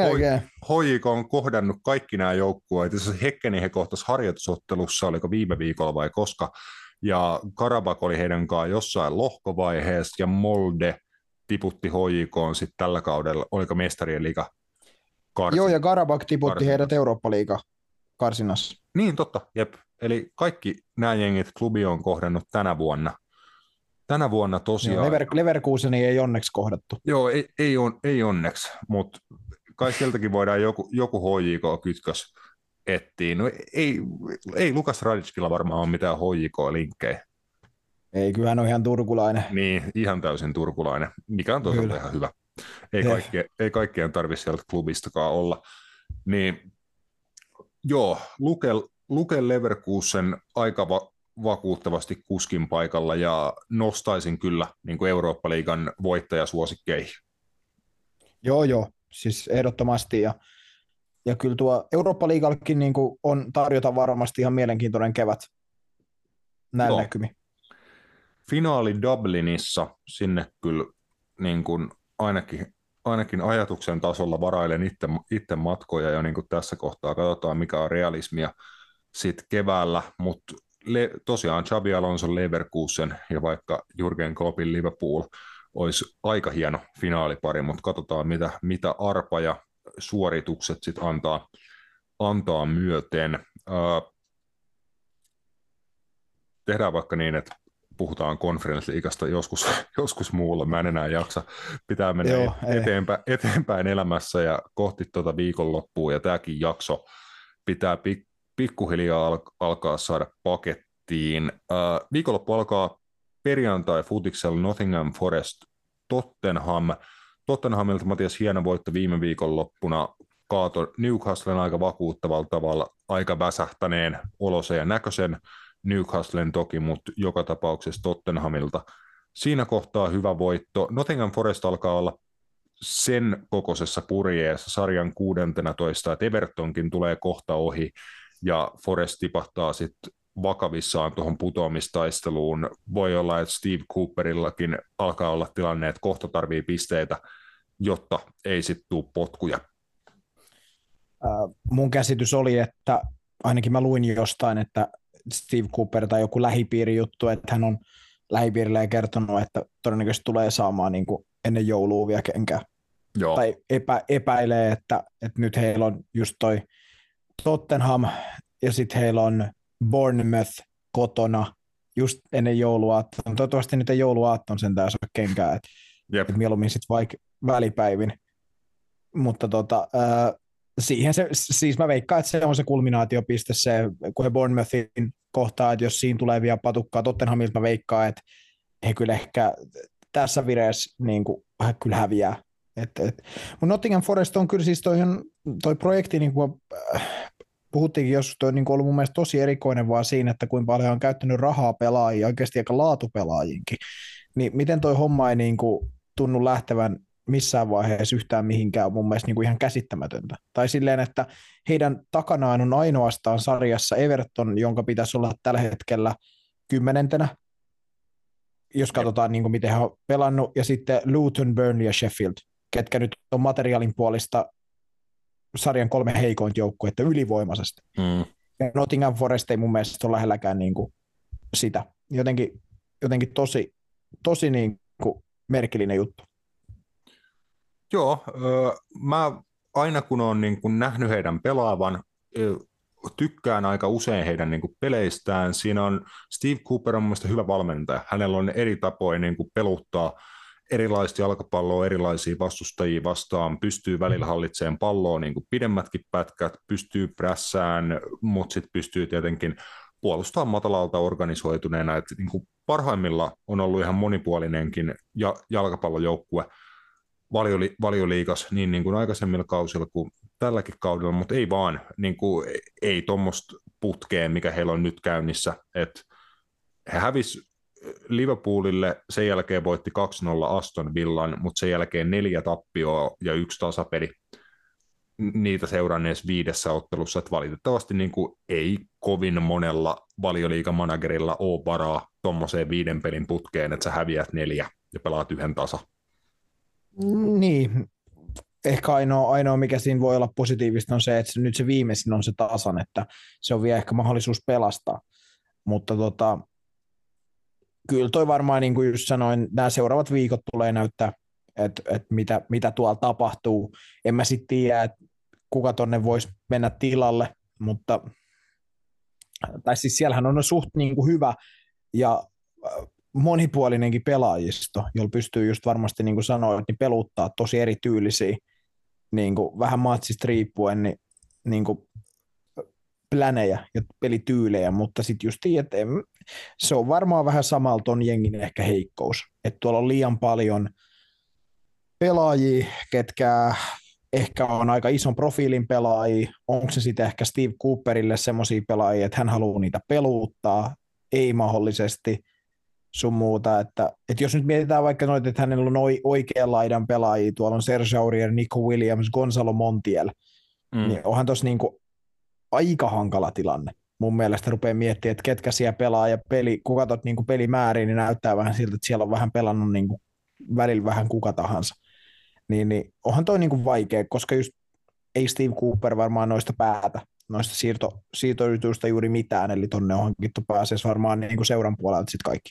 H J K on kohdannut kaikki nämä joukkueet. Hekkeni he kohtasi harjoitusottelussa, oliko viime viikolla vai koska. Ja Karabak oli heidän kanssaan jossain lohkovaiheessa ja Molde tiputti H J K:n sitten tällä kaudella, oliko mestarien liiga karsinassa?
Joo, ja Karabak tiputti heidät Eurooppa-liiga karsinassa.
Niin, totta, jep. Eli kaikki nämä jengit klubi on kohdannut tänä vuonna. Tänä vuonna tosiaan.
Joo, Lever- Leverkuseni ei onneksi kohdattu.
Joo, ei, ei, on, ei onneksi, mutta kai sieltäkin voidaan joku, joku H J K-kytkös etsiä. No ei, ei Lukas Raditskilla varmaan ole mitään H J K-linkkejä.
Ei, kyllä hän on ihan turkulainen.
Niin, ihan täysin turkulainen, mikä on toisaalta ihan hyvä. Ei, kaikkea, ei kaikkien tarvitse sieltä klubistakaan olla. Niin, joo, Luke, Luke Leverkusen aika va- vakuuttavasti kuskin paikalla ja nostaisin kyllä niin kuin Eurooppa-liigan voittajasuosikkeihin. Joo,
joo, siis ehdottomasti. Ja, ja kyllä tuo Eurooppa-liigallakin niin kuin on tarjota varmasti ihan mielenkiintoinen kevät näillä näkymin.
Finaali Dublinissa, sinne kyllä niin kuin ainakin, ainakin ajatuksen tasolla varailen itse, itse matkoja jo niin kuin tässä kohtaa. Katsotaan, mikä on realismia sitten keväällä, mutta le, tosiaan Xabi Alonso Leverkusen ja vaikka Jurgen Kloppin Liverpool olisi aika hieno finaalipari, mutta katsotaan, mitä, mitä arpa ja suoritukset sitten antaa, antaa myöten. Uh, tehdään vaikka niin, että puhutaan konferenssiliigasta joskus, joskus muulla. Mä en enää jaksa. Pitää mennä
Joo,
eteenpäin, eteenpäin elämässä ja kohti tuota viikonloppua. Ja tämäkin jakso pitää pik, pikkuhiljaa al, alkaa saada pakettiin. Uh, viikonloppu alkaa perjantai futiksella Nottingham Forest Tottenham. Tottenhamilta Matias hieno voitto viime viikonloppuna. Kaato Newcastlen aika vakuuttavalla tavalla, aika väsähtäneen olosen ja näköisen Newcastlen toki, mutta joka tapauksessa Tottenhamilta. Siinä kohtaa hyvä voitto. Nottingham Forest alkaa olla sen kokoisessa purjeessa sarjan kuudentenatoista, että Evertonkin tulee kohta ohi ja Forest tipahtaa sitten vakavissaan tuohon putoamistaisteluun. Voi olla, että Steve Cooperillakin alkaa olla tilanne, että kohta tarvii pisteitä, jotta ei sitten tule potkuja.
Mun käsitys oli, että ainakin mä luin jostain, että Steve Cooper tai joku lähipiirijuttu, että hän on lähipiirille kertonut, että todennäköisesti tulee saamaan niin kuin ennen joulua vielä kenkää.
Joo.
Tai epä, epäilee, että, että nyt heillä on just toi Tottenham ja sitten heillä on Bournemouth kotona just ennen jouluaattoa. Toivottavasti nyt ei jouluaatton sentään saa kenkää, että, että mieluummin sitten vaikka välipäivin. Mutta tota, äh, siihen se, siis mä veikkaan, että se on se kulminaatiopiste, se, kun he Bournemouthin kohtaa, että jos siinä tulee vielä patukkaa Tottenhamilta, mä veikkaan, että he kyllä ehkä tässä vireessä niin kuin, kyllä häviää. Mutta Nottingham Forest on kyllä siis toi, toi projekti, niin kuin, äh, puhuttiinkin joskus, toi on niin ollut mun mielestä tosi erikoinen vaan siinä, että kuinka paljon on käyttänyt rahaa pelaajia, oikeasti aika laatupelaajinkin. Niin miten toi homma ei niin kuin, tunnu lähtevän missään vaiheessa yhtään mihinkään on mun mielestä niin kuin ihan käsittämätöntä. Tai silleen, että heidän takanaan on ainoastaan sarjassa Everton, jonka pitäisi olla tällä hetkellä kymmenentenä, jos katsotaan niin kuin miten he on pelannut, ja sitten Luton, Burnley ja Sheffield, ketkä nyt on materiaalin puolista sarjan kolme heikointa joukkuetta ylivoimaisesti. Mm. Ja Nottingham Forest ei mun mielestä ole lähelläkään niin kuin sitä. Jotenkin, jotenkin tosi, tosi niin kuin merkillinen juttu.
Joo, mä aina kun olen niin kuin nähnyt heidän pelaavan, tykkään aika usein heidän niin kuin peleistään. Siinä on Steve Cooper on mielestäni hyvä valmentaja. Hänellä on eri tapoja niin kuin peluttaa erilaista jalkapalloa, erilaisia vastustajia vastaan, pystyy välillä hallitsemaan palloa niin kuin pidemmätkin pätkät, pystyy prässään, mutta sitten pystyy tietenkin puolustamaan matalalta organisoituneena. Et niin kuin parhaimmilla on ollut ihan monipuolinenkin ja jalkapallojoukkue Valioli, valioliigas niin, niin kuin aikaisemmilla kausilla kuin tälläkin kaudella, mutta ei vaan, niin kuin, ei tuommoista putkeen, mikä heillä on nyt käynnissä. Et he hävisi Liverpoolille, sen jälkeen voitti kaksi nolla Aston Villan, mutta sen jälkeen neljä tappioa ja yksi tasapeli niitä seuranneessa viidessä ottelussa, että valitettavasti niin kuin ei kovin monella valioliigamanagerilla ole varaa tuommoiseen viiden pelin putkeen, että sä häviät neljä ja pelaat yhden tasa.
Niin, ehkä ainoa, ainoa mikä siinä voi olla positiivista on se, että nyt se viimeisin on se tasan, että se on vielä ehkä mahdollisuus pelastaa, mutta tota, kyllä toi varmaan niin kuin just sanoin, nämä seuraavat viikot tulee näyttää, että, että mitä, mitä tuolla tapahtuu. En mä sitten tiedä, että kuka tonne voisi mennä tilalle, mutta tai siis siellähän on suht niin kuin hyvä ja monipuolinenkin pelaajisto, jolla pystyy just varmasti niin kuin sanoin, niin peluttaa tosi erityylisiä, niin kuin vähän matsista riippuen, niin, niin kuin plänejä ja pelityylejä, mutta sitten just että se on varmaan vähän samalla ton jengin ehkä heikkous, että tuolla on liian paljon pelaajia, ketkä ehkä on aika ison profiilin pelaajia, onko se sitten ehkä Steve Cooperille semmoisia pelaajia, että hän haluaa niitä peluuttaa, ei mahdollisesti sun muuta, että, että jos nyt mietitään vaikka noita, että hänellä on oikean laidan pelaajia, tuolla on Serge Aurier, Nico Williams, Gonzalo Montiel, mm. niin onhan tuossa niinku aika hankala tilanne. Mun mielestä rupeaa miettimään, että ketkä siellä pelaa ja peli, kun katsot niinku pelimääriä, niin näyttää vähän siltä, että siellä on vähän pelannut niinku välillä vähän kuka tahansa. Niin, niin onhan toi niinku vaikea, koska just ei Steve Cooper varmaan noista päätä, noista siirto, siirtoyritystä juuri mitään, eli tonne on hankittu pääsee varmaan niinku seuran puolelta sitten kaikki.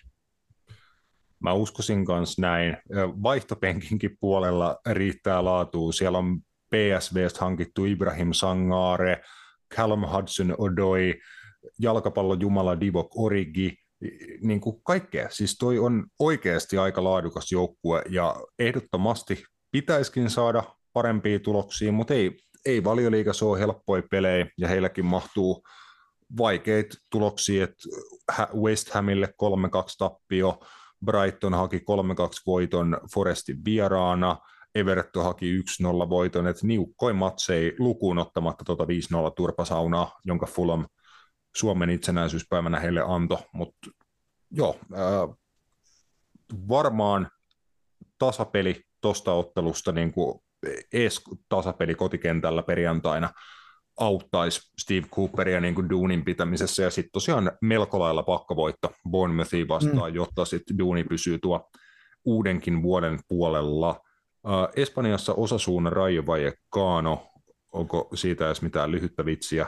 Mä uskoisin kanssa näin. Vaihtopenkinkin puolella riittää laatua. Siellä on P S V:stä hankittu Ibrahim Sangare, Callum Hudson-Odoi, jalkapallon jumala Divock Origi, niin kuin kaikkea. Siis toi on oikeasti aika laadukas joukkue ja ehdottomasti pitäisikin saada parempia tuloksia, mutta ei, ei Valioliigassa ole helppoja pelejä ja heilläkin mahtuu vaikeita tuloksia, että West Hamille kolme kaksi tappio, Brighton haki kolme kaksi voiton Forestin vieraana, Everton haki yksi nolla voiton, että niukkoin matseja lukuun ottamatta tuota viisi nolla turpasaunaa, jonka Fulham Suomen itsenäisyyspäivänä heille antoi, mutta joo, äh, varmaan tasapeli tuosta ottelusta, niin kuin ees tasapeli kotikentällä perjantaina auttaisi Steve Cooperia niin kuin duunin pitämisessä, ja sitten tosiaan melko lailla pakkavoitto Bournemouthia vastaan, mm. jotta sitten duuni pysyy tuo uudenkin vuoden puolella. Äh, Espanjassa Osasuna, Rayo Vallecano, onko siitä edes mitään lyhyttä vitsiä?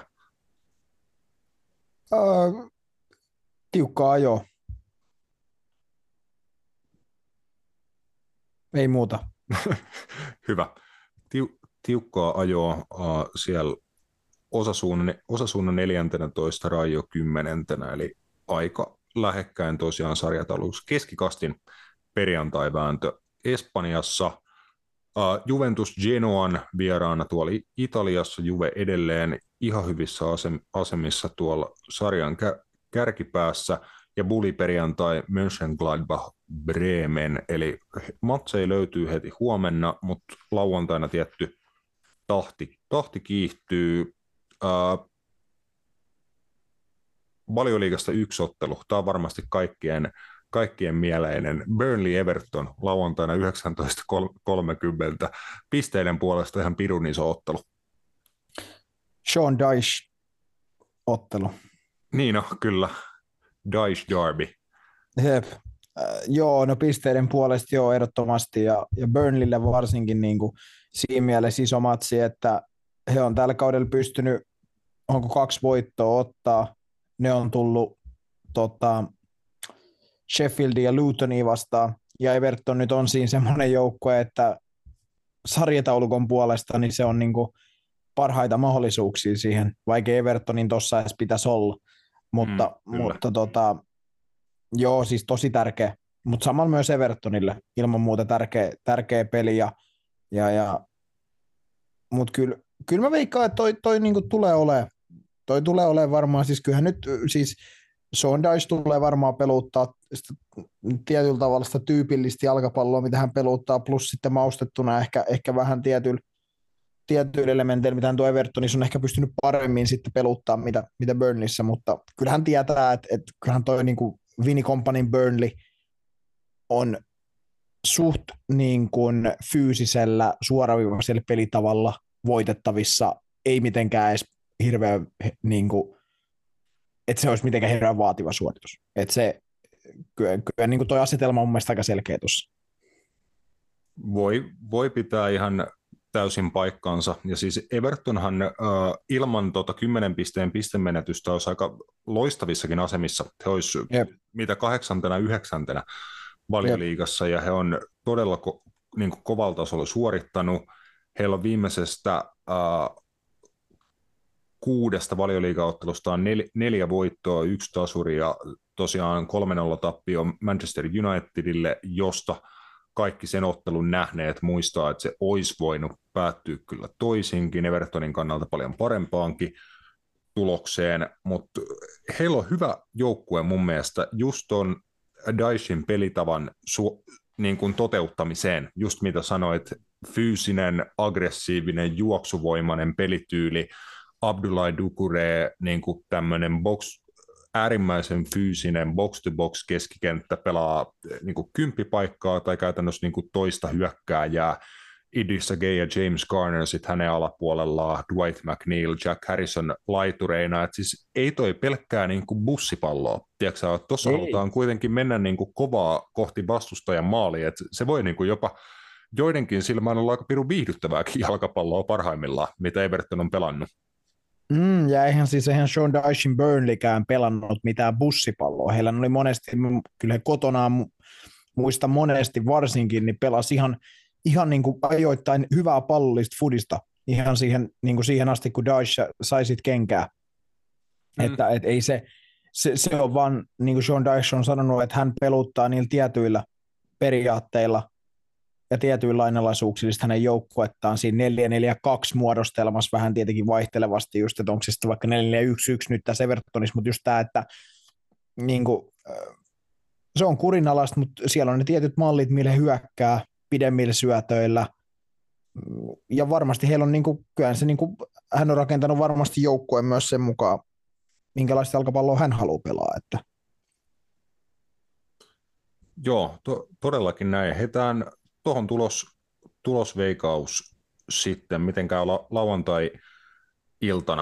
Uh, tiukkaa ajoa. Ei muuta.
Hyvä. Tiu, tiukkaa ajoa uh, siellä Osasuna, Osasuna neljäntenätoista, Rayo kymmenentenä, eli aika lähekkäin tosiaan sarjataulussa. Keskikastin perjantai-vääntö Espanjassa. Uh, Juventus Genoan vieraana tuolla Italiassa, Juve edelleen ihan hyvissä asem- asemissa tuolla sarjan kä- kärkipäässä, ja Bulli perjantai Mönchengladbach Bremen, eli matseja löytyy heti huomenna, mutta lauantaina tietty tahti, tahti kiihtyy. Uh, Valioliigasta yksi ottelu, tämä on varmasti kaikkien kaikkien mieleinen. Burnley Everton lauantaina yhdeksäntoista kolmekymmentä. Pisteiden puolesta ihan pirun iso ottelu.
Sean Dyche ottelu.
Niin no, kyllä. Dyche Derby.
Jep. Äh, joo, no pisteiden puolesta joo ehdottomasti, ja, ja Burnleylle varsinkin niin kuin siinä mielessä iso matsi, että he on tällä kaudella pystynyt, onko kaksi voittoa ottaa, ne on tullut tota, Sheffieldin ja Lutonia vastaan, ja Everton nyt on siinä semmoinen joukkue, että sarjataulukon puolesta niin se on niin kuin parhaita mahdollisuuksia siihen, vaikka Evertonin tuossa edes pitäisi olla, mutta, mm, mutta tota, joo, siis tosi tärkeä, mutta samalla myös Evertonille ilman muuta tärkeä, tärkeä peli, ja, ja, ja, mutta kyllä, kyllä mä veikkaan, että toi, toi niin kuin tulee olemaan, toi tulee olemaan varmaan, siis kyllähän nyt siis Sean Dyche tulee varmaan peluttaa sitä tietyllä tavalla sitä tyypillistä jalkapalloa, mitä hän peluttaa, plus sitten maustettuna ehkä, ehkä vähän tietyllä, tietyillä elementeillä, mitä hän tuo Evertonissa on ehkä pystynyt paremmin sitten peluttaa, mitä, mitä Burnleyssä, mutta kyllähän tietää, että, että kyllähän toi niin kuin Vinny Companyn Burnley on suht niin kuin fyysisellä, suoraviivaisella pelitavalla voitettavissa, ei mitenkään edes hirveän niin kuin että se olisi mitenkään hirveän vaativa suoritus. Että se, kyllä, kyllä niin kuin toi asetelma on mun mielestä aika selkeä tuossa.
Voi, voi pitää ihan täysin paikkaansa. Ja siis Evertonhan äh, ilman tota kymmenen pisteen pistemenetystä olisi aika loistavissakin asemissa. He olisi Jep. mitä kahdeksantena, yhdeksäntenä Valioliigassa, ja he on todella ko- niin kuin kovalla tasolla suorittanut. Heillä on viimeisestä äh, kuudesta Valioliigaottelusta on nel, neljä voittoa, yksi tasuri ja tosiaan kolme nolla tappio Manchester Unitedille, josta kaikki sen ottelun nähneet muistaa, että se olisi voinut päättyä kyllä toisinkin, Evertonin kannalta paljon parempaankin tulokseen, mutta heillä on hyvä joukkue mun mielestä just ton Dychen pelitavan su, niin kuin toteuttamiseen, just mitä sanoit, fyysinen, aggressiivinen, juoksuvoimainen pelityyli, Abdoulaye Doucouré, niin kuin tämmöinen box, äärimmäisen fyysinen box-to-box keskikenttä, pelaa niin kuin kymppipaikkaa tai käytännössä niin kuin toista hyökkääjää. Idrissa Gueye ja James Garner sitten hänen alapuolellaan, Dwight McNeil, Jack Harrison laitureina. Et siis ei toi pelkkää niin kuin bussipalloa. Tiedätkö, tuossa halutaan kuitenkin mennä niin kuin kovaa kohti vastustajan maalia. Et se voi niin kuin jopa joidenkin silmään olla aika pirun viihdyttävääkin jalkapalloa parhaimmillaan, mitä Everton on pelannut.
Mm, ja eihän siis eihän Sean Dychen Burnleykään pelannut mitään bussipalloa. Heillä oli monesti, kyllä he kotonaan, muista monesti varsinkin, niin pelasi ihan, ihan niin kuin ajoittain hyvää pallollista fudista. ihan siihen, niin kuin siihen asti, kun Daesh sai sit kenkää. Mm. Että et ei se, se, se on vaan, niin kuin Sean Dyche on sanonut, että hän peluttaa niillä tietyillä periaatteilla ja tietyillä lainalaisuuksilla hänen joukkuettaan siinä neljä neljä kaksi muodostelmassa vähän tietenkin vaihtelevasti just, että onko se sitten vaikka neljä neljä yksi yksi nyt tässä Evertonissa, mutta just tämä, että niin kuin, se on kurinalaista, mutta siellä on ne tietyt mallit, millä he hyökkää pidemmillä syötöillä, ja varmasti heillä on, niin kuin, kyllä se, niin kuin, hän on rakentanut varmasti joukkueen myös sen mukaan, minkälaista jalkapalloa hän haluaa pelaa. Että.
Joo, to, todellakin näin. Heitään tuohon tulos, tulosveikaus sitten, miten käy la, lauantai-iltana.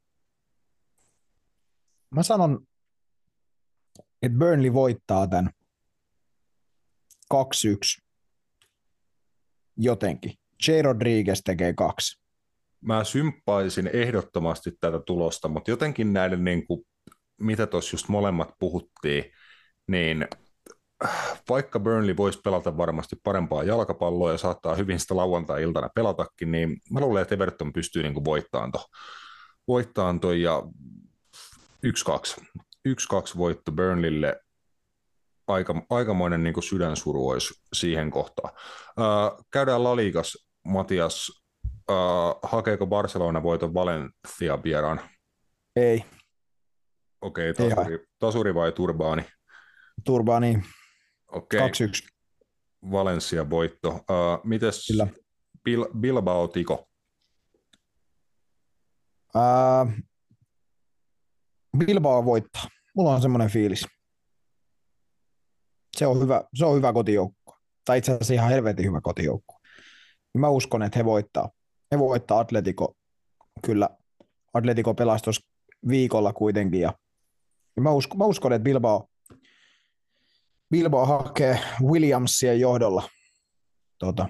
Mä sanon, että Burnley voittaa tämän kaksi yksi jotenkin. J. Rodriguez tekee kaksi.
Mä symppaisin ehdottomasti tätä tulosta, mutta jotenkin näiden, niin kuin, mitä tuossa just molemmat puhuttiin, niin vaikka Burnley voisi pelata varmasti parempaa jalkapalloa ja saattaa hyvin sitä lauantai-iltana pelatakin, niin mä luulen, että Everton pystyy niin kuin voittamaan toi, voittamaan toi ja yksi kaksi. yksi kaksi voitto Burnleylle. Aika, aikamoinen niin kuin sydänsuru olisi siihen kohtaan. Uh, käydään La Ligas, Matias. Uh, hakeeko Barcelona voiton Valencia vieraan?
Ei.
Okei, okay, tasuri, tasuri vai turbaani?
Turbaani.
Okei.
Okay. kaksi yksi.
Valencia voitto. Uh, mites Bil- Bilbao Tiko?
Uh, Bilbao voittaa. Mulla on semmoinen fiilis. Se on hyvä, se on hyvä kotijoukkue. Tai itse asiassa ihan helvetin hyvä kotijoukkue. Mä uskon, että he voittaa. He voittaa Atletico. Kyllä Atletico pelasi tuossa viikolla kuitenkin. Ja mä, uskon, mä uskon, että Bilbao, Bilbao hakee Williamsien johdolla. Tota,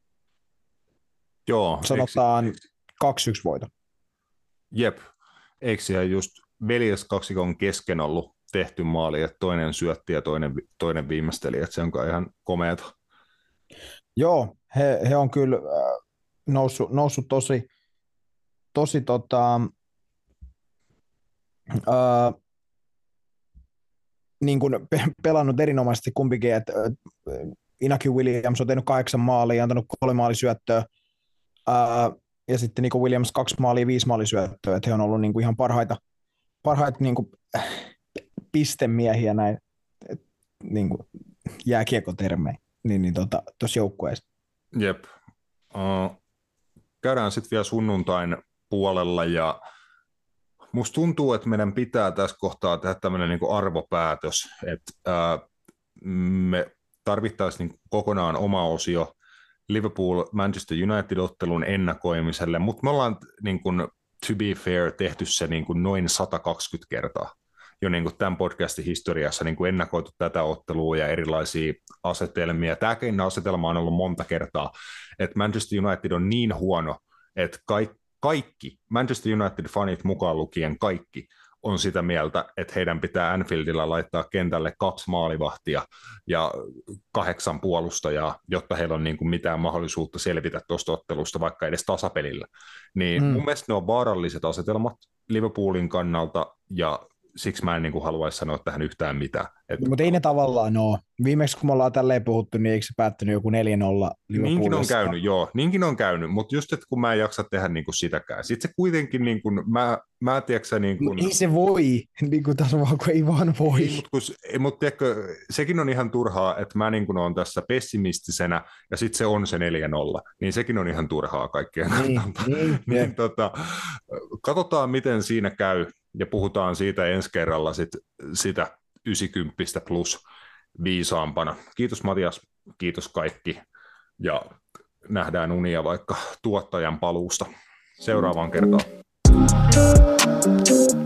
Joo.
sanotaan eikö... kaksi yksi voito.
Jep. Eikö siellä just veljeskaksikon kesken ollut tehty maali, että toinen syötti ja toinen, toinen viimeisteli, että se on ihan komeata.
Joo, he, he on kyllä noussut, noussut tosi, tosi tota, ää, niin kuin pelannut erinomaisesti kumpikin, että Inaki Williams on tehnyt kahdeksan maalia, antanut kolme maalisyöttöä, ää, ja sitten niin kuin Williams kaksi maalia, viisi maalisyöttöä, että he on ollut niin kuin ihan parhaita, parhaita niin kuin pistemiehiä näin niin kuin jääkiekotermein niin, niin tuossa tota, joukkueessa.
Jep. Uh, käydään sitten vielä sunnuntain puolella ja musta tuntuu, että meidän pitää tässä kohtaa tehdä tämmöinen niin kuin arvopäätös, että uh, me tarvittaisiin niin kokonaan oma osio Liverpool-Manchester United-ottelun ennakoimiselle, mutta me ollaan niin kuin, to be fair tehty se niin kuin noin sata kaksikymmentä kertaa jo niin kuin tämän podcastin historiassa niin kuin ennakoitu tätä ottelua ja erilaisia asetelmia. Tämäkin asetelma on ollut monta kertaa, että Manchester United on niin huono, että kaikki, kaikki Manchester United-fanit mukaan lukien kaikki on sitä mieltä, että heidän pitää Anfieldilla laittaa kentälle kaksi maalivahtia ja kahdeksan puolustajaa, jotta heillä on niin kuin mitään mahdollisuutta selvitä tuosta ottelusta, vaikka edes tasapelillä. Niin mm. mun mielestä ne on vaaralliset asetelmat Liverpoolin kannalta, ja siksi mä en niin kuin haluaisi sanoa tähän yhtään mitään. Et...
Mutta ei ne tavallaan ole. Viimeksi kun me ollaan tälleen puhuttu, niin eikö se päättynyt joku neljä nolla Liverpoolista?
Niinkin on käynyt, joo. Niinkin on käynyt, mutta just, että kun mä en jaksa tehdä niin kuin sitäkään. Sitten se kuitenkin, niin kuin, mä, mä tiedätkö niin kuin...
Ei se voi, niin kuin tässä vaan, kun ei vaan voi.
Ei, mutta, kun, mutta tiedätkö, sekin on ihan turhaa, että mä niin kuin olen tässä pessimistisenä, ja sitten se on se neljä nolla. Niin sekin on ihan turhaa kaikkien
niin, niin,
niin, tota, katsotaan, miten siinä käy. Ja puhutaan siitä ensi kerralla sit, sitä yhdeksänkymmentä plus viisaampana. Kiitos Matias, kiitos kaikki ja nähdään unia vaikka tuottajan paluusta seuraavaan kertaan.